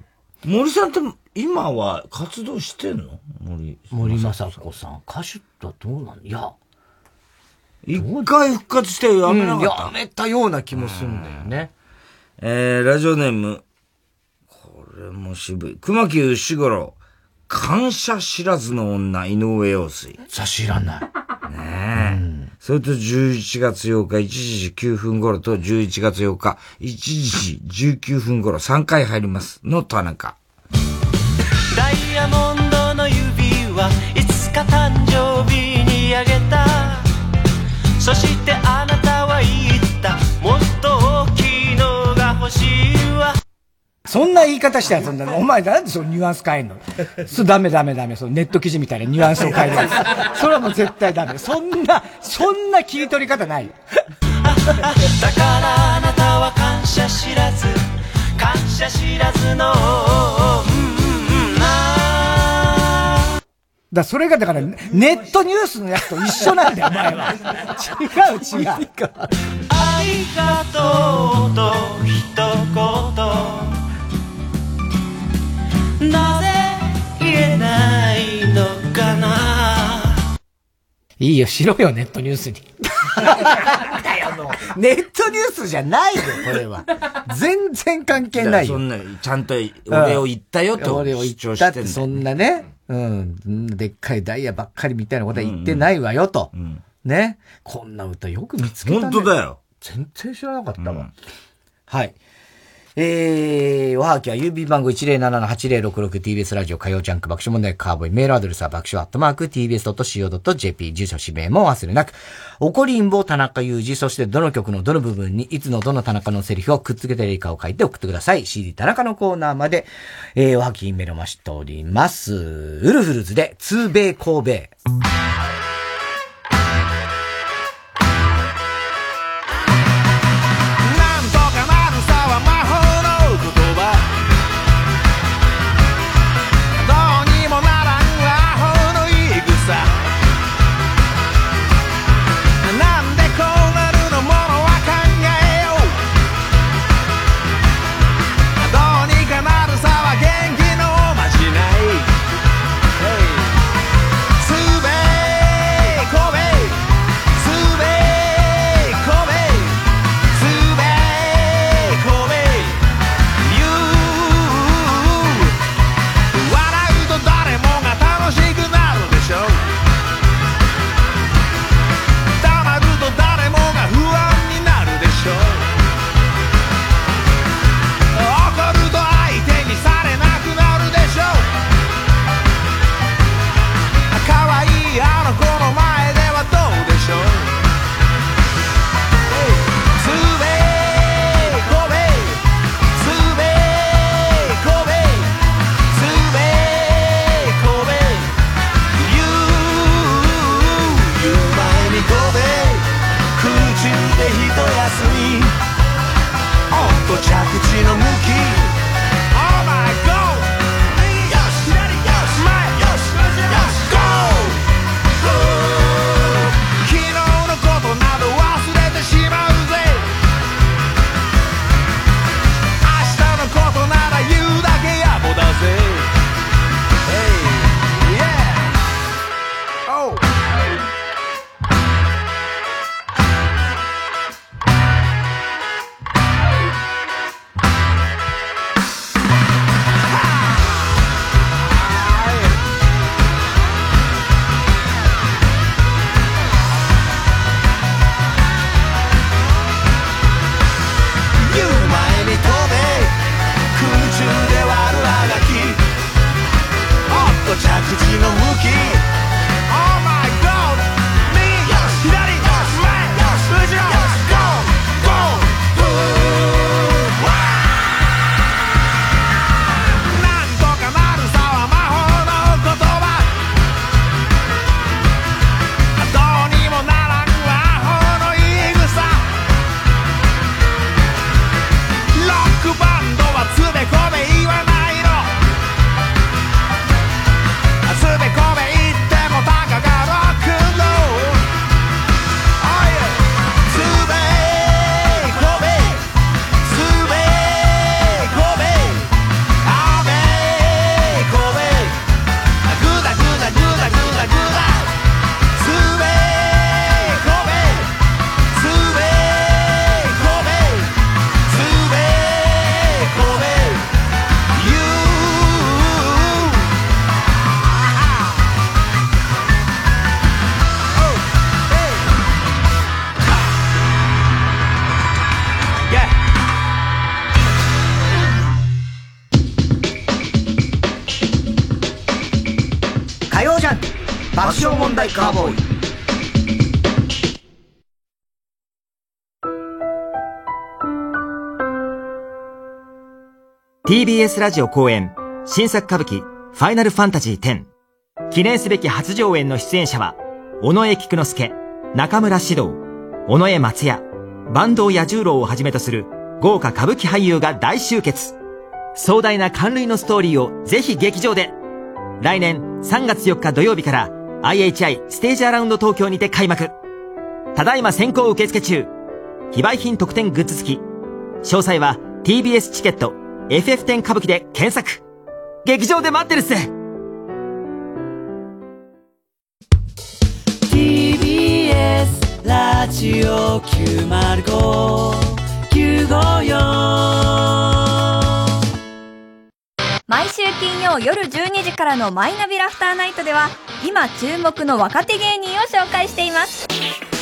森さんって今は活動してんの？森。 森雅子さん。歌手だどうなの？いや。 一回復活してやめなかった、 うん、やめたような気もするんだよね。 えー、ラジオネーム。これも渋い。熊木牛五郎。感謝知らずの女、井上陽水。 さ、知らない。 ねえ、うん。それとじゅういちがつようかいちじきゅうふん頃とじゅういちがつようかいちじじゅうきゅうふん頃さんかい入りますの田中。 ダイヤモンドの指はいつか誕生日にあげた。そしてあなたは言った。もっと大きいのが欲しいわ。 そんな言い方したやつんだね。お前なんでそのニュアンス変えんの？そう、ダメダメダメ。そのネット記事みたいなニュアンスを変えるやつ。それはもう絶対ダメ。そんな、そんな切り取り方ないよ。 だからあなたは感謝知らず、感謝知らずの、うんうん、あだそれがだからネットニュースのやつと一緒なんだよ、お前は。違う違う。 ありがとうと一言。なぜ言えないのかな。 いいよ、しろよ、ネットニュースに。だよ、もう。ネットニュースじゃないよ、これは。全然関係ないよ。 そんな、ちゃんと俺を言ったよと俺を言ったって、そんなね、うん、でっかいダイヤばっかりみたいなことは言ってないわよ、と。うんうん、ね。こんな歌よく見つけたね。 本当だよ。 全然知らなかったわ。うん、はい。 えー、おはがきは郵便番号 いちぜろななのはちぜろろくろく ティービーエス ラジオ火曜ジャンク爆笑問題カーボーイ。メールアドレスは爆笑アットマーク ティービーエスドットシーオードットジェーピー。住所氏名も忘れなく。おこりんぼ田中裕二、そしてどの曲のどの部分にいつのどの田中のセリフをくっつけているかを書いて送ってください。シーディー 田中のコーナーまで、えー、おはきメロマしております。ウルフルズでツーベイ神戸。爆笑問題カーボーイ。 ティービーエス ラジオ公演新作歌舞伎ファイナルファンタジーテン。記念すべき初上演の出演者は尾上菊之助、中村獅童、尾上松也、坂東彌十郎をはじめとする豪華歌舞伎俳優が大集結。壮大な感涙のストーリーをぜひ劇場で。来年さんがつよっか土曜日から アイエイチアイ ステージアラウンド東京にて開幕。ただいま先行受付中。非売品特典グッズ付き。詳細は ティービーエス チケット エフエフテン 歌舞伎で検索。劇場で待ってるっす。 ティービーエス ラジオきゅうまるご きゅうごよん。 毎週金曜夜じゅうにじからのマイナビラフターナイトでは今注目の若手芸人を紹介しています。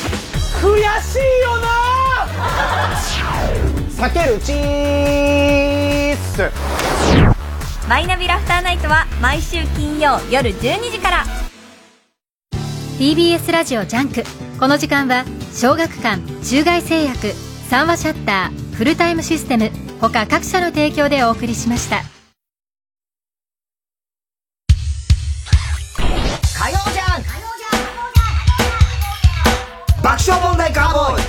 悔しいよな。避けるチー 。 マイナビラフターナイトは毎週金曜夜じゅうにじから。 ティービーエス ラジオジャンク。この時間は小学館、中外製薬、三話シャッター、フルタイムシステム他各社の提供でお送りしました。 火曜じゃん爆笑問題カーボーイ。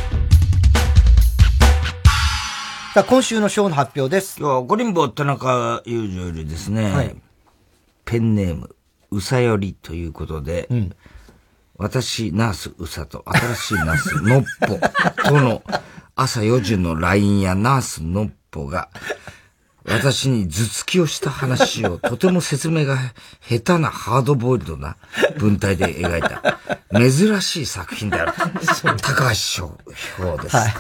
さあ、今週の賞の発表です。 今日は怒りんぼ田中裕二よりですね、はい、ペンネームうさよりということで、うん、私ナースうさと新しいナースのっぽとの朝よじの ライン やナースのっぽが私に頭突きをした話をとても説明が下手なハードボイルドな文体で描いた珍しい作品である高橋賞評です。はい、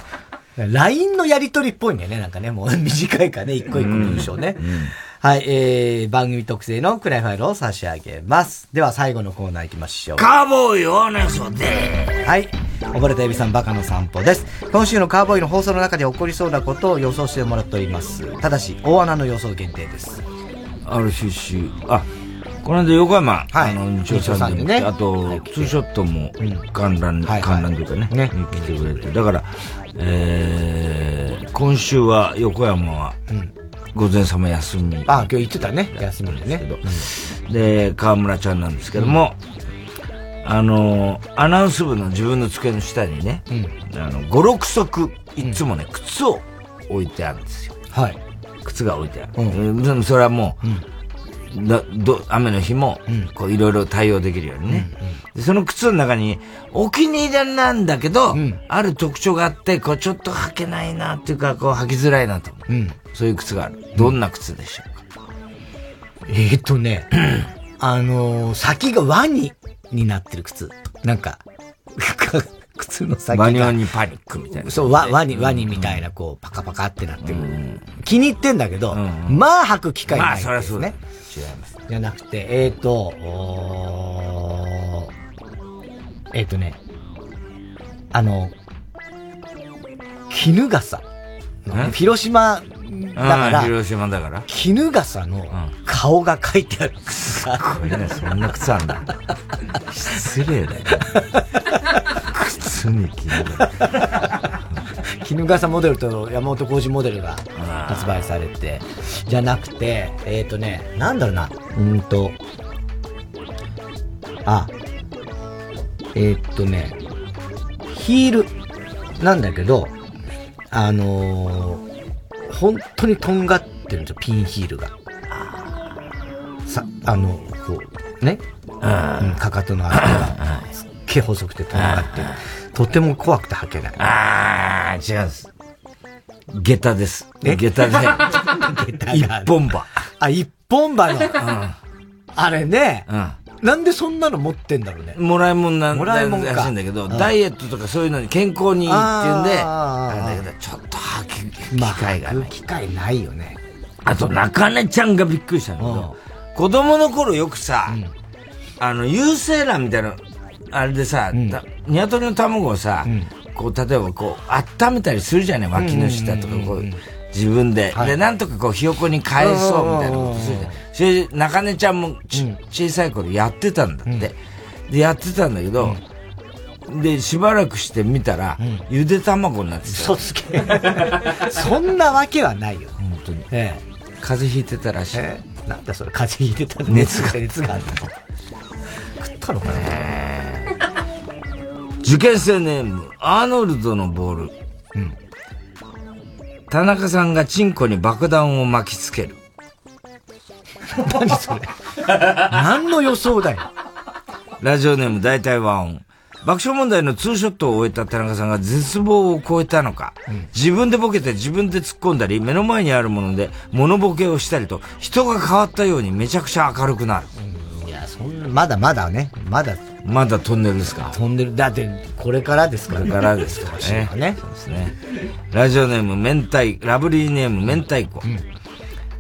ライン のやりとりっぽいんだよね、なんかね、もう短いからね、一個一個文章ね。うんうん、はい、えー、番組特製のクライファイルを差し上げます。では最後のコーナー行きましょう。 カーボーイオーナーソではい。溺れたエビさんバカの散歩です。今週のカーボーイの放送の中で起こりそうなことを予想してもらっております。ただし、大穴の予想限定です。 アールシーシー、あ、この間横山、はい、あの、日曜さんでも来て、あと、ツーショットも観覧、観覧というかね、ね、来てくれて。だから、えー、今週は横山は、午前様休み。 あ、今日言ってたね。休みでね。 で、河村ちゃんなんですけども、あの、アナウンス部の自分の机の下にね、あの、ご、ろくそく、いつもね、靴を置いてあるんですよ。はい。靴が置いてある。うん、それはもう、だど雨の日も、こういろいろ対応できるようにね。でその靴の中に、お気に入りなんだけど、ある特徴があって、こうちょっと履けないなっていうか、こう履きづらいなと。そういう靴がある。どんな靴でしょうか。 えーっとね、あの、先がワニになってる靴。なんか、靴の先が。 ワニワニパニックみたいな。 そう、ワニ、ワニみたいな、こう、パカパカってなってる。気に入ってんだけど、まあ履く機会ないですね。まあ、そりゃそうね。違います。じゃなくて、えーっと、えーっとね、あの、絹笠。広島だから、 広島だから。 絹笠の顔が書いてある靴が。 これね、そんな靴あんだ。失礼だよ。靴に絹笠。 絹笠モデルと山本浩二モデルが発売されて、じゃなくて、えっとね、なんだろうな、うんと、あ、えっとね、ヒールなんだけど、あのー、本当にとんがってるんですよ、ピンヒールが。さ、あの、こう、ね。うん、かかとの跡が、すっげえ細くてとんがってる。とても怖くて履けない。 ああ、違うんです。下駄です。下駄で。一本歯。 あ、一本歯の。うん、あれね。うんなんでそんなの持ってんだろうね。 もらいもんなんだらしいんだけど、ダイエットとかそういうのに健康にいいっていうんで、なんだけど、ちょっと履く機会がない。 履く機会ないよね。 あと、中根ちゃんがびっくりしたんだけど、子供の頃よくさ、あの、有精卵みたいな、あれでさ、鶏の卵をさ、こう、例えばこう、温めたりするじゃない、脇の下とか、こう、自分で。で、なんとかこう、ひよこに返そうみたいなことするじゃん。それで、中根ちゃんもち、うん、小さい頃やってたんだって。うん、で、やってたんだけど、うん、で、しばらくして見たら、うん、ゆで卵になってた。 嘘つけ。そんなわけはないよ。 本当に。ええ。風邪ひいてたらしい。ええ、なんだそれ、風邪ひいてた熱が。 熱があったの。食ったのかな、えー、受験生ネーム、アーノルドのボール。うん。田中さんがチンコに爆弾を巻きつける。 何それ何の予想だよ。 ラジオネーム大体和音。爆笑問題のツーショットを終えた田中さんが絶望を超えたのか、うん、自分でボケて自分で突っ込んだり、目の前にあるもので物ボケをしたりと、人が変わったようにめちゃくちゃ明るくなる。 うん、いや、そんな、まだまだね、まだ。 まだトンネルですか。 トンネル、だって、これからですからね。これからですからね。ね。そうですね。ラジオネーム明太、ラブリーネーム明太子。うん、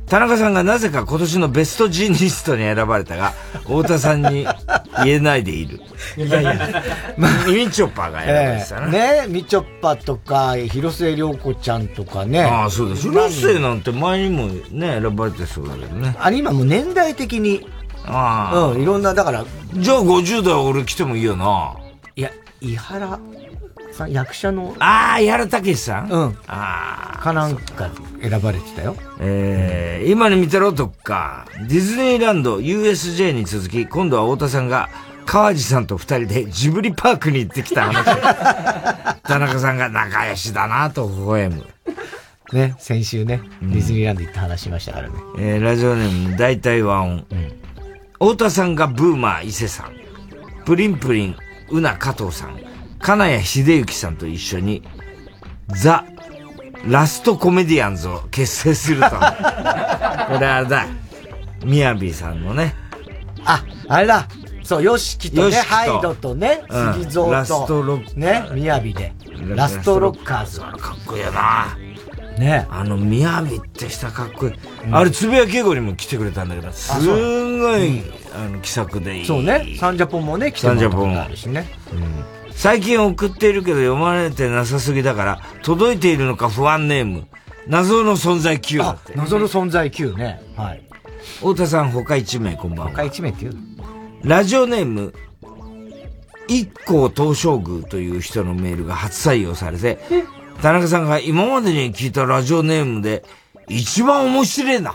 田中さんがなぜか今年のベストジニストに選ばれたが、太田さんに言えないでいる。 いやいや、 まあ、みちょぱが選ばれてたな。 ね、みちょぱとか、広末涼子ちゃんとかね。 ああ、そうです。広末なんて前にもね、選ばれてそうだけどね。 あれ今もう年代的に、 ああ。 うん、いろんな、だから。 じゃあごじゅう代俺来てもいいよな。 いや、伊原さん、役者の。 ああ、伊原武さんうん。 ああ。 かなんか選ばれてたよ。 えー、うん、今に見てろとか、ディズニーランド ユーエスジェー に続き、今度は太田さんが、川地さんと二人でジブリパークに行ってきた話。田中さんが仲良しだなと微笑む。 ね、先週ね、ディズニーランド行って話しましたからね。 うん、えー、ラジオネーム、大体和音。うん、太田さんがブーマー伊勢さん。プリンプリン、うな加藤さん。金谷秀幸さんと一緒に、ザ・ラストコメディアンズを結成すると。これあれだ。みやびさんのね。 あ、あれだ。そう、ヨシキとね、ハイドとね、杉蔵と、 ラストロッね、みやびで。ラストロッカーズ。 かっこいいよな。 ね。 あの、みやびってしたかっこいい。うん、あれ、つぶやき英語にも来てくれたんだけど、すんごい、あの、気さくでいい。 そうね。サンジャポンもね、来てもらったことあるしね。うん最近送っているけど読まれてなさすぎだから、届いているのか不安ネーム。謎の存在 Q だって。 謎の存在 Q ね。はい。 太田さん、他一名こんばんは。 他一名っていうラジオネーム、一光東照宮という人のメールが初採用されて、田中さんが今までに聞いたラジオネームで一番面白いな。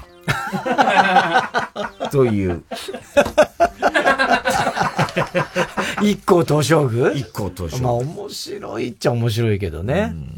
という。 一光東照宮一光東照宮。 まあ面白いっちゃ面白いけどね。うん、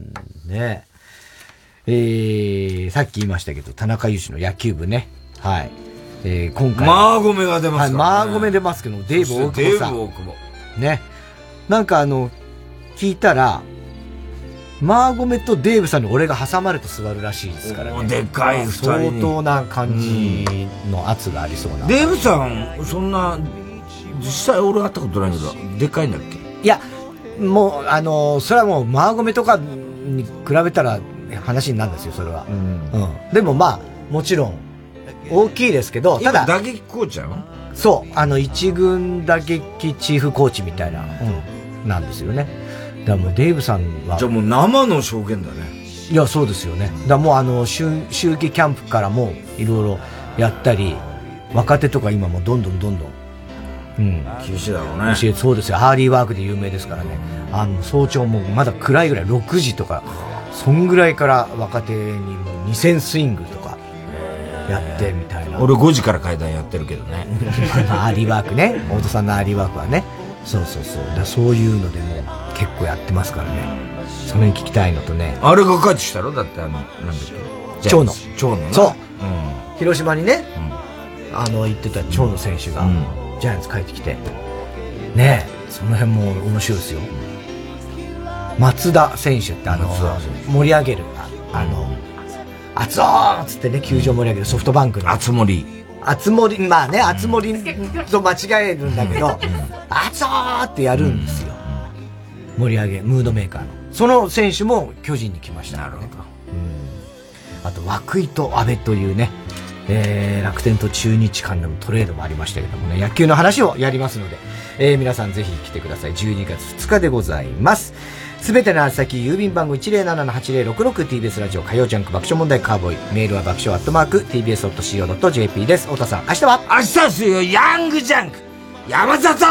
ねえー、さっき言いましたけど、田中裕二の野球部ね。はい。えー、今回。 マーゴメが出ますからね。 はい、マーゴメ出ますけど、デーブ大久保さん。 デーブ大久保。 ね。なんかあの、聞いたら、マーゴメとデーブさんに俺が挟まれて座るらしいですからね。 でかい二人相当な感じの圧がありそうな。 デーブさん、そんな、実際俺会ったことないけど、でかいんだっけ？ いや、もう、あの、それはもう、マーゴメとかに比べたら話になるんですよ、それは。うん。うん。でもまあ、もちろん、大きいですけど、 ただ。打撃コーチなの？ そう。あの、一軍打撃チーフコーチみたいな、うん、なんですよね。だからもうデーブさんは。 じゃあもう生の証言だね。 いや、そうですよね。だからもうあの、秋季キャンプからもいろいろやったり、若手とか今もどんどんどんどん、うん。 厳しいだろうね。 教え、そうですよ。ハーリーワークで有名ですからね。あの、早朝もまだ暗いぐらい、ろくじとか、そんぐらいから若手にもうにせんスイングとかやってみたいな。 俺ごじから階段やってるけどね。 ハーリーワークね。太田さんのハーリーワークはね。そうそうそう。だそういうのでも結構やってますからね。それに聞きたいのとね。 あれが帰ってきたろ？だってあの、なんだっけ。 長野。 長野。 そう。うん。広島にね、うん、あの、行ってた長野選手が、うん、ジャイアンツ帰ってきて。ねえ、その辺も面白いですよ。松田選手ってあの、盛り上げる、あの、熱男っつってね、球場盛り上げるソフトバンクの。 熱盛。 熱盛、まあね、熱盛と間違えるんだけど、熱男ってやるんですよ。盛り上げ、ムードメーカーの。その選手も巨人に来ました、ね。なるほど。うん。あと、涌井と阿部というね、えー、楽天と中日間でもトレードもありましたけどもね、野球の話をやりますので、えー、皆さんぜひ来てください。じゅうにがつふつかでございます。すべての宛先、郵便番号 いちゼロななのはちゼロろくろく ティービーエス ラジオ火曜ジャンク爆笑問題カーボーイ。メールは爆笑アットマーク ティービーエスドットシーオードットジェーピー です。太田さん、明日は明日ですよ、ヤングジャンク山里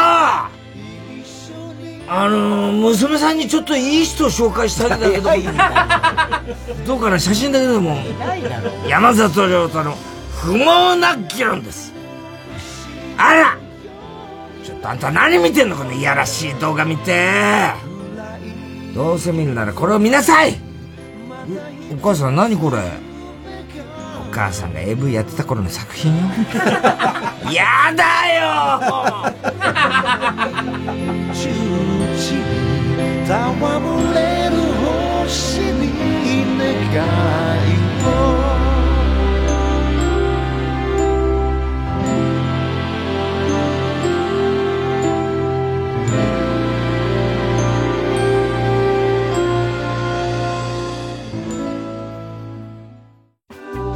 あのー、娘さんにちょっといい人を紹介したいんだけどどうかな、写真だけでも山里亮太の不毛な議論です。あらちょっとあんた何見てんの、このいやらしい動画見て。どうせ見るならこれを見なさい。お母さん何これ。お母さんが エーブイ やってた頃の作品よやだよ十字に戯れる星に願いを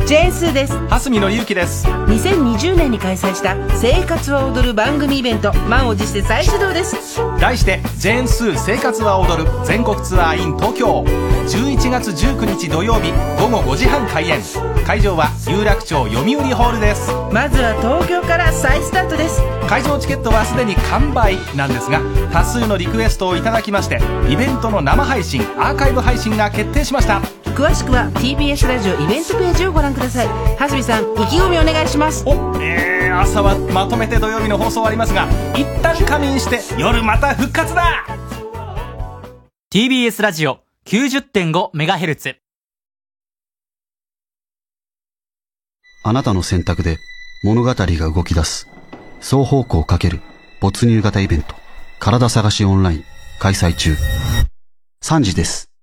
ジェーンスーです。 蓮見のゆうきです。 にせんにじゅうねんに開催した生活は踊る番組イベント満を持して再始動です。 題してジェーンスー生活は踊る全国ツアー in 東京、じゅういちがつじゅうくにち土曜日ごごごじはん開演。会場は有楽町読売ホールです。 まずは東京から再スタートです。 会場チケットはすでに完売なんですが、多数のリクエストをいただきましてイベントの生配信アーカイブ配信が決定しました。 詳しくは ティービーエス ラジオイベントページをご覧ください。蓮見さん、意気込みお願いします。 お、えー、朝はまとめて土曜日の放送ありますが、一旦仮眠して夜また復活だ。 ティービーエス ラジオ きゅうじゅってんごメガヘルツ。 あなたの選択で物語が動き出す双方向×没入型イベント、体探しオンライン開催中。さんじです。